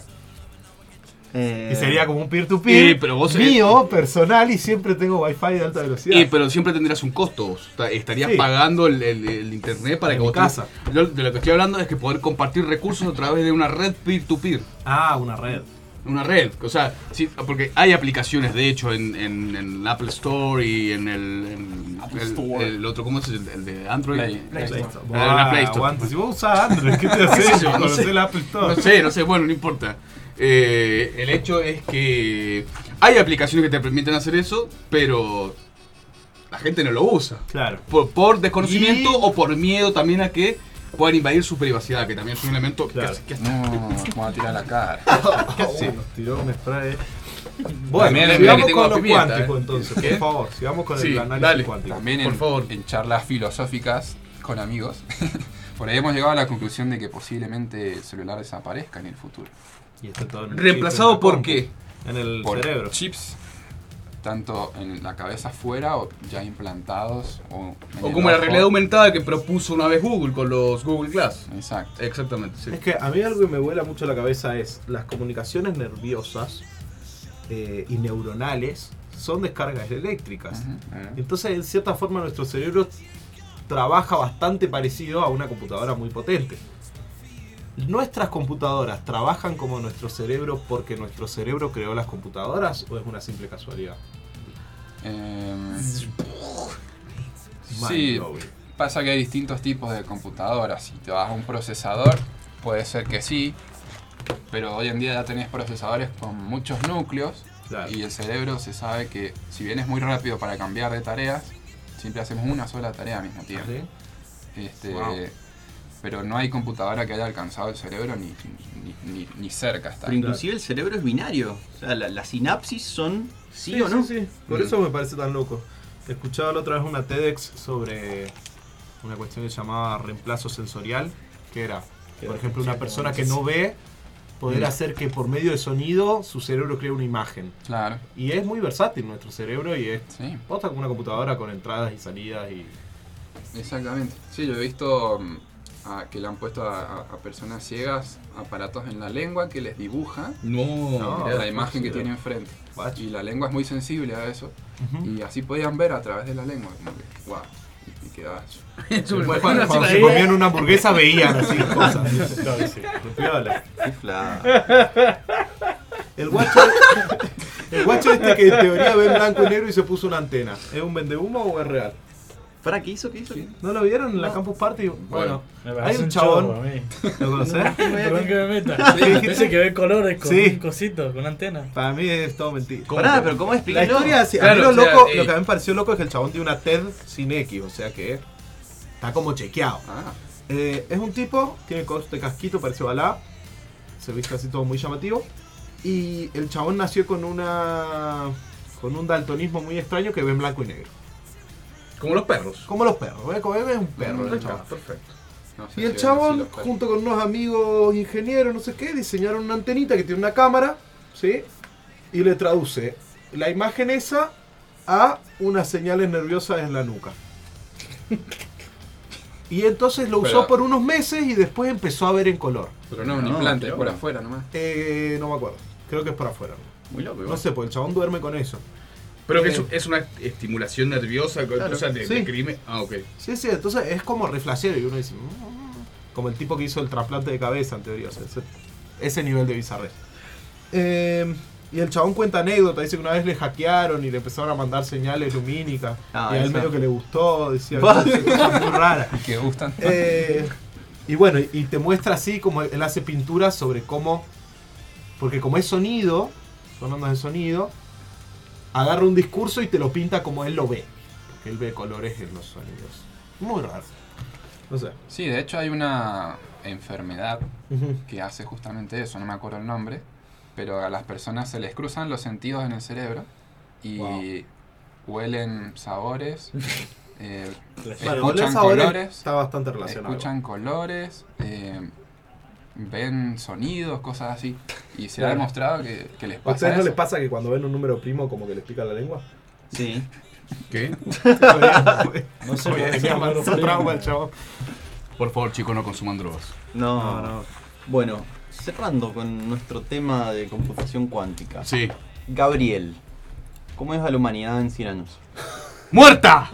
[SPEAKER 7] Eh,
[SPEAKER 4] Y sería como un peer-to-peer
[SPEAKER 5] Y, pero vos-
[SPEAKER 4] mío, personal, y siempre tengo wifi de alta velocidad.
[SPEAKER 5] Y, pero siempre tendrías un costo. O sea, estarías
[SPEAKER 4] Sí.
[SPEAKER 5] pagando el, el- el internet para
[SPEAKER 4] En
[SPEAKER 5] que
[SPEAKER 4] mi
[SPEAKER 5] vos
[SPEAKER 4] casa.
[SPEAKER 5] tengas- Yo de lo que estoy hablando es que poder compartir recursos a través de una red peer-to-peer.
[SPEAKER 4] Ah, una red.
[SPEAKER 5] Una red. O sea, sí, porque hay aplicaciones, de hecho, en, en, en Apple Store y en el, en
[SPEAKER 9] Apple
[SPEAKER 5] el,
[SPEAKER 9] Store.
[SPEAKER 5] el otro, ¿cómo es? El, el de Android.
[SPEAKER 9] Play-
[SPEAKER 5] Play
[SPEAKER 9] Play
[SPEAKER 5] Store.
[SPEAKER 9] Store.
[SPEAKER 5] Ah, la Play Store.
[SPEAKER 4] Aguante, si vos usás Android, ¿qué te
[SPEAKER 5] ¿Qué
[SPEAKER 4] haces?
[SPEAKER 5] sé yo? No
[SPEAKER 4] Conocés
[SPEAKER 5] sé.
[SPEAKER 4] el Apple Store.
[SPEAKER 5] No sé, no sé, bueno, no importa. Eh, el hecho es que hay aplicaciones que te permiten hacer eso, pero la gente no lo usa.
[SPEAKER 4] Claro.
[SPEAKER 5] Por, por desconocimiento
[SPEAKER 4] Y-
[SPEAKER 5] o por miedo también a que puedan invadir su privacidad, que también es un elemento
[SPEAKER 4] Claro.
[SPEAKER 5] que, que-
[SPEAKER 9] No, vamos a tirar la cara.
[SPEAKER 4] Sí, nos tiró un spray.
[SPEAKER 9] También
[SPEAKER 4] Bueno,
[SPEAKER 9] mira que
[SPEAKER 4] sigamos
[SPEAKER 9] tengo
[SPEAKER 4] con lo
[SPEAKER 9] pimienta,
[SPEAKER 4] cuántico
[SPEAKER 9] ¿eh?
[SPEAKER 4] entonces,
[SPEAKER 9] ¿Qué?
[SPEAKER 4] por favor. Sigamos con
[SPEAKER 5] Sí,
[SPEAKER 4] el análisis
[SPEAKER 5] dale.
[SPEAKER 4] cuántico.
[SPEAKER 9] También
[SPEAKER 5] Por
[SPEAKER 9] en,
[SPEAKER 5] favor.
[SPEAKER 9] en charlas filosóficas con amigos, por ahí hemos llegado a la conclusión de que posiblemente el celular desaparezca en el futuro.
[SPEAKER 4] Y está todo en un
[SPEAKER 5] ¿Reemplazado
[SPEAKER 4] chip, en la
[SPEAKER 5] por
[SPEAKER 4] compu,
[SPEAKER 5] qué?
[SPEAKER 4] En el
[SPEAKER 9] Por
[SPEAKER 4] cerebro.
[SPEAKER 9] chips, tanto en la cabeza afuera o ya implantados. O, en
[SPEAKER 5] O
[SPEAKER 9] el
[SPEAKER 5] como la
[SPEAKER 9] ojo.
[SPEAKER 5] realidad aumentada que propuso una vez Google con los Google Glass.
[SPEAKER 9] Exacto.
[SPEAKER 5] Exactamente, sí.
[SPEAKER 4] Es que a mí algo que me vuela mucho la cabeza es las comunicaciones nerviosas eh, y neuronales son descargas eléctricas.
[SPEAKER 9] Ujú.
[SPEAKER 4] Entonces, en cierta forma, nuestro cerebro trabaja bastante parecido a una computadora muy potente. ¿Nuestras computadoras trabajan como nuestro cerebro porque nuestro cerebro creó las computadoras o es una simple casualidad?
[SPEAKER 9] Em, sí,
[SPEAKER 4] Mind-blowing.
[SPEAKER 9] pasa que hay distintos tipos de computadoras. Si te vas a un procesador, puede ser que sí, pero hoy en día ya tenés procesadores con muchos núcleos.
[SPEAKER 4] Claro.
[SPEAKER 9] Y el cerebro se sabe que si bien es muy rápido para cambiar de tareas, siempre hacemos una sola tarea al mismo tiempo.
[SPEAKER 4] ¿Sí?
[SPEAKER 9] Este,
[SPEAKER 4] Wow.
[SPEAKER 9] Pero no hay computadora que haya alcanzado el cerebro ni, ni, ni, ni cerca está.
[SPEAKER 7] Pero inclusive el cerebro es binario. O sea, la- las sinapsis son sí,
[SPEAKER 4] Sí,
[SPEAKER 7] o no.
[SPEAKER 4] sí, sí. Por
[SPEAKER 9] Mm.
[SPEAKER 4] eso me parece tan loco. Escuchaba la otra vez una TEDx sobre una cuestión que se llamaba reemplazo sensorial, que era, por ejemplo, una persona que no ve, poder
[SPEAKER 9] Mm.
[SPEAKER 4] hacer que por medio de sonido su cerebro cree una imagen.
[SPEAKER 9] Claro,
[SPEAKER 4] Y es muy versátil nuestro cerebro y es
[SPEAKER 9] sí,
[SPEAKER 4] posta como una computadora con entradas y salidas y...
[SPEAKER 9] exactamente. Sí, yo he visto mm, a- que le han puesto a, a- a personas ciegas aparatos en la lengua que les dibuja
[SPEAKER 5] No,
[SPEAKER 4] No,
[SPEAKER 9] la
[SPEAKER 4] pues,
[SPEAKER 9] imagen que
[SPEAKER 4] sí.
[SPEAKER 9] tiene enfrente.
[SPEAKER 4] Guacho.
[SPEAKER 9] Y la lengua es muy sensible a eso.
[SPEAKER 4] Ujú.
[SPEAKER 9] Y así podían ver a través de la lengua. Como que, wow. Y, y quedaba.
[SPEAKER 4] Cuando, cuando se comían una hamburguesa veían así cosas. Claro, sí. Piola.
[SPEAKER 7] Chifla.
[SPEAKER 4] El guacho, el guacho este que en teoría ve en blanco y negro y se puso una antena. ¿Es un vendehumo o es real?
[SPEAKER 7] ¿Para qué hizo? ¿Qué hizo?
[SPEAKER 4] ¿No lo vieron en la Campus Party? Bueno,
[SPEAKER 6] Me
[SPEAKER 4] hay
[SPEAKER 6] parece
[SPEAKER 4] un chabón.
[SPEAKER 6] chorro a mí.
[SPEAKER 4] ¿Lo conocés?
[SPEAKER 6] Perdón que me meta. Ese que ve colores con
[SPEAKER 4] Sí.
[SPEAKER 6] un cosito, con antena.
[SPEAKER 4] Para mí es todo mentira.
[SPEAKER 7] Pará, pero ¿cómo
[SPEAKER 4] La
[SPEAKER 7] explicarlo?
[SPEAKER 4] historia, sí, a
[SPEAKER 9] Claro,
[SPEAKER 4] mí lo,
[SPEAKER 9] o sea,
[SPEAKER 4] loco,
[SPEAKER 9] eh,
[SPEAKER 4] lo que a mí me pareció loco es que el chabón tiene una TED sin X, o sea que está como chequeado.
[SPEAKER 9] Ah,
[SPEAKER 4] Eh, es un tipo, tiene corte casquito, parece balá, se viste así todo muy llamativo. Y el chabón nació con una con un daltonismo muy extraño que ve en blanco y negro.
[SPEAKER 5] como los perros.
[SPEAKER 4] Como los perros, ¿ves? Como es un perro
[SPEAKER 5] Mm,
[SPEAKER 4] el chabón.
[SPEAKER 5] perfecto.
[SPEAKER 9] no sé
[SPEAKER 4] Y el
[SPEAKER 9] si ven
[SPEAKER 4] chabón,
[SPEAKER 9] así los perros.
[SPEAKER 4] junto con unos amigos ingenieros, no sé qué, diseñaron una antenita que tiene una cámara, ¿sí? Y le traduce la imagen esa a unas señales nerviosas en la nuca. Y entonces lo usó
[SPEAKER 9] Pero-
[SPEAKER 4] por unos meses y después empezó a ver en color.
[SPEAKER 9] Pero no, un
[SPEAKER 7] No,
[SPEAKER 9] implante, es
[SPEAKER 7] claro.
[SPEAKER 9] por afuera nomás.
[SPEAKER 4] Eh, no me acuerdo, creo que es por afuera.
[SPEAKER 7] Muy loco.
[SPEAKER 4] No
[SPEAKER 7] igual.
[SPEAKER 4] sé, porque el chabón duerme con eso.
[SPEAKER 5] Pero que
[SPEAKER 4] Eh,
[SPEAKER 5] es, es una estimulación nerviosa,
[SPEAKER 4] Claro,
[SPEAKER 5] o sea, de,
[SPEAKER 4] sí.
[SPEAKER 5] de crimen. Ah, ok.
[SPEAKER 4] Sí, sí, entonces es como reflashero y uno dice... "Mm". como el tipo que hizo el trasplante de cabeza, en teoría. O sea, ese, ese nivel de bizarrés. Eh, y el chabón cuenta anécdotas, dice que una vez le hackearon y le empezaron a mandar señales lumínicas.
[SPEAKER 7] Ah,
[SPEAKER 4] y a él
[SPEAKER 7] eso.
[SPEAKER 4] medio que le gustó, decía cosas muy raras.
[SPEAKER 9] Que gustan.
[SPEAKER 4] Eh, y bueno, y te muestra así como él hace pinturas sobre cómo... Porque como es sonido, son ondas de sonido, agarra un discurso y te lo pinta como él lo ve. Porque él ve colores en los sonidos. Muy raro. No sé.
[SPEAKER 9] Sí, de hecho hay una enfermedad
[SPEAKER 4] Ujú.
[SPEAKER 9] que hace justamente eso, no me acuerdo el nombre, pero a las personas se les cruzan los sentidos en el cerebro y
[SPEAKER 4] Wow.
[SPEAKER 9] huelen sabores, eh,
[SPEAKER 4] Bueno, oler
[SPEAKER 9] escuchan
[SPEAKER 4] sabores
[SPEAKER 9] colores,
[SPEAKER 4] está bastante relacionado.
[SPEAKER 9] escuchan colores, eh, ven sonidos, cosas así. Y se
[SPEAKER 4] Claro.
[SPEAKER 9] ha demostrado que, que les
[SPEAKER 4] ¿A
[SPEAKER 9] pasa
[SPEAKER 4] ustedes no
[SPEAKER 9] eso.
[SPEAKER 4] les pasa que cuando ven un número primo como que les pica la lengua?
[SPEAKER 7] Sí.
[SPEAKER 5] ¿Qué?
[SPEAKER 4] No sé qué decía, mano, fue trauma el chabón.
[SPEAKER 5] Por favor, chicos, no consuman drogas.
[SPEAKER 7] No, no. Bueno, cerrando con nuestro tema de computación cuántica.
[SPEAKER 5] Sí.
[SPEAKER 7] Gabriel, ¿cómo es a la humanidad en cien años?
[SPEAKER 5] ¡Muerta!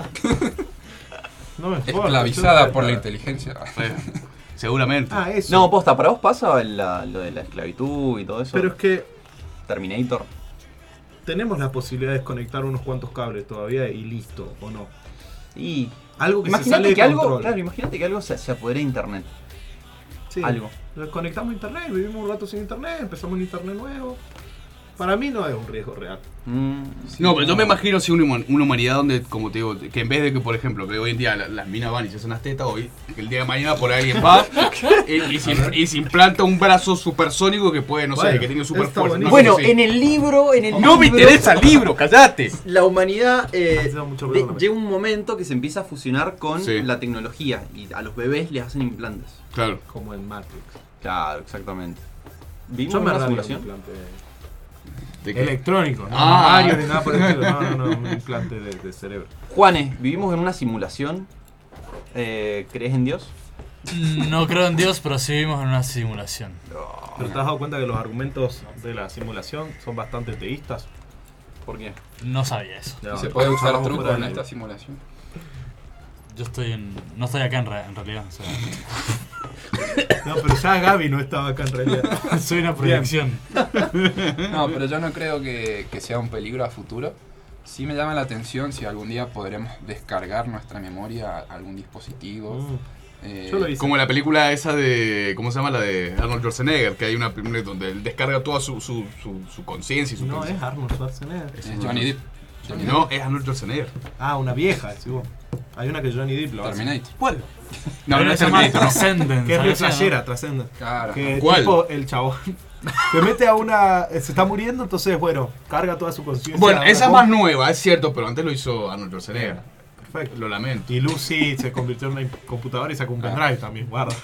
[SPEAKER 4] No me jodas,
[SPEAKER 9] Esclavizada
[SPEAKER 4] yo-
[SPEAKER 9] por la inteligencia.
[SPEAKER 5] Seguramente.
[SPEAKER 4] Ah, eso.
[SPEAKER 7] No, posta, ¿para vos pasa la- lo de la esclavitud y todo eso?
[SPEAKER 4] Pero es que
[SPEAKER 7] Terminator.
[SPEAKER 4] tenemos la posibilidad de desconectar unos cuantos cables todavía y listo, ¿o no?
[SPEAKER 7] Y
[SPEAKER 4] Algo que se sale
[SPEAKER 7] imagínate
[SPEAKER 4] de
[SPEAKER 7] que algo,
[SPEAKER 4] control.
[SPEAKER 7] claro, imagínate que algo se, se apodere de internet.
[SPEAKER 4] Sí.
[SPEAKER 7] Algo.
[SPEAKER 4] Desconectamos internet, vivimos un rato sin internet, empezamos un internet nuevo. Para mí no es un riesgo real.
[SPEAKER 7] Mm,
[SPEAKER 5] No, pero yo me imagino si una, huma- una humanidad donde, como te digo, que en vez de que, por ejemplo, que hoy en día la- las minas van y se hacen las tetas, hoy, que el día de mañana por ahí alguien va y, y, se, y se implanta un brazo supersónico que puede, no sé,
[SPEAKER 4] Bueno,
[SPEAKER 5] que tiene super
[SPEAKER 4] está
[SPEAKER 5] fuerza.
[SPEAKER 4] buenísimo.
[SPEAKER 7] Bueno, en el libro, en el
[SPEAKER 5] No me
[SPEAKER 7] libro,
[SPEAKER 5] interesa el libro, callate.
[SPEAKER 7] la humanidad eh,
[SPEAKER 4] Hace mucho
[SPEAKER 7] de-
[SPEAKER 4] ruido, no me-
[SPEAKER 7] llega un momento que se empieza a fusionar con
[SPEAKER 5] Sí.
[SPEAKER 7] la tecnología y a los bebés les hacen implantes.
[SPEAKER 5] Claro.
[SPEAKER 4] Como en Matrix.
[SPEAKER 7] Claro, exactamente. ¿Vimos
[SPEAKER 4] Yo me
[SPEAKER 7] una
[SPEAKER 4] haría un
[SPEAKER 7] simulación?
[SPEAKER 4] implante
[SPEAKER 5] ¿De qué?
[SPEAKER 4] electrónico, no
[SPEAKER 5] Ah.
[SPEAKER 4] mamario ni nada por el estilo. No, no, no, un implante de, de cerebro.
[SPEAKER 7] Juanes, ¿vivimos en una simulación? Eh, ¿Crees en Dios?
[SPEAKER 6] No creo en Dios, pero sí vivimos en una simulación.
[SPEAKER 4] ¿Pero te has dado cuenta que los argumentos de la simulación son bastante teístas?
[SPEAKER 7] ¿Por qué?
[SPEAKER 6] No sabía eso.
[SPEAKER 4] No,
[SPEAKER 9] ¿Se puede usar
[SPEAKER 4] vamos
[SPEAKER 9] truco
[SPEAKER 4] fuera
[SPEAKER 9] en
[SPEAKER 4] del
[SPEAKER 9] esta
[SPEAKER 4] libro.
[SPEAKER 9] simulación?
[SPEAKER 6] Yo estoy en. No estoy acá en, re- en realidad. O sea,
[SPEAKER 4] No, pero ya Gaby no estaba acá en realidad.
[SPEAKER 6] soy una proyección.
[SPEAKER 9] No, pero yo no creo que, que sea un peligro a futuro. Sí me llama la atención si algún día podremos descargar nuestra memoria a algún dispositivo.
[SPEAKER 4] Mm.
[SPEAKER 9] Eh,
[SPEAKER 4] Yo lo hice.
[SPEAKER 5] Como la película esa de. ¿Cómo se llama? La de Arnold Schwarzenegger, que hay una película donde él descarga toda su, su, su, su conciencia y su
[SPEAKER 4] No, es
[SPEAKER 5] pensamiento.
[SPEAKER 4] Arnold Schwarzenegger.
[SPEAKER 9] es Johnny Depp. Johnny Depp.
[SPEAKER 5] No, es Arnold Schwarzenegger.
[SPEAKER 4] Ah, una vieja, decís vos. Hay una que Johnny Depp lo hace.
[SPEAKER 9] Terminator.
[SPEAKER 4] ¿Cuál?
[SPEAKER 5] No, no es
[SPEAKER 6] se llama
[SPEAKER 5] Terminator, no.
[SPEAKER 6] Transcendence.
[SPEAKER 4] Que es re
[SPEAKER 6] algo así, ¿no?
[SPEAKER 4] flashera, trascende.
[SPEAKER 9] Claro.
[SPEAKER 4] Que
[SPEAKER 5] ¿Cuál?
[SPEAKER 4] tipo el chabón se mete a una. Se está muriendo, entonces, bueno, carga toda su conciencia.
[SPEAKER 5] Bueno,
[SPEAKER 4] a una
[SPEAKER 5] esa es
[SPEAKER 4] compu.
[SPEAKER 5] más nueva, es cierto, pero antes lo hizo Arnold Schwarzenegger.
[SPEAKER 4] Perfecto.
[SPEAKER 5] Lo lamento.
[SPEAKER 4] Y Lucy se convirtió en una computadora y sacó un pendrive también, guarda.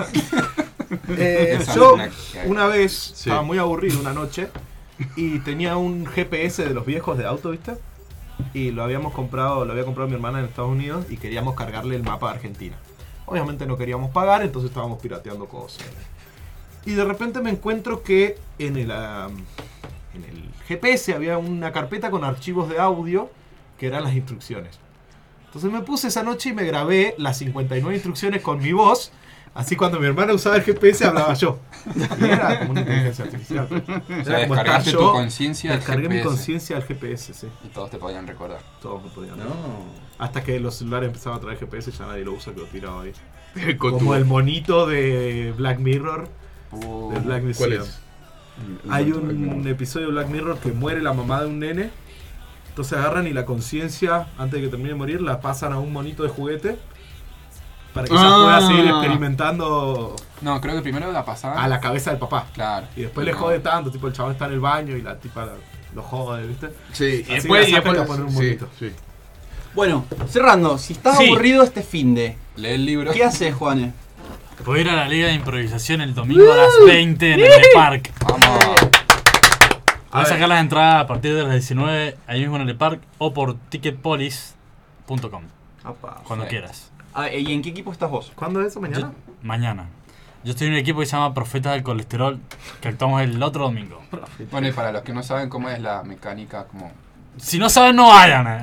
[SPEAKER 4] Eh,
[SPEAKER 9] Esa
[SPEAKER 4] yo
[SPEAKER 9] máquina que hay.
[SPEAKER 4] una vez
[SPEAKER 5] Sí.
[SPEAKER 4] estaba muy aburrido una noche y tenía un G P S de los viejos de auto, ¿viste? Y lo habíamos comprado, lo había comprado mi hermana en Estados Unidos y queríamos cargarle el mapa de Argentina. Obviamente no queríamos pagar, entonces estábamos pirateando cosas. Y de repente me encuentro que en el, ah, en el G P S había una carpeta con archivos de audio que eran las instrucciones. Entonces me puse esa noche y me grabé las cincuenta y nueve instrucciones con mi voz. Así cuando mi hermana usaba el G P S hablaba yo. Y era como una inteligencia artificial.
[SPEAKER 9] O sea,
[SPEAKER 4] Era como estar
[SPEAKER 9] descargaste tu
[SPEAKER 4] yo,
[SPEAKER 9] conciencia al
[SPEAKER 4] Descargué mi
[SPEAKER 9] G P S.
[SPEAKER 4] conciencia al G P S, sí.
[SPEAKER 9] Y todos te podían recordar.
[SPEAKER 4] Todos me podían.
[SPEAKER 7] No.
[SPEAKER 4] Hasta que los celulares empezaban a traer G P S, ya nadie lo usa, que lo tiraba ahí.
[SPEAKER 5] Con
[SPEAKER 4] Como
[SPEAKER 5] tu-
[SPEAKER 4] el monito de Black Mirror.
[SPEAKER 9] Uh,
[SPEAKER 4] De Black
[SPEAKER 5] ¿Cuál
[SPEAKER 4] Museum.
[SPEAKER 5] es?
[SPEAKER 4] Hay un episodio de Black Mirror que muere la mamá de un nene. Entonces agarran y la conciencia, antes de que termine de morir, la pasan a un monito de juguete. Para que ella
[SPEAKER 5] Ah.
[SPEAKER 4] pueda seguir experimentando
[SPEAKER 9] No, creo que primero la pasaba.
[SPEAKER 4] a la cabeza del papá.
[SPEAKER 9] Claro.
[SPEAKER 4] Y después le
[SPEAKER 9] No.
[SPEAKER 4] jode tanto, tipo el chabón está en el baño y la tipa la- lo jode, ¿viste?
[SPEAKER 5] Sí, y
[SPEAKER 4] Así
[SPEAKER 5] después,
[SPEAKER 4] la
[SPEAKER 5] y
[SPEAKER 4] sacan
[SPEAKER 5] después
[SPEAKER 4] a poner un
[SPEAKER 5] sí,
[SPEAKER 4] monito.
[SPEAKER 5] sí.
[SPEAKER 7] Bueno, cerrando, si estás
[SPEAKER 6] Sí.
[SPEAKER 7] aburrido este finde,
[SPEAKER 9] Lee el libro.
[SPEAKER 7] ¿qué haces, Juanes?
[SPEAKER 6] Puedo ir a la Liga de Improvisación el domingo a las veinte en el The Park.
[SPEAKER 9] Vamos.
[SPEAKER 6] Voy a sacar las entradas a partir de las diecinueve ahí mismo en el The Park o por ticketpolis punto com.
[SPEAKER 7] Apa.
[SPEAKER 6] Cuando
[SPEAKER 9] Sí.
[SPEAKER 6] quieras.
[SPEAKER 7] Ah, ¿y en qué equipo estás vos?
[SPEAKER 4] ¿Cuándo es eso? ¿Mañana?
[SPEAKER 6] Yo- mañana. Yo estoy en un equipo que se llama Profetas del Colesterol, que actuamos el otro domingo.
[SPEAKER 9] Bueno, y para los que no saben cómo es la mecánica como
[SPEAKER 6] Si no saben, no vayan. eh.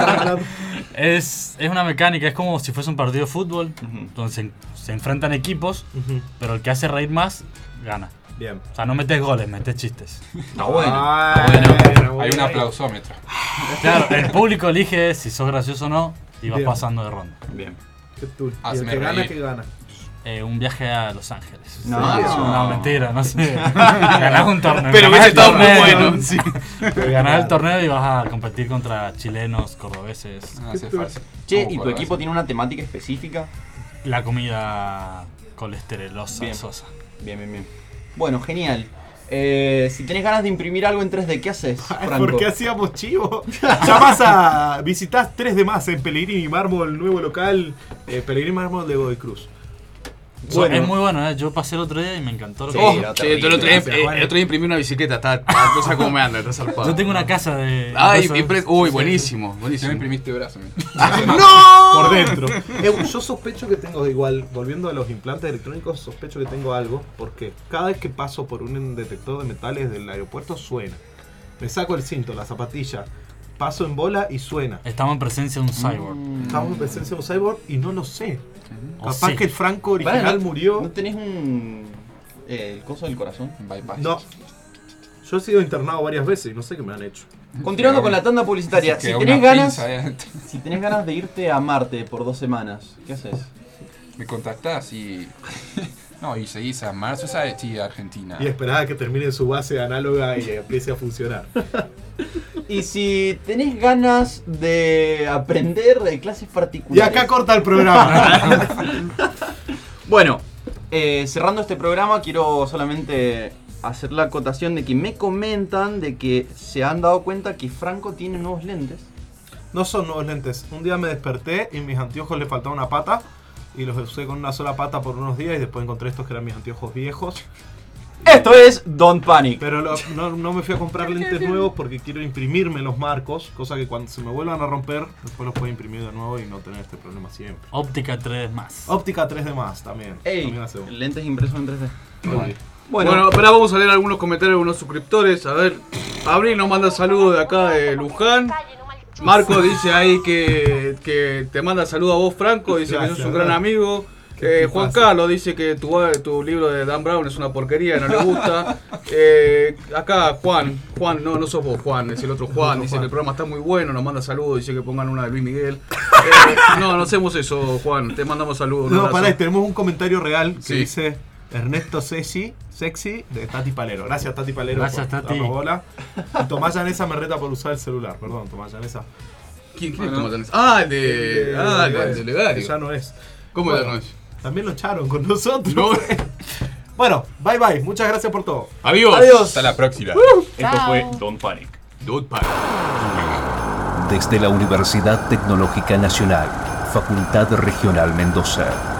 [SPEAKER 6] es, es una mecánica, es como si fuese un partido de fútbol, uh-huh. donde se, se enfrentan equipos, uh-huh. pero el que hace reír más, gana.
[SPEAKER 4] Bien.
[SPEAKER 6] O sea, no metes goles, metes chistes.
[SPEAKER 7] Está bueno.
[SPEAKER 9] Ah, bueno. bueno. Hay un aplausómetro.
[SPEAKER 6] Claro, el público elige si sos gracioso o no y vas
[SPEAKER 4] Bien.
[SPEAKER 6] pasando de ronda.
[SPEAKER 7] Bien.
[SPEAKER 4] ¿Y el que gana, qué gana?
[SPEAKER 6] Eh, un viaje a Los Ángeles.
[SPEAKER 7] No,
[SPEAKER 6] sí,
[SPEAKER 7] no.
[SPEAKER 6] no mentira, no sé. Ganás un torneo.
[SPEAKER 5] Pero hubiese estado muy bueno.
[SPEAKER 6] Sí. Ganás el torneo y vas a competir contra chilenos, cordobeses.
[SPEAKER 9] Ah, sí, fácil.
[SPEAKER 7] Che, ¿y tu equipo tiene una temática específica?
[SPEAKER 6] La comida colesterosa,
[SPEAKER 7] bien.
[SPEAKER 6] sosa.
[SPEAKER 7] Bien, bien, bien. Bueno, genial. Eh, si tenés ganas de imprimir algo en tres D, ¿qué haces, Franco?
[SPEAKER 4] ¿Por qué hacíamos chivo? Ya vas a visitar tres D más en Pellegrini Mármol, nuevo local, eh, Pellegrini Mármol de Godoy Cruz.
[SPEAKER 6] Bueno. Es muy bueno, ¿eh? Yo pasé el otro día y me encantó lo
[SPEAKER 5] sí,
[SPEAKER 6] que
[SPEAKER 5] oh, sí, el otro día, eh, el otro día imprimí una bicicleta, está, está cosa como me anda, está salpado.
[SPEAKER 6] Yo tengo una casa de...
[SPEAKER 5] Ay, impre- uy, buenísimo, buenísimo.
[SPEAKER 9] Yo me imprimiste brazo.
[SPEAKER 4] ¡No! Por dentro. Eh, yo sospecho que tengo, igual, volviendo a los implantes electrónicos, sospecho que tengo algo, porque cada vez que paso por un detector de metales del aeropuerto suena. Me saco el cinto, la zapatilla, paso en bola y suena.
[SPEAKER 6] Estamos en presencia de un cyborg.
[SPEAKER 4] Mm. Estamos en presencia de un cyborg y no lo sé.
[SPEAKER 6] O
[SPEAKER 4] Capaz
[SPEAKER 6] sí.
[SPEAKER 4] que el Franco original
[SPEAKER 7] Vale, ¿no,
[SPEAKER 4] murió.
[SPEAKER 7] ¿No tenés un... Eh, el coso del corazón?
[SPEAKER 9] Bypass.
[SPEAKER 4] No. Yo he sido internado varias veces y no sé qué me han hecho.
[SPEAKER 7] Continuando con la tanda publicitaria, si tenés ganas si tenés ganas de irte a Marte por dos semanas, ¿qué haces?
[SPEAKER 9] Me contactás y... No, y seguís a Mars Society Argentina.
[SPEAKER 4] Y esperás a que termine su base análoga y empiece a funcionar.
[SPEAKER 7] Y si tenés ganas de aprender de clases particulares.
[SPEAKER 4] Y acá corta el programa.
[SPEAKER 7] Bueno, eh, cerrando este programa, quiero solamente hacer la acotación de que me comentan de que se han dado cuenta que Franco tiene nuevos lentes.
[SPEAKER 4] No son nuevos lentes. Un día me desperté y mis anteojos le faltaba una pata. Y los usé con una sola pata por unos días y después encontré estos que eran mis anteojos viejos.
[SPEAKER 7] Esto es Don't Panic.
[SPEAKER 4] Pero lo, no, no me fui a comprar lentes nuevos porque quiero imprimirme los marcos, cosa que cuando se me vuelvan a romper, después los puedo imprimir de nuevo y no tener este problema siempre.
[SPEAKER 6] Óptica tres D más.
[SPEAKER 4] Óptica tres D más también.
[SPEAKER 7] Ey,
[SPEAKER 4] también hacemos.
[SPEAKER 7] lentes impresos en tres D.
[SPEAKER 4] Bueno.
[SPEAKER 5] Bueno, bueno, espera, vamos a leer algunos comentarios de algunos suscriptores. A ver, Abril nos manda saludos de acá de Luján. Marco dice ahí que, que te manda saludos a vos, Franco. Dice Gracias, que sos un gran amigo. Eh, Juan Carlos dice que tu, tu libro de Dan Brown es una porquería y no le gusta. Eh, acá Juan, Juan, no, no sos vos Juan, es el otro Juan, dice Juan. Que el programa está muy bueno, nos manda saludos, dice que pongan una de Luis Miguel. Eh, no, no hacemos eso, Juan, te mandamos saludos.
[SPEAKER 4] No, pará, tenemos un comentario real que
[SPEAKER 5] sí.
[SPEAKER 4] dice Ernesto Sexy, Sexy de Tati Palero. Gracias Tati Palero.
[SPEAKER 6] Gracias
[SPEAKER 4] por
[SPEAKER 6] Tati.
[SPEAKER 4] Bola. Y Tomás Llanesa me reta por usar el celular, perdón, Tomás Llanesa.
[SPEAKER 5] ¿Quién, quién es Tomás Llanesa? Ah, el de... Ah, el de Legario.
[SPEAKER 4] Ya no es.
[SPEAKER 5] ¿Cómo
[SPEAKER 4] bueno,
[SPEAKER 5] ya no es?
[SPEAKER 4] También lo echaron con nosotros.
[SPEAKER 5] No.
[SPEAKER 4] Bueno, bye bye. Muchas gracias por todo.
[SPEAKER 5] Adiós.
[SPEAKER 7] Adiós.
[SPEAKER 9] Hasta la próxima.
[SPEAKER 12] Uh, Esto fue Don't Panic.
[SPEAKER 5] Don't Panic.
[SPEAKER 1] Desde la Universidad Tecnológica Nacional, Facultad Regional Mendoza.